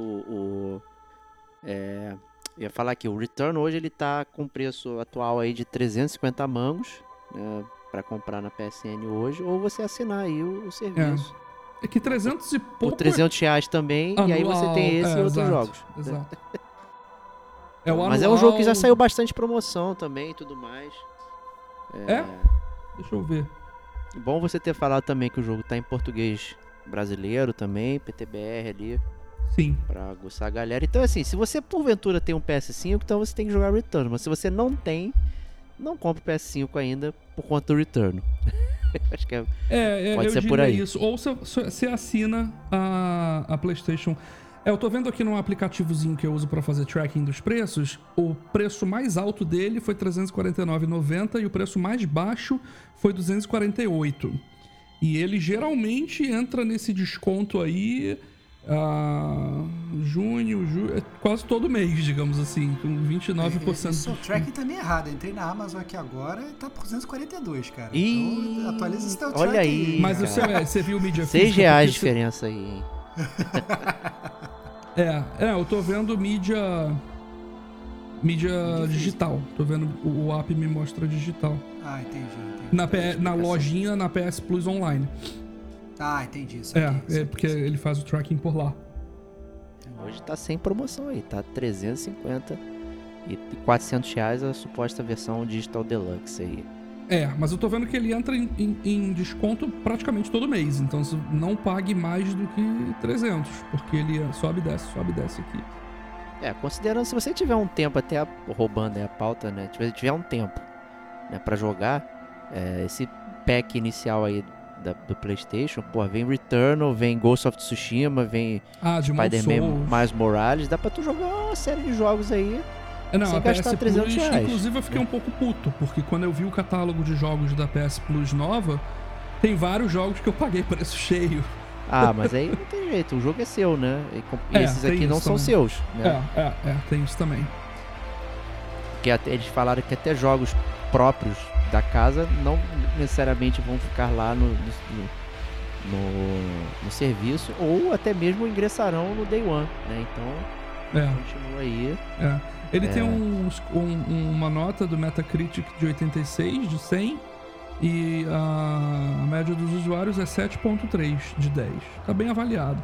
eu ia falar que o Return hoje ele tá com preço atual aí de 350 mangos, né, para comprar na PSN hoje, ou você assinar aí o serviço. É que 300 e pouco... Por 300 reais também, anual, e aí você tem esse e outros jogos. Exato. Mas é um jogo que já saiu bastante promoção também e tudo mais. Deixa eu ver. Bom você ter falado também que o jogo tá em português brasileiro também, PTBR ali. Sim. Pra aguçar a galera. Então assim, se você porventura tem um PS5, então você tem que jogar Return. Mas se você não tem, não compre o PS5 ainda por conta do Return. Acho que pode ser por aí. Isso. Ou você assina a PlayStation. Eu tô vendo aqui num aplicativozinho que eu uso pra fazer tracking dos preços. O preço mais alto dele foi R$ 349,90 e o preço mais baixo foi R$ 248. E ele geralmente entra nesse desconto aí junho, quase todo mês, digamos assim, com 29%. Esse tracking tá meio errado. Eu entrei na Amazon aqui agora e tá por 242, cara. Então, atualiza esse teu olha aí. Mas você viu o mídia física? R$6 de diferença aí, hein? Eu tô vendo mídia digital. Tô vendo o app me mostra digital. Entendi. Na lojinha, na PS Plus Online. Entendi. Porque ele faz o tracking por lá. Hoje tá sem promoção aí, tá 350 e R$400 a suposta versão Digital Deluxe aí. Mas eu tô vendo que ele entra em desconto praticamente todo mês, então não pague mais do que 300, porque ele sobe e desce aqui. Considerando, se você tiver um tempo, até roubando a pauta, né, se você tiver um tempo, né, pra jogar, esse pack inicial aí do PlayStation, pô, vem Returnal, vem Ghost of Tsushima, vem Spider-Man Miles Morales, dá pra tu jogar uma série de jogos aí sem gastar R$300. Inclusive eu fiquei um pouco puto, porque quando eu vi o catálogo de jogos da PS Plus nova, tem vários jogos que eu paguei preço cheio. Mas aí não tem jeito, o jogo é seu, né? E esses aqui não são seus, né? Tem isso também. Porque eles falaram que até jogos próprios da casa não necessariamente vão ficar lá no serviço, ou até mesmo ingressarão no Day One, né? Então, continua aí. Ele tem uma nota do Metacritic de 86 de 100 e a média dos usuários é 7.3 de 10. Tá bem avaliado.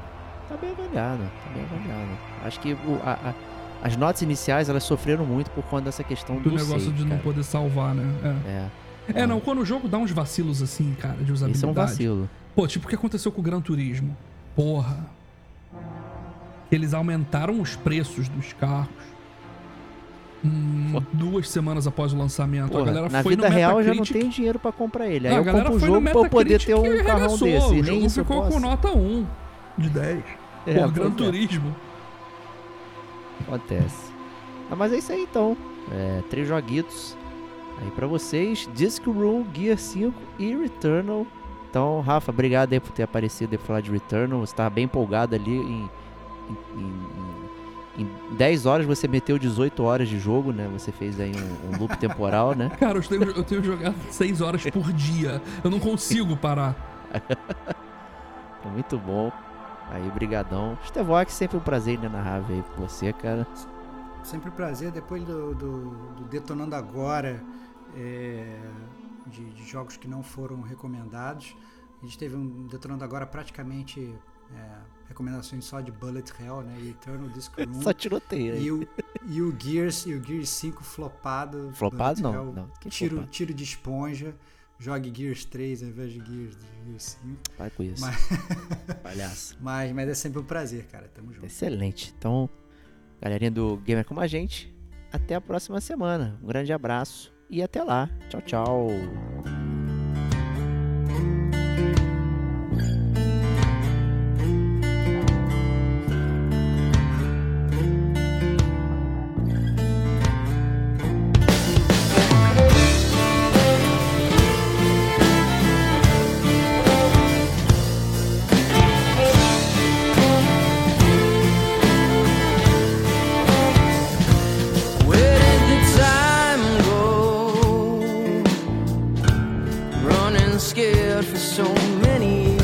Acho que as notas iniciais, elas sofreram muito por conta dessa questão do negócio save, de não poder salvar, né? Não, quando o jogo dá uns vacilos assim, cara, de usabilidade. Isso é um vacilo. Pô, tipo o que aconteceu com o Gran Turismo. Porra. Eles aumentaram os preços dos carros 2 semanas após o lançamento. Porra, a galera na foi vida no real eu já Metacritic... não tenho dinheiro pra comprar ele. Aí a eu galera compro o foi jogo no pra eu poder ter um Metacritic carrão desse. E nem isso eu ficou posso. com nota 1 de 10. Gran Turismo. Acontece. Mas é isso aí então. 3 joguitos aí pra vocês. Disc Room, Gear 5 e Returnal. Então, Rafa, obrigado aí por ter aparecido e falar de Returnal. Você tava bem empolgado ali. Em 10 horas você meteu 18 horas de jogo, né? Você fez aí um loop temporal, né? Cara, eu tenho jogado 6 horas por dia. Eu não consigo parar. Muito bom. Aí, brigadão. Stevox, sempre um prazer narrar aí com você, cara. Sempre um prazer. Depois do Detonando Agora, de jogos que não foram recomendados, a gente teve um Detonando Agora praticamente recomendações só de Bullet Hell, né? E Eternal Disc Room. Só tiroteio aí. E o Gears 5 flopado. Flopado não. Tiro de esponja. Jogue Gears 3 ao invés de Gears 5. Vai com isso. Palhaço. Mas é sempre um prazer, cara. Tamo junto. Excelente. Então, galerinha do Gamer Como a Gente, até a próxima semana. Um grande abraço e até lá. Tchau, tchau. Scared for so many